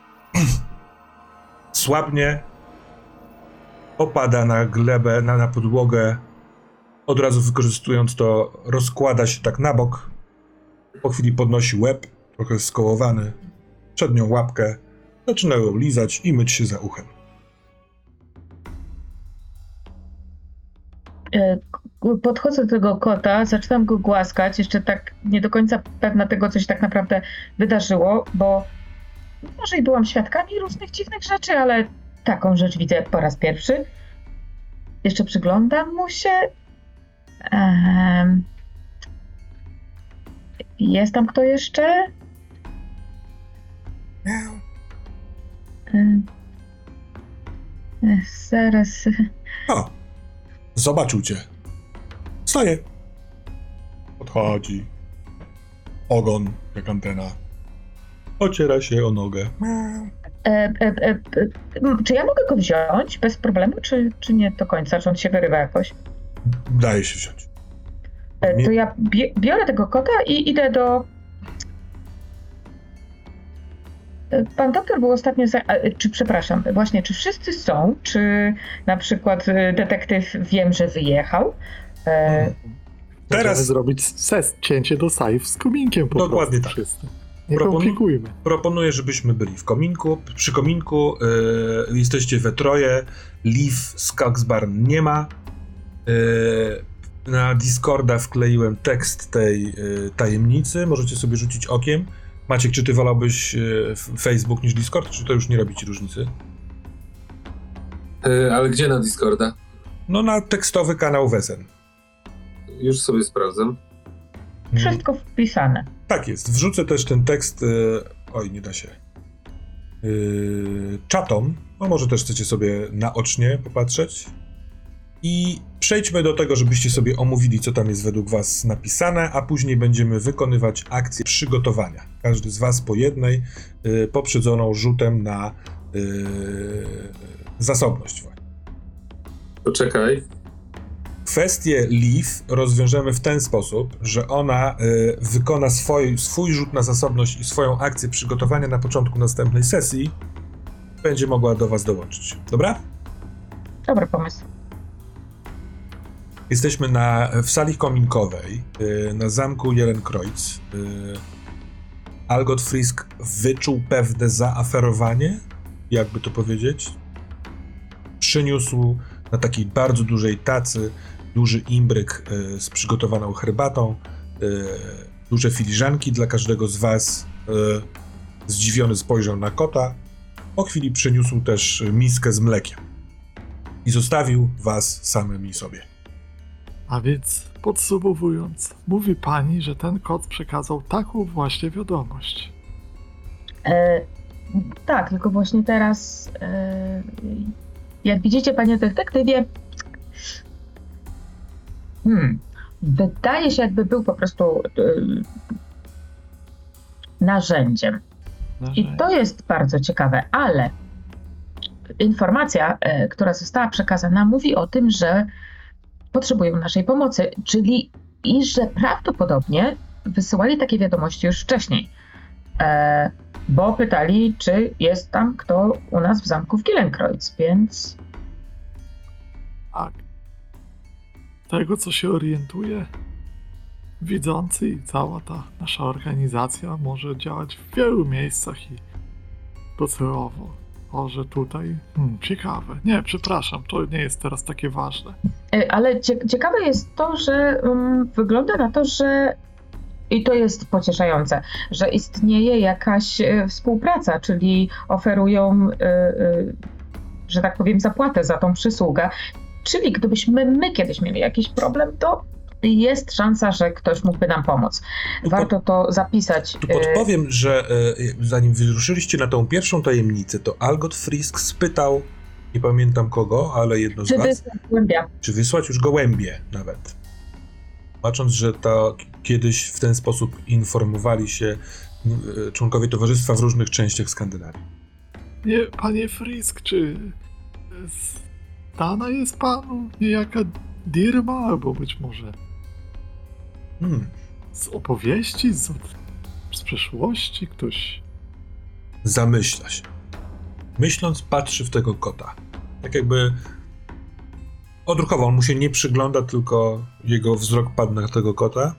słabnie opada na glebę, na podłogę. Od razu wykorzystując to, rozkłada się tak na bok. Po chwili podnosi łeb, trochę skołowany, przednią łapkę. Zaczyna ją lizać i myć się za uchem. Podchodzę do tego kota, zaczynam go głaskać, jeszcze tak nie do końca pewna tego, co się tak naprawdę wydarzyło, bo może i byłam świadkami różnych dziwnych rzeczy, ale taką rzecz widzę po raz pierwszy. Jeszcze przyglądam mu się. Jest tam kto jeszcze? Zaraz. O! Zobaczył cię. Wstaje. Podchodzi. Ogon, jak antena. Ociera się o nogę. Czy ja mogę go wziąć bez problemu, czy nie do końca? Czy on się wyrywa jakoś? Daje się wziąć. To ja biorę tego kota i idę do... Pan doktor był ostatnio... Przepraszam, właśnie, czy wszyscy są? Czy na przykład detektyw wiem, że wyjechał? Teraz zrobić cięcie do safe z kominkiem po Dokładnie prostu. tak. Wszyscy. Nie komplikujmy. Proponuję, żebyśmy byli w kominku. Przy kominku jesteście we troje. Liv z Coxbarn nie ma. Na Discorda wkleiłem tekst tej tajemnicy. Możecie sobie rzucić okiem. Maciek, czy ty wolałbyś Facebook niż Discord, czy to już nie robi ci różnicy? Ale gdzie na Discorda? No na tekstowy kanał Wesen. Już sobie sprawdzam. Wszystko wpisane. Tak jest. Wrzucę też ten tekst... oj, nie da się. Czatom. No może też chcecie sobie naocznie popatrzeć. I przejdźmy do tego, żebyście sobie omówili, co tam jest według was napisane, a później będziemy wykonywać akcję przygotowania. Każdy z was po jednej, poprzedzoną rzutem na zasobność. Poczekaj. Kwestię Liv rozwiążemy w ten sposób, że ona wykona swój rzut na zasobność i swoją akcję przygotowania na początku następnej sesji. Będzie mogła do was dołączyć. Dobra? Dobry pomysł. Jesteśmy w sali kominkowej na zamku Jelenkreuz. Algot Frisk wyczuł pewne zaaferowanie, jakby to powiedzieć. Przyniósł na takiej bardzo dużej tacy duży imbryk z przygotowaną herbatą, duże filiżanki dla każdego z was. Zdziwiony spojrzał na kota. Po chwili przyniósł też miskę z mlekiem i zostawił was samymi sobie. A więc podsumowując, mówi pani, że ten kot przekazał taką właśnie wiadomość. Tak, tylko właśnie teraz, jak widzicie, panie detektywie, wydaje się, jakby był po prostu narzędziem. I to jest bardzo ciekawe, ale informacja, która została przekazana, mówi o tym, że potrzebują naszej pomocy, czyli i że prawdopodobnie wysyłali takie wiadomości już wcześniej, bo pytali, czy jest tam kto u nas w zamku w Jelenkreuz, więc... Tak. Z tego, co się orientuje, Widzący i cała ta nasza organizacja może działać w wielu miejscach i docelowo. Może tutaj... ciekawe. Nie, przepraszam, to nie jest teraz takie ważne. Ale ciekawe jest to, że wygląda na to, że i to jest pocieszające, że istnieje jakaś współpraca, czyli oferują, że tak powiem, zapłatę za tą przysługę. Czyli gdybyśmy my kiedyś mieli jakiś problem, to jest szansa, że ktoś mógłby nam pomóc. Warto to zapisać. Tu podpowiem, że zanim wyruszyliście na tą pierwszą tajemnicę, to Algot Frisk spytał, nie pamiętam kogo, ale jedno z was, wysłać gołębia? Czy wysłać już gołębie nawet. Bacząc, że to kiedyś w ten sposób informowali się członkowie towarzystwa w różnych częściach Skandynawii. Nie, panie Frisk, czy znana jest panu niejaka Dirma, albo być może z opowieści, z przeszłości ktoś... Zamyśla się. Myśląc, patrzy w tego kota. Tak jakby odruchowo, on mu się nie przygląda, tylko jego wzrok padł na tego kota.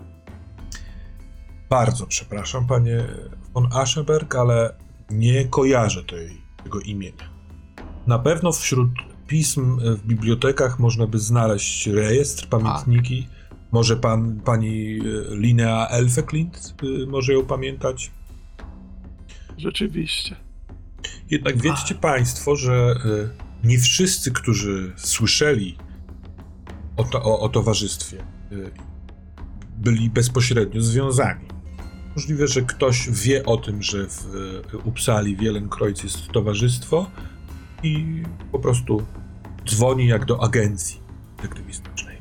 Bardzo przepraszam, panie von Aschenberg, ale nie kojarzę tego imienia. Na pewno wśród pism w bibliotekach można by znaleźć rejestr, pamiętniki. Może pani Linnea Elfeklint może ją pamiętać. Rzeczywiście. Jednak wiedzcie państwo, że nie wszyscy, którzy słyszeli o towarzystwie, byli bezpośrednio związani. Możliwe, że ktoś wie o tym, że w Uppsali w Jelenkreuz jest towarzystwo i po prostu dzwoni jak do agencji detektywistycznej.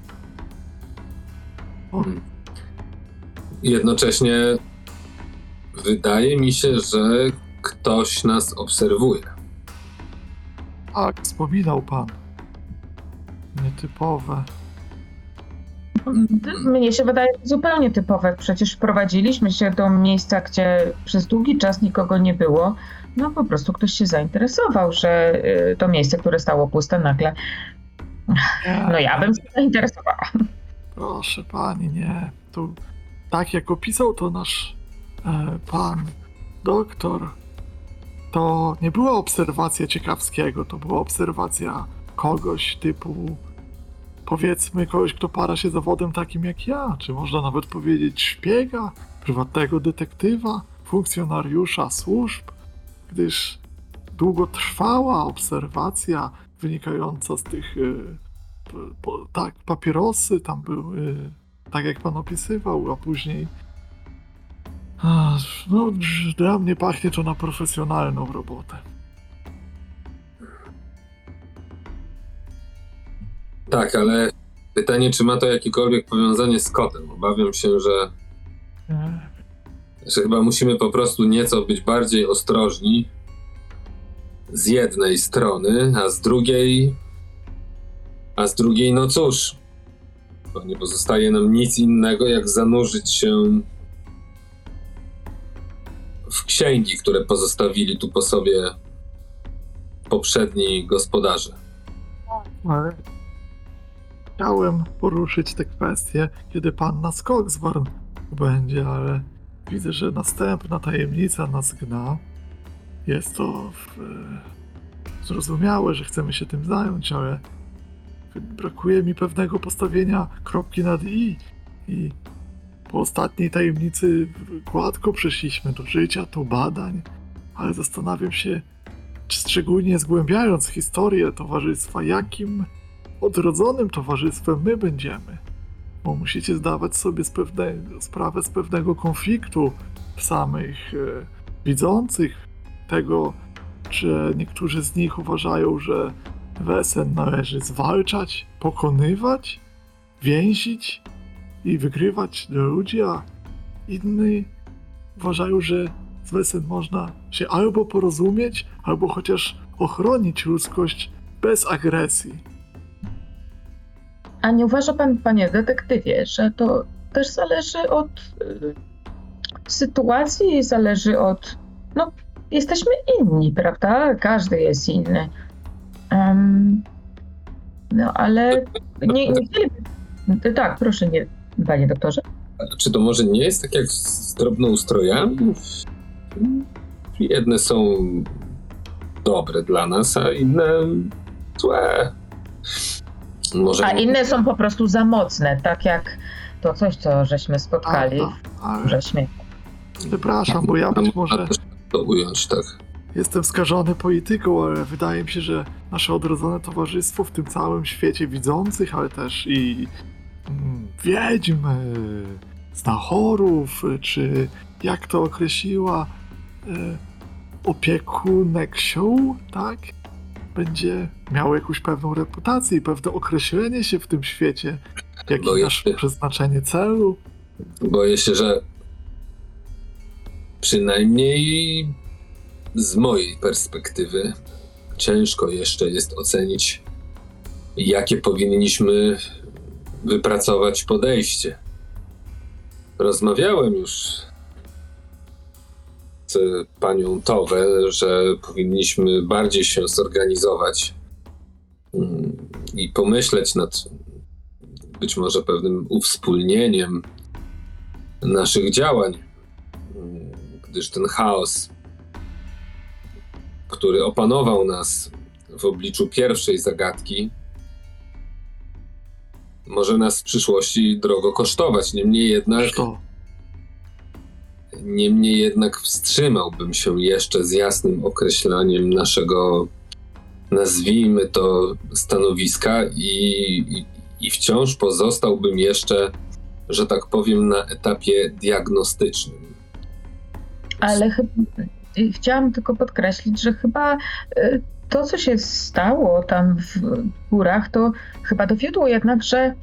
Jednocześnie wydaje mi się, że ktoś nas obserwuje. Tak, wspominał pan. Nietypowe. Mnie się wydaje zupełnie typowe. Przecież wprowadziliśmy się do miejsca, gdzie przez długi czas nikogo nie było. No po prostu ktoś się zainteresował, że to miejsce, które stało puste nagle. No ja bym się zainteresowała. Proszę pani, nie. Tu tak jak opisał to nasz pan doktor, to nie była obserwacja Ciekawskiego, to była obserwacja kogoś typu, powiedzmy, kogoś, kto para się zawodem takim jak ja, czy można nawet powiedzieć szpiega, prywatnego detektywa, funkcjonariusza służb, gdyż długotrwała obserwacja wynikająca z tych tak, papierosy tam były, tak jak pan opisywał, a później no, dla mnie pachnie to na profesjonalną robotę. Tak, ale pytanie, czy ma to jakiekolwiek powiązanie z kotem. Obawiam się, że chyba musimy po prostu nieco być bardziej ostrożni z jednej strony, a z drugiej, no cóż, bo nie pozostaje nam nic innego, jak zanurzyć się w księgi, które pozostawili tu po sobie poprzedni gospodarze. Chciałem poruszyć te kwestie, kiedy panna Skogsbarn będzie, ale widzę, że następna tajemnica nas gna. Jest to zrozumiałe, że chcemy się tym zająć, ale brakuje mi pewnego postawienia kropki nad i. I po ostatniej tajemnicy gładko przeszliśmy do życia, do badań, ale zastanawiam się, szczególnie zgłębiając historię towarzystwa, jakim odrodzonym towarzystwem my będziemy. Bo musicie zdawać sobie sprawę z pewnego konfliktu samych widzących, tego, że niektórzy z nich uważają, że Wesen należy zwalczać, pokonywać, więzić i wygrywać dla ludzi, a inni uważają, że z Wesen można się albo porozumieć, albo chociaż ochronić ludzkość bez agresji. A nie uważa pan, panie detektywie, że to też zależy od sytuacji, zależy od... No, jesteśmy inni, prawda? Każdy jest inny. No, ale nie chcieliby... Tak, proszę, nie, panie doktorze. Czy to może nie jest tak jak z drobnoustrojami? Jedne są dobre dla nas, a inne złe. Może... A inne są po prostu za mocne, tak jak to coś, co żeśmy spotkali Ale wrześniu. przepraszam, bo ja być może to ująć, tak. jestem skażony polityką, ale wydaje mi się, że nasze odrodzone towarzystwo w tym całym świecie widzących, ale też i wiedźm, znachorów, czy jak to określiła opiekunek sił, tak? Będzie miało jakąś pewną reputację i pewne określenie się w tym świecie, jakie nasze przeznaczenie celu. Boję się, że przynajmniej z mojej perspektywy ciężko jeszcze jest ocenić, jakie powinniśmy wypracować podejście. Rozmawiałem już z panią Towę, że powinniśmy bardziej się zorganizować i pomyśleć nad być może pewnym uwspólnieniem naszych działań, gdyż ten chaos, który opanował nas w obliczu pierwszej zagadki, może nas w przyszłości drogo kosztować. Niemniej jednak wstrzymałbym się jeszcze z jasnym określaniem naszego, nazwijmy to, stanowiska i wciąż pozostałbym jeszcze, że tak powiem, na etapie diagnostycznym. Ale chciałam tylko podkreślić, że chyba to, co się stało tam w górach, to chyba dowiodło jednak, że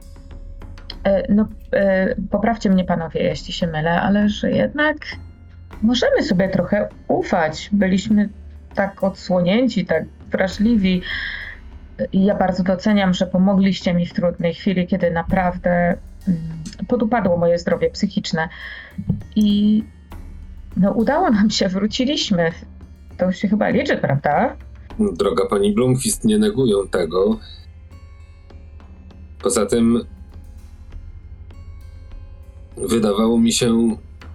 poprawcie mnie panowie, jeśli się mylę, ale że jednak możemy sobie trochę ufać. Byliśmy tak odsłonięci, tak wrażliwi. I ja bardzo doceniam, że pomogliście mi w trudnej chwili, kiedy naprawdę podupadło moje zdrowie psychiczne. I udało nam się, wróciliśmy. To się chyba liczy, prawda? Droga pani Blomqvist, nie negują tego. Poza tym wydawało mi się,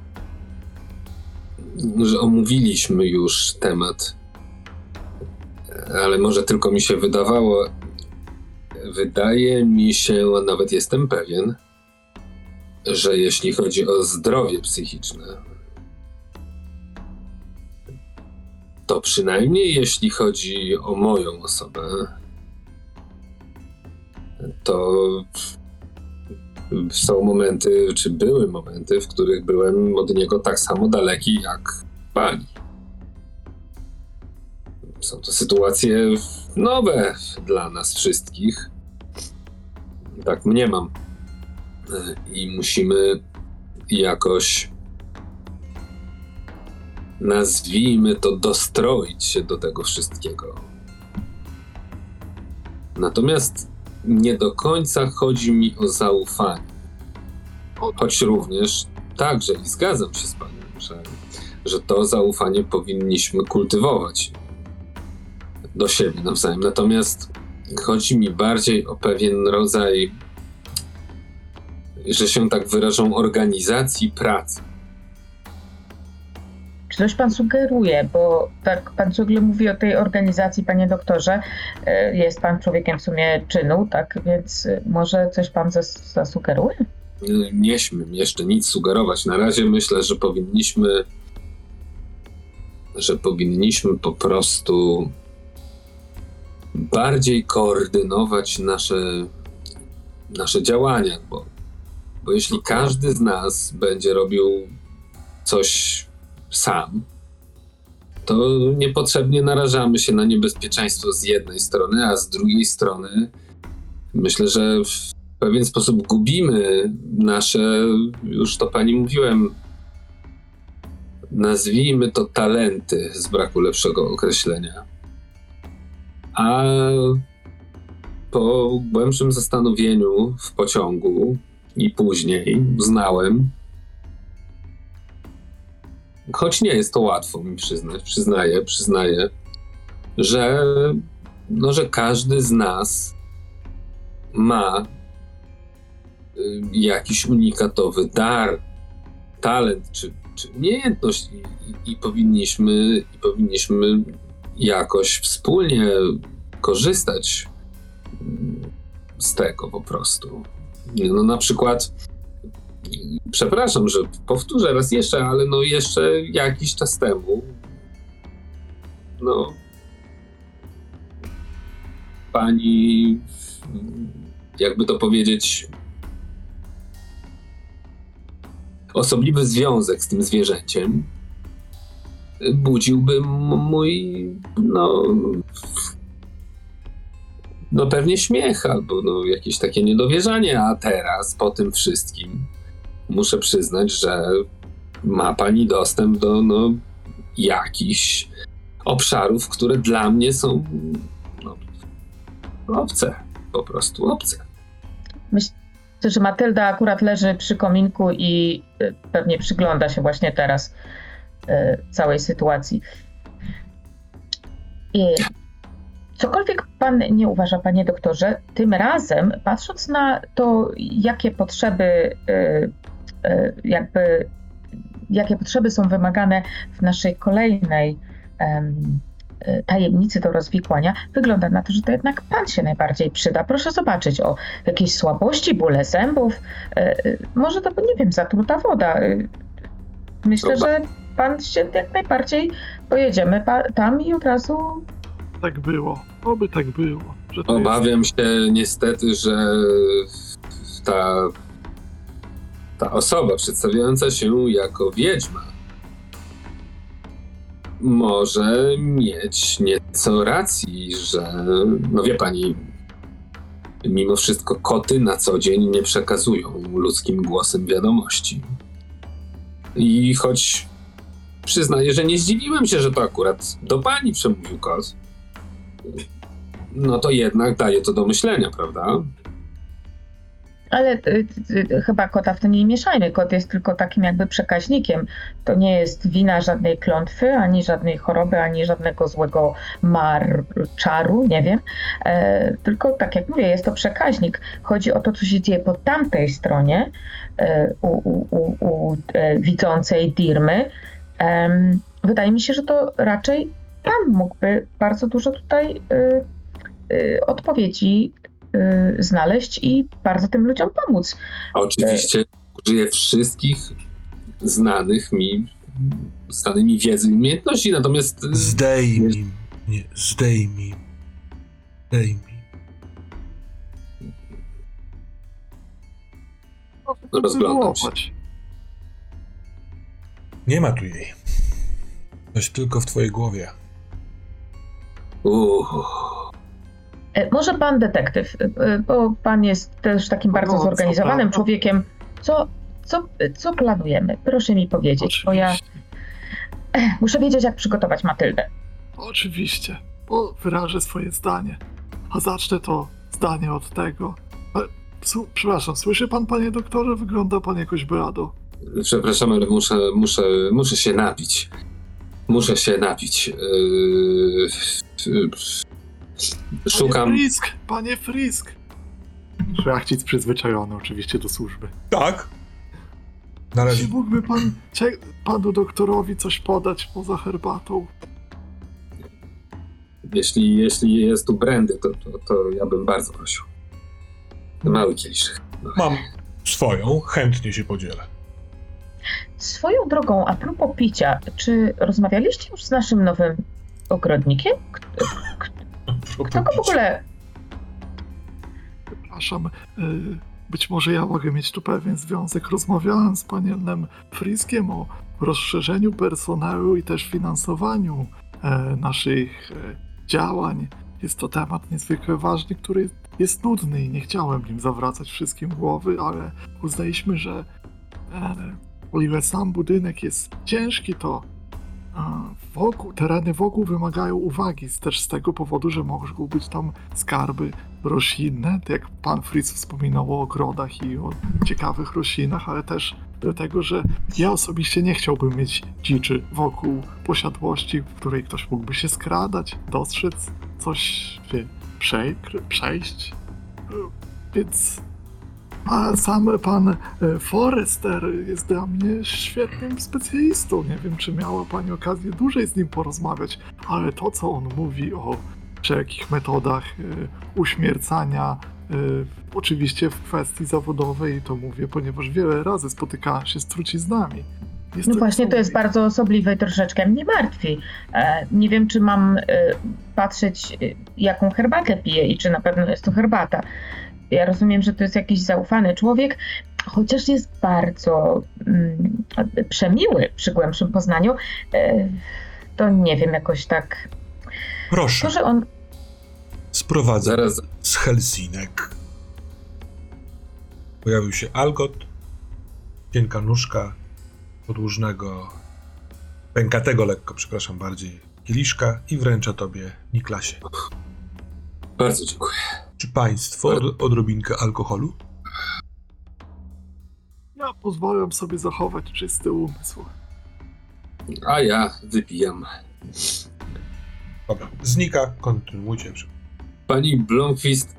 że omówiliśmy już temat. Ale może tylko mi się wydawało. Wydaje mi się, a nawet jestem pewien, że jeśli chodzi o zdrowie psychiczne, to przynajmniej jeśli chodzi o moją osobę, to są momenty, czy były momenty, w których byłem od niego tak samo daleki jak pani. Są to sytuacje nowe dla nas wszystkich. Tak mniemam. I musimy jakoś, nazwijmy to, dostroić się do tego wszystkiego. Natomiast nie do końca chodzi mi o zaufanie. Choć również także, i zgadzam się z panią, że to zaufanie powinniśmy kultywować do siebie nawzajem. Natomiast chodzi mi bardziej o pewien rodzaj że się tak wyrażą, organizacji pracy. Czy coś pan sugeruje? Bo tak pan ciągle mówi o tej organizacji, panie doktorze. Jest pan człowiekiem w sumie czynu, tak? Więc może coś pan zasugeruje? Nie śmiem jeszcze nic sugerować. Na razie myślę, że powinniśmy po prostu bardziej koordynować nasze działania, bo jeśli każdy z nas będzie robił coś sam, to niepotrzebnie narażamy się na niebezpieczeństwo z jednej strony, a z drugiej strony myślę, że w pewien sposób gubimy nasze, już to pani mówiłem, nazwijmy to talenty, z braku lepszego określenia. A po głębszym zastanowieniu w pociągu i później uznałem, choć nie jest to łatwo mi przyznaję, że każdy z nas ma jakiś unikatowy dar, talent czy umiejętność i powinniśmy jakoś wspólnie korzystać z tego po prostu. No na przykład, przepraszam, że powtórzę raz jeszcze, ale jeszcze jakiś czas temu pani, jakby to powiedzieć, osobliwy związek z tym zwierzęciem budziłby mój, pewnie śmiech albo jakieś takie niedowierzanie, a teraz po tym wszystkim muszę przyznać, że ma pani dostęp do jakichś obszarów, które dla mnie są obce, po prostu obce. Myślę, że Matylda akurat leży przy kominku i pewnie przygląda się właśnie teraz całej sytuacji. Cokolwiek pan nie uważa, panie doktorze, tym razem, patrząc na to, jakie potrzeby są wymagane w naszej kolejnej tajemnicy do rozwikłania, wygląda na to, że to jednak pan się najbardziej przyda. Proszę zobaczyć, o jakieś słabości, bóle zębów, może to, nie wiem, zatruta woda. Myślę, że pan się jak najbardziej pojedziemy tam i od razu... Tak było, oby tak było. Że to Obawiam się niestety, że ta osoba przedstawiająca się jako wiedźma może mieć nieco racji, że wie pani, mimo wszystko koty na co dzień nie przekazują ludzkim głosem wiadomości. I choć przyznaję, że nie zdziwiłem się, że to akurat do pani przemówił kot, to jednak daje to do myślenia, prawda? Ale chyba kota w to nie mieszajmy. Kot jest tylko takim jakby przekaźnikiem. To nie jest wina żadnej klątwy, ani żadnej choroby, ani żadnego złego czaru, nie wiem. Tylko tak jak mówię, jest to przekaźnik. Chodzi o to, co się dzieje po tamtej stronie u widzącej Dirmy. Wydaje mi się, że to raczej pan mógłby bardzo dużo tutaj odpowiedzi znaleźć i bardzo tym ludziom pomóc. Oczywiście użyję wszystkich znanych mi wiedzy i umiejętności, natomiast... Zdejmij. Rozglądam się. Nie ma tu jej. Coś tylko w twojej głowie. Może pan detektyw, bo pan jest też takim bardzo zorganizowanym człowiekiem. Co planujemy? Proszę mi powiedzieć, bo ja muszę wiedzieć, jak przygotować Matyldę. Oczywiście, bo wyrażę swoje zdanie. A zacznę to zdanie od tego. Przepraszam, słyszy pan, panie doktorze? Wygląda pan jakoś blado. Przepraszam, ale muszę się napić. Muszę się napić. Szukam... Panie Frisk! Szlachcic przyzwyczajony oczywiście do służby. Tak. Na razie. Czy mógłby pan panu doktorowi coś podać poza herbatą? Jeśli jest tu brandy, to ja bym bardzo prosił. Mały kieliszek. Mam swoją, chętnie się podzielę. Swoją drogą, a propos picia, czy rozmawialiście już z naszym nowym ogrodnikiem? Kto go w ogóle... Przepraszam, być może ja mogę mieć tu pewien związek. Rozmawiałem z panem Friskiem o rozszerzeniu personelu i też finansowaniu naszych działań. Jest to temat niezwykle ważny, który jest nudny i nie chciałem nim zawracać wszystkim głowy, ale uznaliśmy, że o ile sam budynek jest ciężki, to tereny wokół wymagają uwagi, też z tego powodu, że mogą być tam skarby roślinne, tak jak pan Fritz wspominał o ogrodach i o ciekawych roślinach, ale też dlatego, że ja osobiście nie chciałbym mieć dziczy wokół posiadłości, w której ktoś mógłby się skradać, dostrzec coś, przejść, więc... A sam pan Forrester jest dla mnie świetnym specjalistą. Nie wiem, czy miała pani okazję dłużej z nim porozmawiać, ale to, co on mówi o wszelkich metodach uśmiercania, oczywiście w kwestii zawodowej, to mówię, ponieważ wiele razy spotykałem się z truciznami. No właśnie, to jest bardzo osobliwe i troszeczkę mnie martwi. Nie wiem, czy mam patrzeć, jaką herbatę piję i czy na pewno jest to herbata. Ja rozumiem, że to jest jakiś zaufany człowiek, chociaż jest bardzo przemiły przy głębszym poznaniu. To nie wiem, jakoś tak... Proszę. To, że on... Sprowadzę Zaraz. z Helsinek. Pojawił się Algot, cienka nóżka podłużnego, pękatego lekko, przepraszam bardziej, kieliszka i wręcza tobie, Niklasie. Bardzo dziękuję. Czy państwo odrobinkę alkoholu? Ja pozwolę sobie zachować czysty umysł. A ja wypijam. Dobra, znika, kontynuujcie. Pani Blomqvist,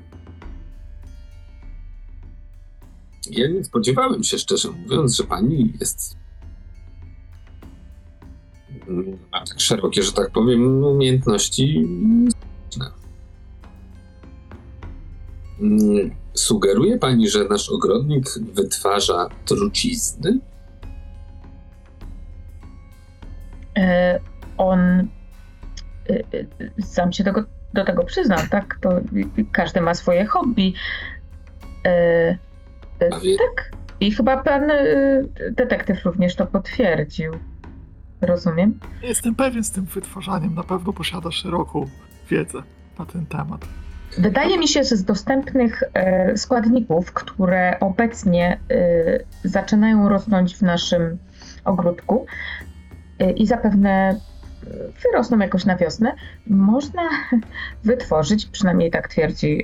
ja nie spodziewałem się, szczerze mówiąc, że pani jest... ma tak szerokie, że tak powiem, umiejętności. Sugeruje pani, że nasz ogrodnik wytwarza trucizny? On sam się do tego przyznał, tak? To każdy ma swoje hobby. Tak. I chyba pan detektyw również to potwierdził. Rozumiem? Jestem pewien z tym wytwarzaniem, na pewno posiada szeroką wiedzę na ten temat. Wydaje mi się, że z dostępnych składników, które obecnie zaczynają rosnąć w naszym ogródku i zapewne wyrosną jakoś na wiosnę, można wytworzyć, przynajmniej tak twierdzi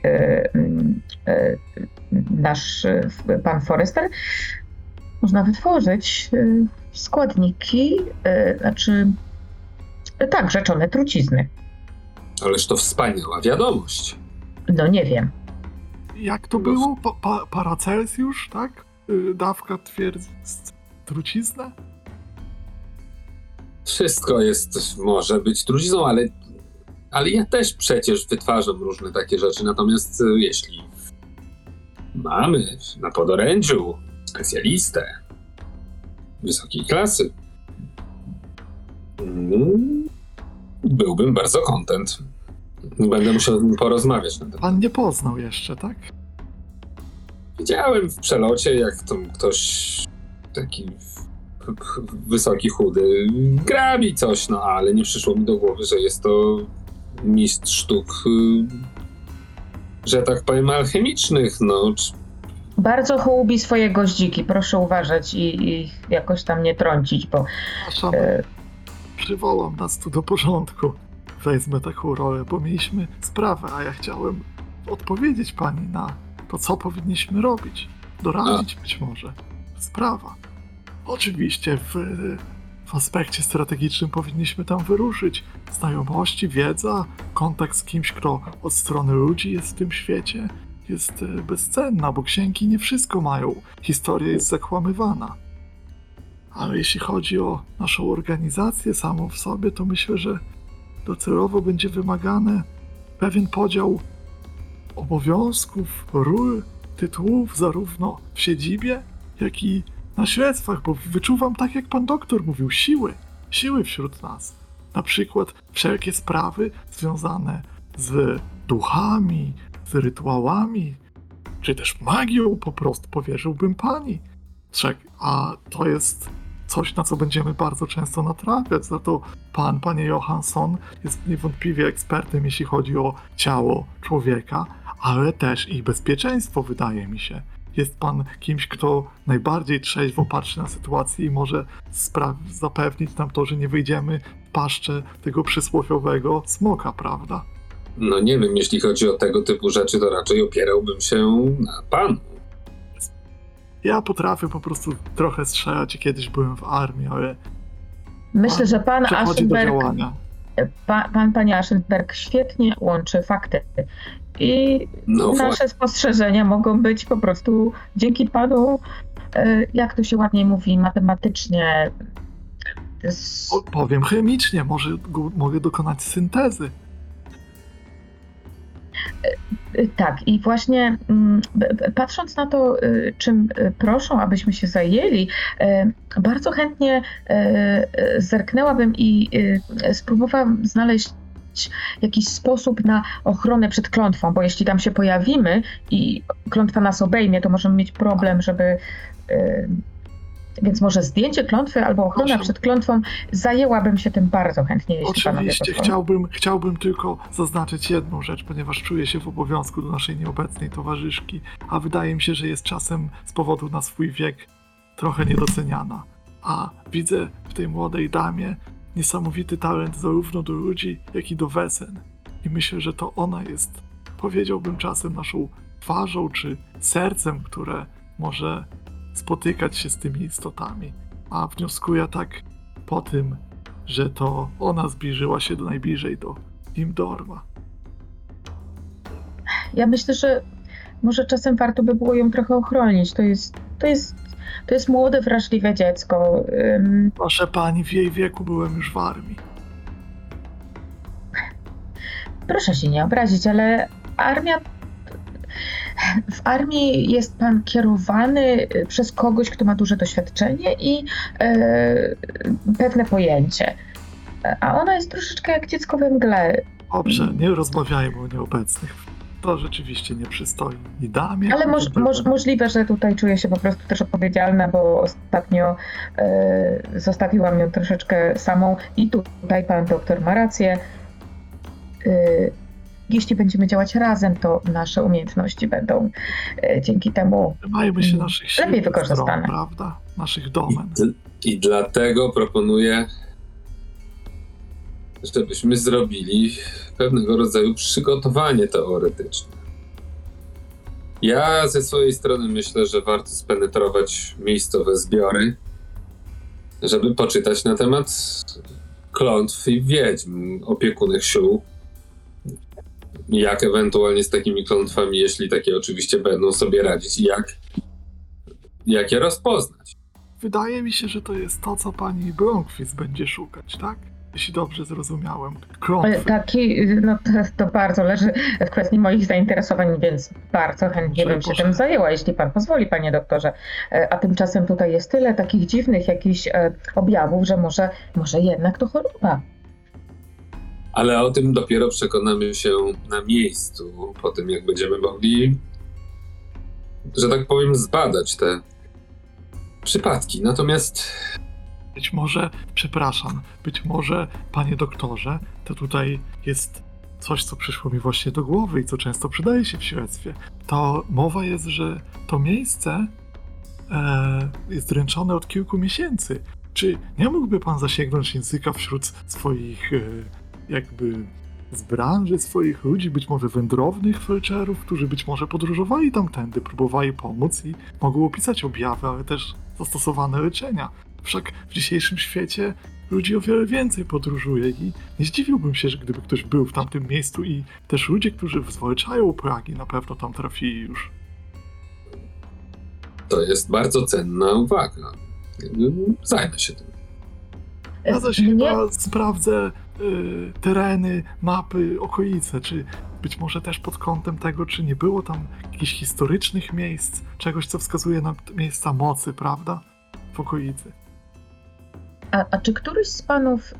nasz pan Forrester, można wytworzyć składniki, tak, rzeczone trucizny. Ależ to wspaniała wiadomość. No nie wiem. Jak to było? Paracelsjusz, tak? Dawka twierdzi truciznę? Wszystko może być trucizną, ale ja też przecież wytwarzam różne takie rzeczy. Natomiast jeśli mamy na podorędziu specjalistę wysokiej klasy, byłbym bardzo kontent. Będę musiał z nim porozmawiać na ten temat. Pan nie poznał jeszcze, tak? Widziałem w przelocie, jak tam ktoś taki wysoki, chudy grabi coś, no ale nie przyszło mi do głowy, że jest to mistrz sztuk, że tak powiem, alchemicznych, no. Bardzo hołubi swoje goździki, proszę uważać i jakoś tam nie trącić, bo... Przepraszam, przywołam nas tu do porządku. Wezmę taką rolę, bo mieliśmy sprawę, a ja chciałem odpowiedzieć pani na to, co powinniśmy robić. Doradzić być może. Sprawa. Oczywiście w aspekcie strategicznym powinniśmy tam wyruszyć. Znajomości, wiedza, kontakt z kimś, kto od strony ludzi jest w tym świecie. jest bezcenna, bo księgi nie wszystko mają. Historia jest zakłamywana. Ale jeśli chodzi o naszą organizację samą w sobie, to myślę, że docelowo będzie wymagany pewien podział obowiązków, ról, tytułów zarówno w siedzibie, jak i na śledztwach, bo wyczuwam, tak jak pan doktor mówił, siły wśród nas. Na przykład wszelkie sprawy związane z duchami, z rytuałami, czy też magią po prostu powierzyłbym pani. A to jest coś, na co będziemy bardzo często natrafiać. Za to panie Johansson jest niewątpliwie ekspertem, jeśli chodzi o ciało człowieka, ale też i bezpieczeństwo, wydaje mi się. Jest pan kimś, kto najbardziej trzeźwo patrzy na sytuację i może zapewnić nam to, że nie wyjdziemy w paszczę tego przysłowiowego smoka, prawda? No nie wiem, jeśli chodzi o tego typu rzeczy, to raczej opierałbym się na panu. Ja potrafię po prostu trochę strzelać, kiedyś byłem w armii, ale Myślę, że pan przechodzi do Aschenberg, działania. panie Aschenberg świetnie łączy fakty. I No nasze spostrzeżenia mogą być po prostu dzięki panu, jak to się ładnie mówi, matematycznie. Powiem chemicznie, mogę dokonać syntezy. Tak, i właśnie patrząc na to, czym proszą, abyśmy się zajęli, bardzo chętnie zerknęłabym i spróbowałam znaleźć jakiś sposób na ochronę przed klątwą, bo jeśli tam się pojawimy i klątwa nas obejmie, to możemy mieć problem, żeby... Więc może zdjęcie klątwy albo ochrona Proszę. przed klątwą, zajęłabym się tym bardzo chętnie, jeśli panowie Oczywiście, pozwolą. chciałbym tylko zaznaczyć jedną rzecz, ponieważ czuję się w obowiązku do naszej nieobecnej towarzyszki, a wydaje mi się, że jest czasem z powodu na swój wiek trochę niedoceniana. A widzę w tej młodej damie niesamowity talent zarówno do ludzi, jak i do wesen. I myślę, że to ona jest, powiedziałbym czasem, naszą twarzą czy sercem, które może spotykać się z tymi istotami. A wnioskuję tak po tym, że to ona zbliżyła się najbliżej do Dimdorma. Ja myślę, że może czasem warto by było ją trochę ochronić. To jest młode, wrażliwe dziecko. Proszę pani, w jej wieku byłem już w armii. Proszę się nie obrazić, ale w armii jest pan kierowany przez kogoś, kto ma duże doświadczenie i pewne pojęcie. A ona jest troszeczkę jak dziecko we mgle. Dobrze, nie rozmawiajmy o nieobecnych. To rzeczywiście nie przystoi ni damie. Ale ani możliwe, że tutaj czuję się po prostu też odpowiedzialna, bo ostatnio zostawiłam ją troszeczkę samą i tutaj pan doktor ma rację. Jeśli będziemy działać razem, to nasze umiejętności będą dzięki temu Trzymajmy się naszych sił, lepiej wykorzystane. stron, prawda? Naszych domen. I dlatego proponuję, żebyśmy zrobili pewnego rodzaju przygotowanie teoretyczne. Ja ze swojej strony myślę, że warto spenetrować miejscowe zbiory, żeby poczytać na temat klątw i wiedźm, opiekunych sił. Jak ewentualnie z takimi klątwami, jeśli takie oczywiście będą, sobie radzić i jak je rozpoznać. Wydaje mi się, że to jest to, co pani Blomqvist będzie szukać, tak? Jeśli dobrze zrozumiałem. Klątwy. To bardzo leży w kwestii moich zainteresowań, więc bardzo chętnie bym się tym zajęła, jeśli pan pozwoli, panie doktorze. A tymczasem tutaj jest tyle takich dziwnych jakichś objawów, że może jednak to choroba. Ale o tym dopiero przekonamy się na miejscu, po tym jak będziemy mogli, że tak powiem, zbadać te przypadki. Natomiast Być może, panie doktorze, to tutaj jest coś, co przyszło mi właśnie do głowy i co często przydaje się w śledztwie. To mowa jest, że to miejsce jest dręczone od kilku miesięcy. Czy nie mógłby pan zasięgnąć języka wśród swoich z branży swoich ludzi, być może wędrownych felczerów, którzy być może podróżowali tamtędy, próbowali pomóc i mogą opisać objawy, ale też zastosowane leczenia. Wszak w dzisiejszym świecie ludzi o wiele więcej podróżuje i nie zdziwiłbym się, że gdyby ktoś był w tamtym miejscu i też ludzie, którzy zwalczają plagi, na pewno tam trafili już. To jest bardzo cenna uwaga. Zajmę się tym. Ja zaś Mnie- chyba sprawdzę tereny, mapy, okolice, czy być może też pod kątem tego, czy nie było tam jakichś historycznych miejsc, czegoś, co wskazuje na miejsca mocy, prawda? W okolicy. A czy któryś z panów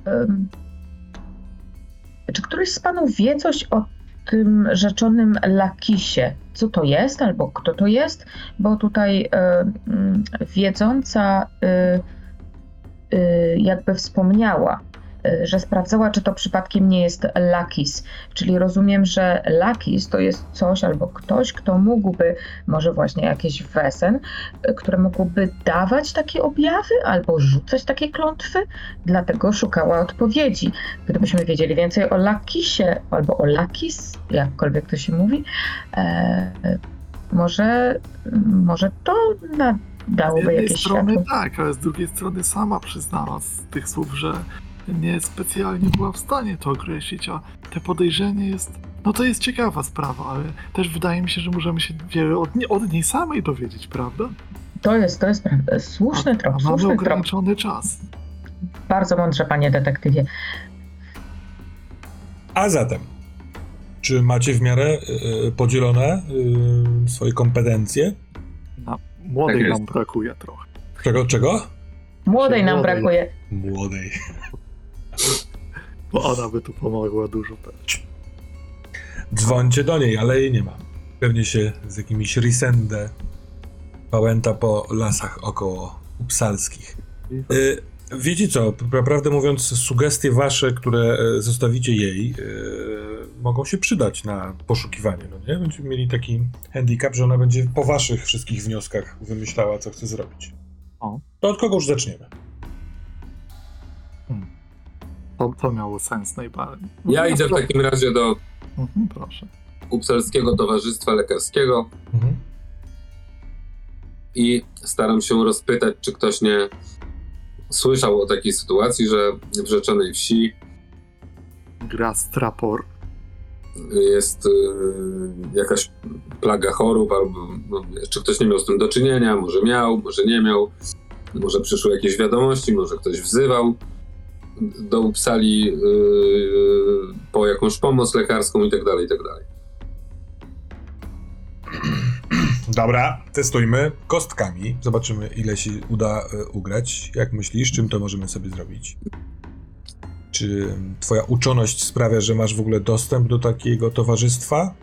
wie coś o tym rzeczonym Lakisie? Co to jest albo kto to jest? Bo tutaj wiedząca jakby wspomniała, że sprawdzała, czy to przypadkiem nie jest Lakis. Czyli rozumiem, że Lakis to jest coś albo ktoś, kto mógłby, może właśnie jakiś wesen, który mógłby dawać takie objawy albo rzucać takie klątwy, dlatego szukała odpowiedzi. Gdybyśmy wiedzieli więcej o Lakisie albo o Lakis, jakkolwiek to się mówi, może to Z dałoby jednej jakieś strony światło. tak, ale z drugiej strony sama przyznała z tych słów, że nie specjalnie była w stanie to określić, a te podejrzenie jest... No to jest ciekawa sprawa, ale też wydaje mi się, że możemy się wiele od niej samej dowiedzieć, prawda? To jest prawda. Słuszny trop, a mamy słuszny trop. ograniczony czas. Bardzo mądrze, panie detektywie. A zatem, czy macie w miarę podzielone swoje kompetencje? Młodej Tak jest. nam brakuje trochę. Czego? Młodej nam Młodej. brakuje. Młodej. Bo ona by tu pomogła dużo pewnie. Dzwońcie do niej, ale jej nie ma. Pewnie się z jakimiś Risende pałęta po lasach około upsalskich. Wiecie co, prawdę mówiąc, sugestie wasze, które zostawicie jej, mogą się przydać na poszukiwanie, no nie? Będziemy mieli taki handicap, że ona będzie po waszych wszystkich wnioskach wymyślała, co chce zrobić. O. To od kogo już zaczniemy? To miało sens najbardziej. Ja idę w takim razie do Proszę. Upsalskiego Towarzystwa Lekarskiego Mhm. i staram się rozpytać, czy ktoś nie słyszał o takiej sytuacji, że w rzeczonej wsi Gra Strapor. jest jakaś plaga chorób, albo czy ktoś nie miał z tym do czynienia, może miał, może nie miał, może przyszły jakieś wiadomości, może ktoś wzywał do Uppsali po jakąś pomoc lekarską i tak dalej, i tak dalej. Dobra, testujmy kostkami. Zobaczymy, ile się uda ugrać. Jak myślisz, czym to możemy sobie zrobić? Czy twoja uczoność sprawia, że masz w ogóle dostęp do takiego towarzystwa?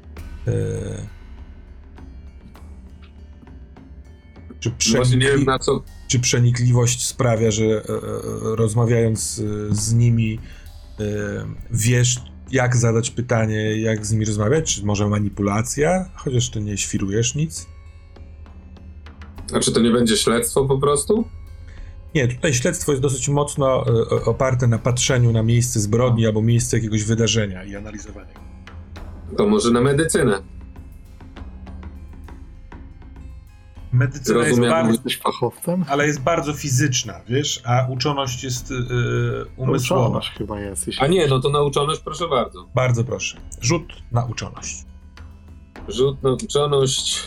Czy, Właśnie nie wiem na co. czy przenikliwość sprawia, że rozmawiając z nimi wiesz, jak zadać pytanie, jak z nimi rozmawiać? Czy może manipulacja? Chociaż ty nie świrujesz nic. A czy to nie będzie śledztwo po prostu? Nie, tutaj śledztwo jest dosyć mocno oparte na patrzeniu na miejsce zbrodni albo miejsce jakiegoś wydarzenia i analizowaniu. To może na medycynę. Medycyna jest Rozumiem. bardzo, Jesteś fachowcem? ale jest bardzo fizyczna, wiesz, a uczoność jest umysłowa. Uczoność chyba jest. Jeśli... A nie, no to na uczoność proszę bardzo. Bardzo proszę. Rzut na uczoność. Rzut na uczoność.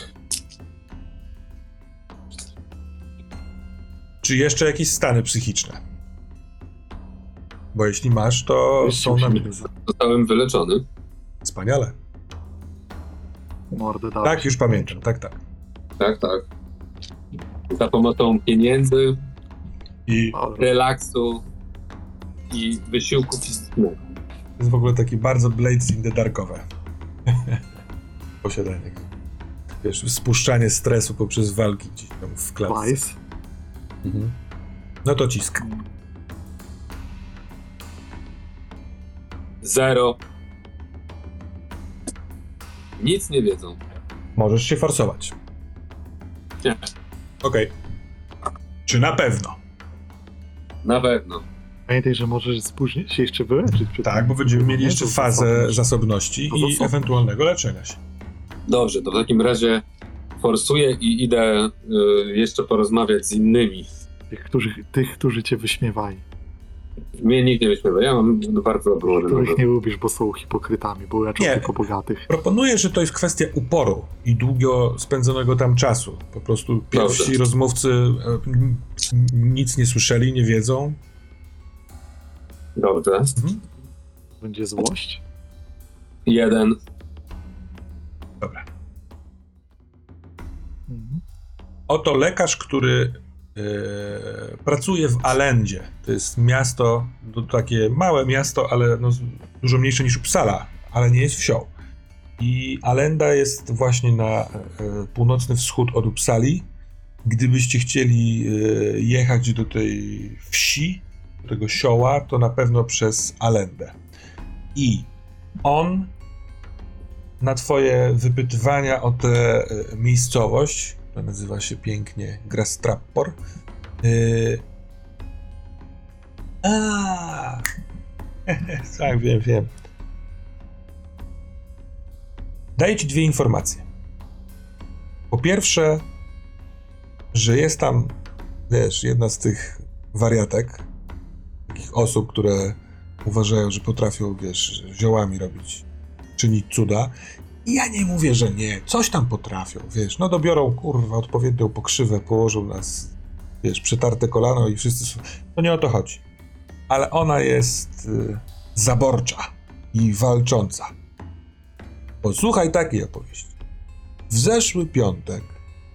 Czy jeszcze jakieś stany psychiczne? Bo jeśli masz, to są na minus. Zostałem wyleczony. Wspaniale. Mordę dałeś. Tak, już pamiętam. Tak. Tak, tak. Za pomocą pieniędzy, I Dobra. relaksu i wysiłku fizycznego. to jest w ogóle taki bardzo Blades in the Darkowe. Posiadanie. Wiesz, spuszczanie stresu poprzez walki gdzieś tam w klatce. Vice. Mhm. No to cisk. 0. Nic nie wiedzą. Możesz się forsować. Nie. Okej. Czy na pewno? Na pewno. Pamiętaj, że możesz później się jeszcze wyleczyć. przed Tak, tym. bo będziemy mieli jeszcze To fazę zasobność. zasobności To i zasobność. ewentualnego leczenia się. Dobrze, to w takim razie forsuję i idę jeszcze porozmawiać z innymi. Tych, którzy cię wyśmiewali. Mnie nikt nie wyśmiewa. Ja mam bardzo dobrą Których rynową. nie lubisz, bo są hipokrytami, bo leczą Nie. tylko bogatych. Proponuję, że to jest kwestia uporu i długo spędzonego tam czasu. Po prostu pierwsi Dobrze. rozmówcy nic nie słyszeli, nie wiedzą. Dobrze. Będzie złość? 1. Dobra. Mhm. Oto lekarz, który pracuje w Alendzie. To jest miasto, takie małe miasto, ale no, dużo mniejsze niż Uppsala, ale nie jest wsią. I Alenda jest właśnie na północny wschód od Uppsali. Gdybyście chcieli jechać do tej wsi, do tego sioła, to na pewno przez Alendę. I on na twoje wypytywania o tę miejscowość, która nazywa się pięknie Grastrappor. Tak, wiem. Daję ci 2 informacje. Po pierwsze, że jest tam, wiesz, jedna z tych wariatek, takich osób, które uważają, że potrafią, wiesz, ziołami robić, czynić cuda. I ja nie mówię, że nie. Coś tam potrafią, wiesz. No dobiorą, kurwa, odpowiednią pokrzywę, położą nas, wiesz, przetarte kolano i wszyscy są... To nie o to chodzi. Ale ona jest zaborcza i walcząca. Posłuchaj takiej opowieści. W zeszły piątek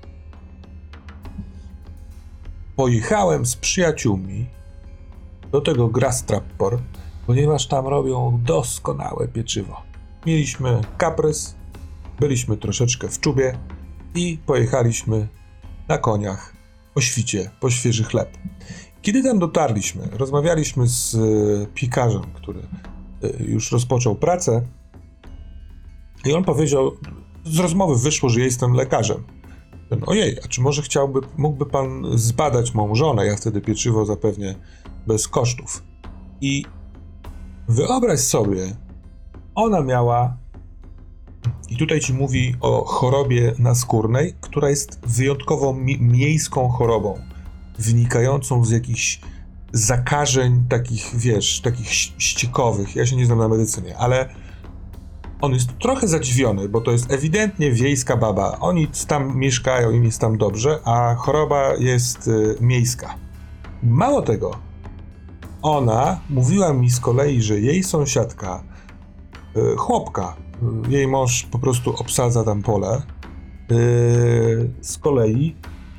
pojechałem z przyjaciółmi do tego Grastrappor, ponieważ tam robią doskonałe pieczywo. Mieliśmy kaprys, byliśmy troszeczkę w czubie i pojechaliśmy na koniach o świcie, po świeży chleb. Kiedy tam dotarliśmy, rozmawialiśmy z piekarzem, który już rozpoczął pracę i on powiedział, z rozmowy wyszło, że ja jestem lekarzem. Ojej, a czy może mógłby pan zbadać mą żonę? Ja wtedy pieczywo zapewnię bez kosztów. I wyobraź sobie, ona miała, i tutaj ci mówi o chorobie naskórnej, która jest wyjątkowo miejską chorobą, wynikającą z jakichś zakażeń takich, wiesz, takich ściekowych. Ja się nie znam na medycynie, ale on jest trochę zadziwiony, bo to jest ewidentnie wiejska baba. Oni tam mieszkają, im jest tam dobrze, a choroba jest miejska. Mało tego, ona mówiła mi z kolei, że jej sąsiadka, chłopka, jej mąż po prostu obsadza tam pole, z kolei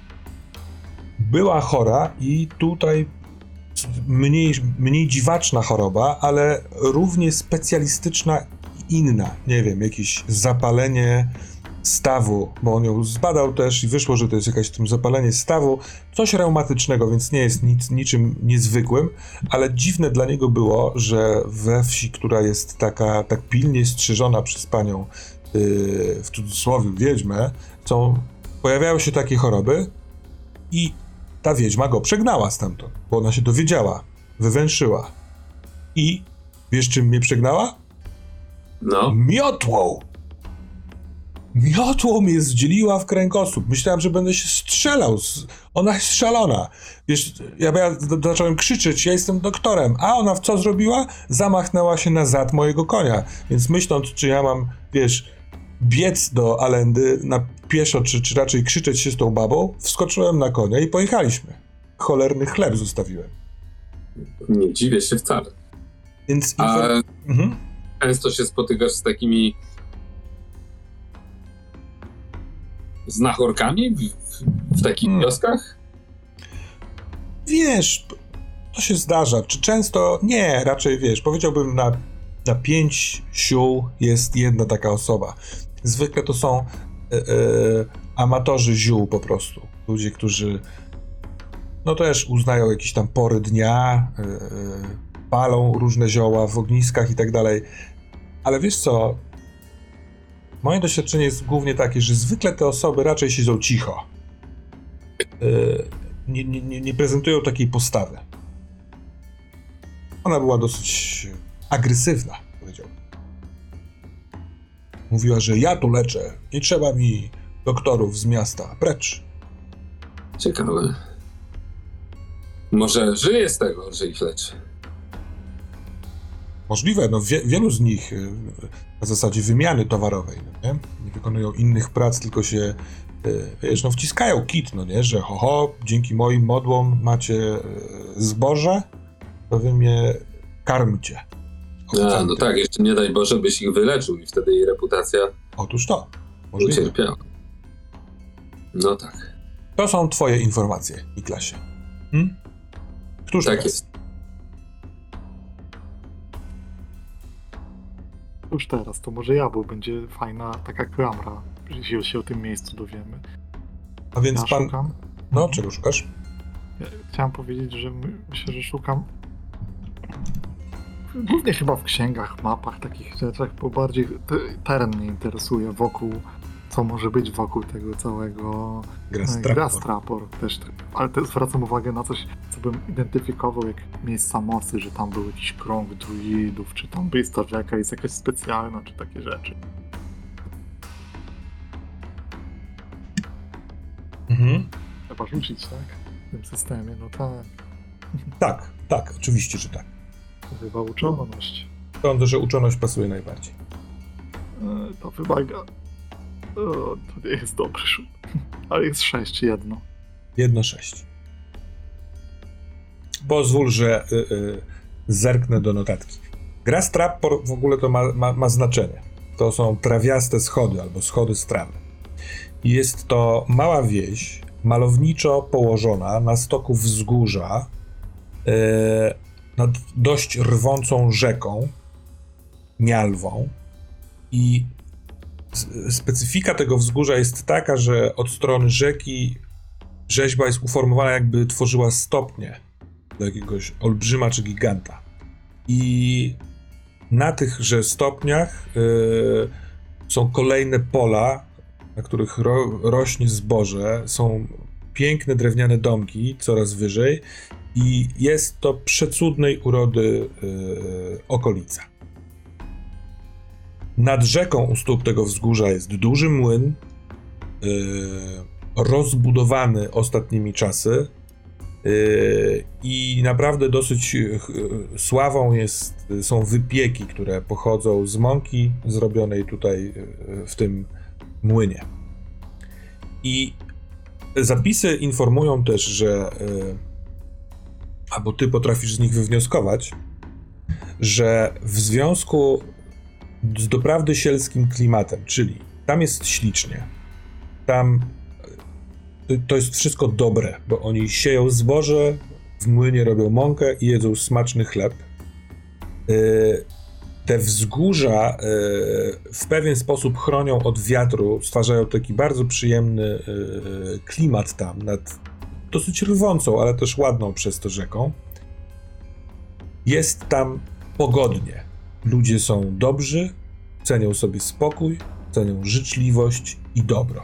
była chora i tutaj mniej dziwaczna choroba, ale równie specjalistyczna inna, nie wiem, jakieś zapalenie stawu, bo on ją zbadał też i wyszło, że to jest jakieś tam zapalenie stawu, coś reumatycznego, więc nie jest niczym niezwykłym, ale dziwne dla niego było, że we wsi, która jest taka, tak pilnie strzeżona przez panią, w cudzysłowie wiedźmę, pojawiały się takie choroby i ta wiedźma go przegnała stamtąd, bo ona się dowiedziała, wywęszyła. I wiesz, czym mnie przegnała? No. Miotłą! Miotłą mnie zdzieliła w kręgosłup. Myślałem, że będę się strzelał. Ona jest szalona. Wiesz, ja zacząłem krzyczeć, ja jestem doktorem. A ona co zrobiła? Zamachnęła się na zad mojego konia. Więc myśląc, czy ja mam, wiesz, biec do Alendy na pieszo, czy raczej krzyczeć się z tą babą, wskoczyłem na konia i pojechaliśmy. Cholerny chleb zostawiłem. Nie dziwię się wcale. Więc... Często się spotykasz z takimi znachorkami w takich wioskach? Wiesz, to się zdarza. Czy często? Nie, raczej wiesz, powiedziałbym na 5 sił jest jedna taka osoba. Zwykle to są amatorzy ziół po prostu. Ludzie, którzy no też uznają jakieś tam pory dnia, palą różne zioła w ogniskach i tak dalej. Ale wiesz co? Moje doświadczenie jest głównie takie, że zwykle te osoby raczej siedzą cicho. Nie prezentują takiej postawy. Ona była dosyć agresywna, powiedziałbym. Mówiła, że ja tu leczę, nie trzeba mi doktorów z miasta, precz. Ciekawe. Może żyje z tego, że ich leczy. Możliwe, no wielu z nich na zasadzie wymiany towarowej, no nie? Nie wykonują innych prac, tylko się, wiesz, no wciskają kit, no nie? Że dzięki moim modłom macie zboże, to wy mnie karmcie. No tak, jeszcze nie daj Boże, byś ich wyleczył i wtedy jej reputacja Otóż to. Możliwe. ucierpiała. No tak. To są twoje informacje, Niklasie. Któż Tak teraz? jest. Już teraz, to może ja, bo będzie fajna taka klamra, jeśli się o tym miejscu dowiemy. A więc Ja pan... szukam. No, czego szukasz? Ja chciałem powiedzieć, że myślę, że szukam głównie chyba w księgach, mapach, takich rzeczach, bo bardziej teren mnie interesuje wokół, co może być wokół tego całego Grastrapor też, ale też zwracam uwagę na coś, co bym identyfikował jak miejsca mocy, że tam był jakiś krąg druidów, czy tam jest ta rzeka, jest jakaś specjalna, czy takie rzeczy. Trzeba rzucić, tak? W tym systemie, no tak. Tak, oczywiście, że tak. To chyba uczoność. Sądzę, że uczoność pasuje najbardziej. To wymaga... to nie jest dobry rzut. Ale jest 6, jedno. 1,6. Pozwól, że zerknę do notatki. Grastrapor w ogóle to ma znaczenie. To są trawiaste schody albo schody z trawy. Jest to mała wieś, malowniczo położona na stoku wzgórza nad dość rwącą rzeką, Mialwą. I specyfika tego wzgórza jest taka, że od strony rzeki rzeźba jest uformowana, jakby tworzyła stopnie do jakiegoś olbrzyma czy giganta. I na tychże stopniach są kolejne pola, na których rośnie zboże. Są piękne drewniane domki coraz wyżej i jest to przecudnej urody okolica. Nad rzeką u stóp tego wzgórza jest duży młyn, rozbudowany ostatnimi czasy i naprawdę dosyć sławą są wypieki, które pochodzą z mąki zrobionej tutaj w tym młynie. I zapisy informują też, że albo ty potrafisz z nich wywnioskować, że w związku z doprawdy sielskim klimatem, czyli tam jest ślicznie, tam to jest wszystko dobre, bo oni sieją zboże, w młynie robią mąkę i jedzą smaczny chleb. Te wzgórza w pewien sposób chronią od wiatru, stwarzają taki bardzo przyjemny klimat tam, nad dosyć rwącą, ale też ładną przez to rzeką. Jest tam pogodnie. Ludzie są dobrzy, cenią sobie spokój, cenią życzliwość i dobro.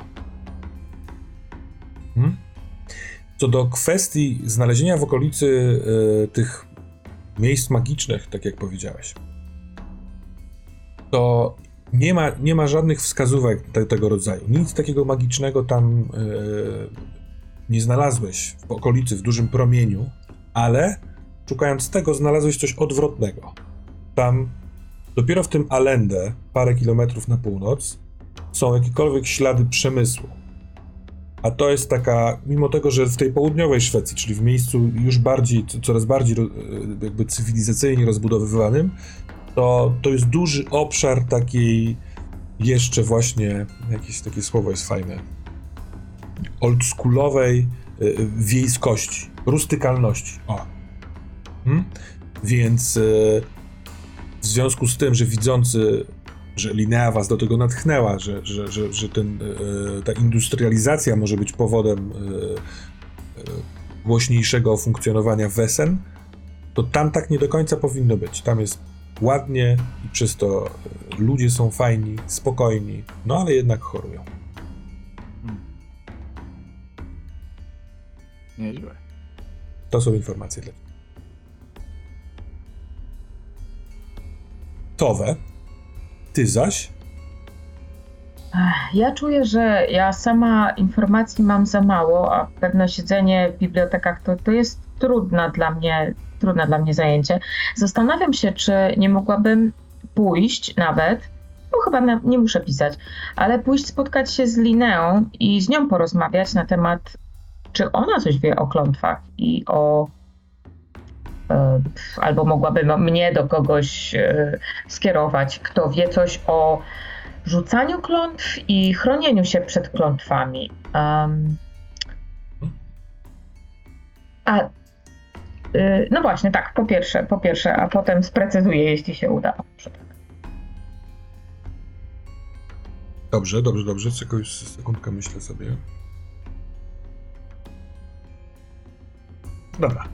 Co do kwestii znalezienia w okolicy tych miejsc magicznych, tak jak powiedziałeś, to nie ma żadnych wskazówek tego rodzaju. Nic takiego magicznego tam nie znalazłeś w okolicy, w dużym promieniu, ale szukając tego znalazłeś coś odwrotnego. Tam dopiero w tym Allende, parę kilometrów na północ, są jakiekolwiek ślady przemysłu. A to jest taka, mimo tego, że w tej południowej Szwecji, czyli w miejscu już coraz bardziej jakby cywilizacyjnie rozbudowywanym, to jest duży obszar takiej jeszcze właśnie, jakieś takie słowo jest fajne, oldschoolowej wiejskości, rustykalności. Więc w związku z tym, że widzący, że Linnea was do tego natchnęła, że ta industrializacja może być powodem głośniejszego funkcjonowania Wesen, to tam tak nie do końca powinno być. Tam jest ładnie i przez to ludzie są fajni, spokojni, no ale jednak chorują. Nieźle. To są informacje dla ciebie. Towe, ty zaś? Ja czuję, że ja sama informacji mam za mało, a pewno siedzenie w bibliotekach to jest trudna dla mnie trudne dla mnie zajęcie. Zastanawiam się, czy nie mogłabym pójść nawet, bo chyba nie muszę pisać, ale pójść spotkać się z Lineą i z nią porozmawiać na temat, czy ona coś wie o klątwach i o... albo mogłaby mnie do kogoś skierować, kto wie coś o rzucaniu klątw i chronieniu się przed klątwami. No właśnie, tak, po pierwsze, a potem sprecyzuję, jeśli się uda. Dobrze. Sekundkę myślę sobie. Dobra.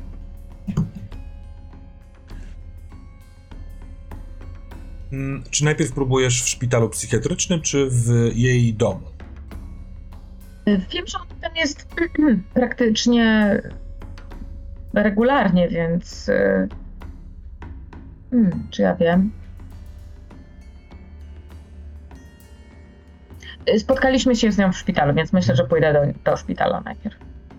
Czy najpierw próbujesz w szpitalu psychiatrycznym, czy w jej domu? Wiem, że on tam jest praktycznie regularnie, więc... czy ja wiem? Spotkaliśmy się z nią w szpitalu, więc myślę, że pójdę do szpitala najpierw.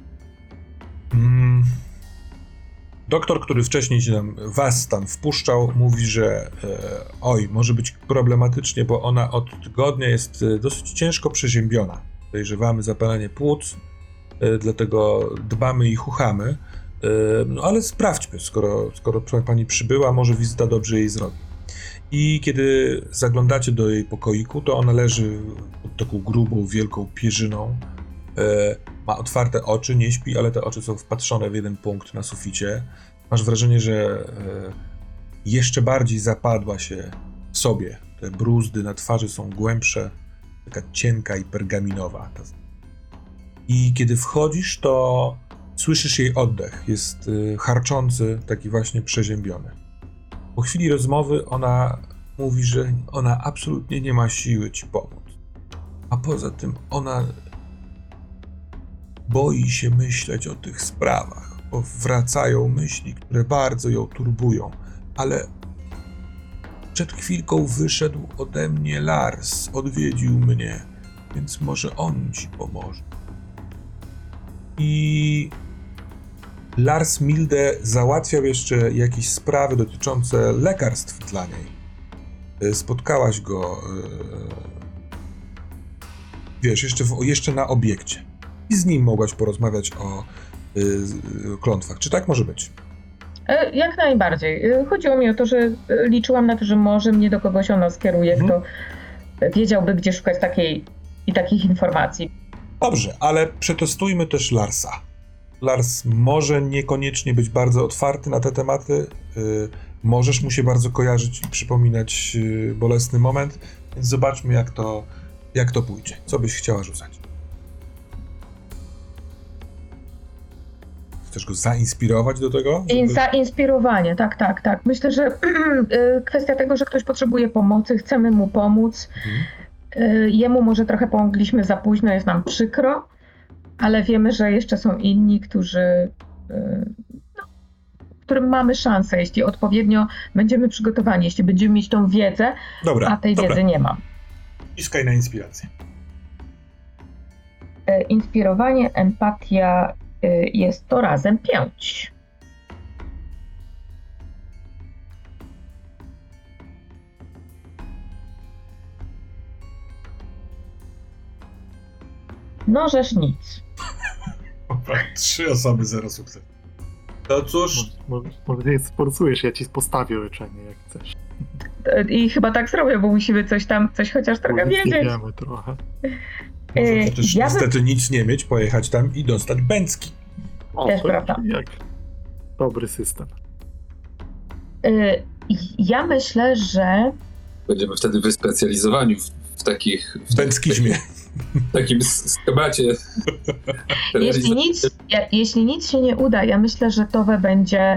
Doktor, który wcześniej was tam wpuszczał, mówi, że może być problematycznie, bo ona od tygodnia jest dosyć ciężko przeziębiona. Podejrzewamy zapalenie płuc, dlatego dbamy i chuchamy. Ale sprawdźmy, skoro pani przybyła, może wizyta dobrze jej zrobi. I kiedy zaglądacie do jej pokoiku, to ona leży pod taką grubą, wielką pierzyną. Ma otwarte oczy, nie śpi, ale te oczy są wpatrzone w jeden punkt na suficie. Masz wrażenie, że jeszcze bardziej zapadła się w sobie. Te bruzdy na twarzy są głębsze, taka cienka i pergaminowa. I kiedy wchodzisz, to słyszysz jej oddech. Jest charczący, taki właśnie przeziębiony. Po chwili rozmowy ona mówi, że ona absolutnie nie ma siły ci pomóc. A poza tym ona boi się myśleć o tych sprawach, bo wracają myśli, które bardzo ją turbują. Ale przed chwilką wyszedł ode mnie Lars, odwiedził mnie, więc może on ci pomoże. I Lars Milde załatwiał jeszcze jakieś sprawy dotyczące lekarstw dla niej. Spotkałaś go, jeszcze na obiekcie. I z nim mogłaś porozmawiać o klątwach. Czy tak może być? Jak najbardziej. Chodziło mi o to, że liczyłam na to, że może mnie do kogoś ona skieruje, kto wiedziałby, gdzie szukać takich informacji. Dobrze, ale przetestujmy też Larsa. Lars może niekoniecznie być bardzo otwarty na te tematy. Możesz mu się bardzo kojarzyć i przypominać bolesny moment, więc zobaczmy, jak to pójdzie. Co byś chciała rzucać? Chcesz go zainspirować do tego? Zainspirowanie, tak. Myślę, że kwestia tego, że ktoś potrzebuje pomocy, chcemy mu pomóc. Jemu może trochę pomogliśmy za późno, jest nam przykro, ale wiemy, że jeszcze są inni, którym mamy szansę, jeśli odpowiednio będziemy przygotowani, jeśli będziemy mieć tą wiedzę, a tej wiedzy nie mam. Ciskaj na inspirację. Inspirowanie, empatia jest to razem 5. No, żeż nic. 3 osoby, 0 sukces. To cóż... Może nie sforcujesz, ja ci postawię leczenie, jak chcesz. I chyba tak zrobię, bo musimy coś chociaż trochę wiedzieć. Wiemy trochę. Może przecież niestety nic nie mieć, pojechać tam i dostać bęcki. Też prawda. Jak dobry system. Ja myślę, że... Będziemy wtedy wyspecjalizowani w takich... Bęckizmie. W takim schemacie. Jeśli nic się nie uda, ja myślę, że Tove będzie...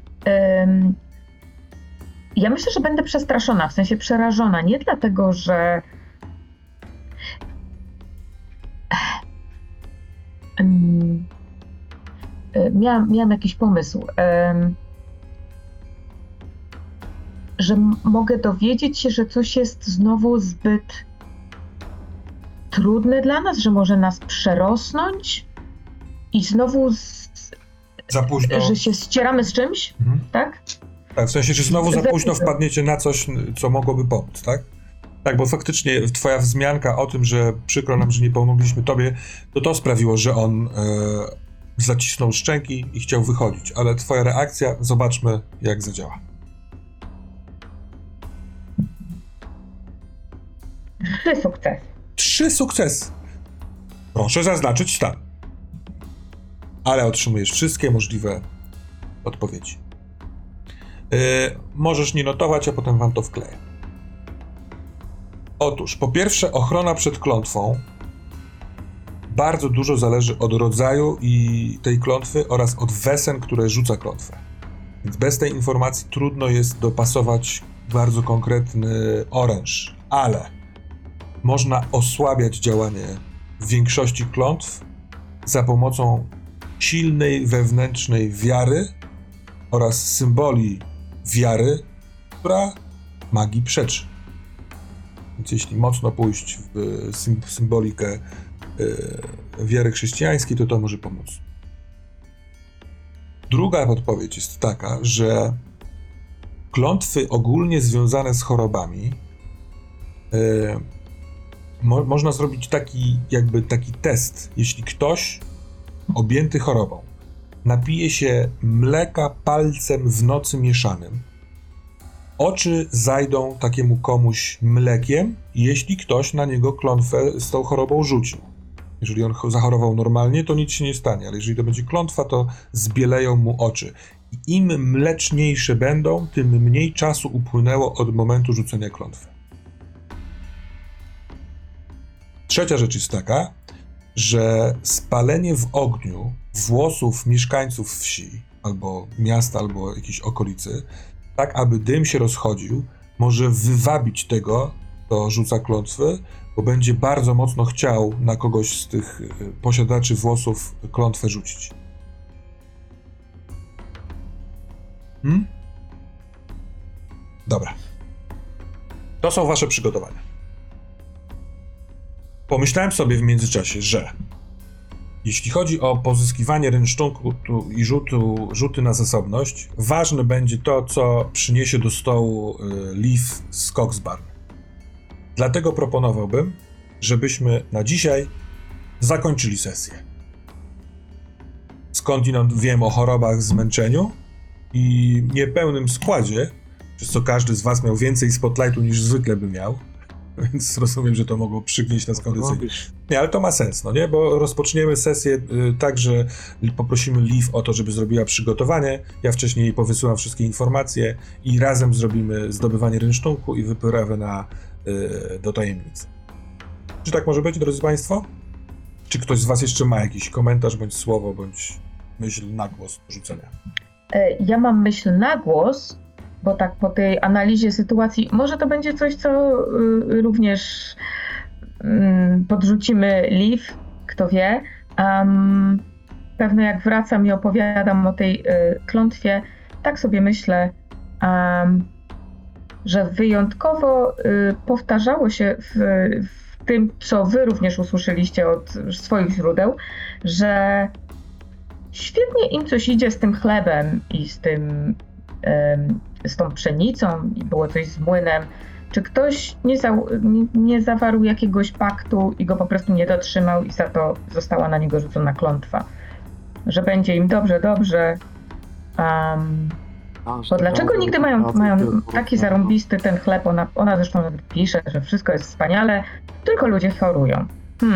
Ja myślę, że będę przestraszona, w sensie przerażona. Nie dlatego, że... Miałam jakiś pomysł, że mogę dowiedzieć się, że coś jest znowu zbyt trudne dla nas, że może nas przerosnąć i znowu Za późno. Że się ścieramy z czymś, Mhm. tak? Tak, w sensie, że znowu za Za późno późno. wpadniecie na coś, co mogłoby pomóc, tak? Tak, bo faktycznie twoja wzmianka o tym, że przykro nam, że nie pomogliśmy tobie, to sprawiło, że on zacisnął szczęki i chciał wychodzić, ale twoja reakcja, zobaczmy, jak zadziała. 3 sukcesy. 3 sukcesy. Proszę zaznaczyć stan. Ale otrzymujesz wszystkie możliwe odpowiedzi. Możesz nie notować, a potem wam to wkleję. Otóż, po pierwsze, ochrona przed klątwą bardzo dużo zależy od rodzaju i tej klątwy oraz od wesen, które rzuca klątwę. Więc bez tej informacji trudno jest dopasować bardzo konkretny oręż, ale można osłabiać działanie większości klątw za pomocą silnej wewnętrznej wiary oraz symboli wiary, która magii przeczy. Więc jeśli mocno pójść w symbolikę wiary chrześcijańskiej, to może pomóc. Druga podpowiedź jest taka, że klątwy ogólnie związane z chorobami można zrobić taki test. Jeśli ktoś objęty chorobą napije się mleka palcem w nocy mieszanym, oczy zajdą takiemu komuś mlekiem, jeśli ktoś na niego klątwę z tą chorobą rzucił. Jeżeli on zachorował normalnie, to nic się nie stanie, ale jeżeli to będzie klątwa, to zbieleją mu oczy. I im mleczniejsze będą, tym mniej czasu upłynęło od momentu rzucenia klątwy. Trzecia rzecz jest taka, że spalenie w ogniu włosów mieszkańców wsi, albo miasta, albo jakiejś okolicy, tak aby dym się rozchodził, może wywabić tego, kto rzuca klątwy, bo będzie bardzo mocno chciał na kogoś z tych posiadaczy włosów klątwę rzucić. Dobra. To są wasze przygotowania. Pomyślałem sobie w międzyczasie, że jeśli chodzi o pozyskiwanie rynsztunku i rzuty na zasobność, ważne będzie to, co przyniesie do stołu Leaf z Coxbarn. Dlatego proponowałbym, żebyśmy na dzisiaj zakończyli sesję. Skądinąd wiem o chorobach, zmęczeniu i niepełnym składzie, przez co każdy z was miał więcej spotlightu niż zwykle by miał, więc rozumiem, że to mogło przygnieść nas kondycyjnie. Nie, ale to ma sens, no nie? Bo rozpoczniemy sesję tak, że poprosimy Liv o to, żeby zrobiła przygotowanie, ja wcześniej jej powysyłam wszystkie informacje i razem zrobimy zdobywanie rynsztunku i wyprawę do tajemnicy. Czy tak może być, drodzy państwo? Czy ktoś z was jeszcze ma jakiś komentarz, bądź słowo, bądź myśl na głos do rzucenia? Ja mam myśl na głos, bo tak po tej analizie sytuacji, może to będzie coś, co również podrzucimy Liv, kto wie. Pewno jak wracam i opowiadam o tej klątwie, tak sobie myślę, że wyjątkowo powtarzało się w tym, co wy również usłyszeliście od swoich źródeł, że świetnie im coś idzie z tym chlebem i z tą pszenicą i było coś z młynem. Czy ktoś nie zawarł jakiegoś paktu i go po prostu nie dotrzymał i za to została na niego rzucona klątwa? Że będzie im dobrze. Bo dlaczego nigdy mają taki zarąbisty ten chleb? Ona zresztą nawet pisze, że wszystko jest wspaniale, tylko ludzie chorują.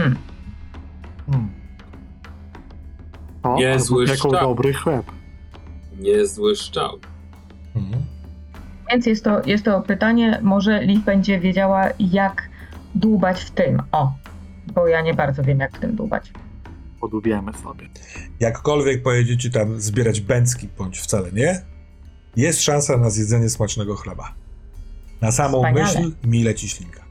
Niezły jako szczał. dobry chleb. Niezły szczał. Więc jest to pytanie, może Liv będzie wiedziała, jak dłubać w tym. Bo ja nie bardzo wiem, jak w tym dłubać. Podubiemy sobie. Jakkolwiek pojedziecie tam zbierać bęcki, bądź wcale nie, jest szansa na zjedzenie smacznego chleba. Na samą Wspaniale. myśl mi leci ślinka.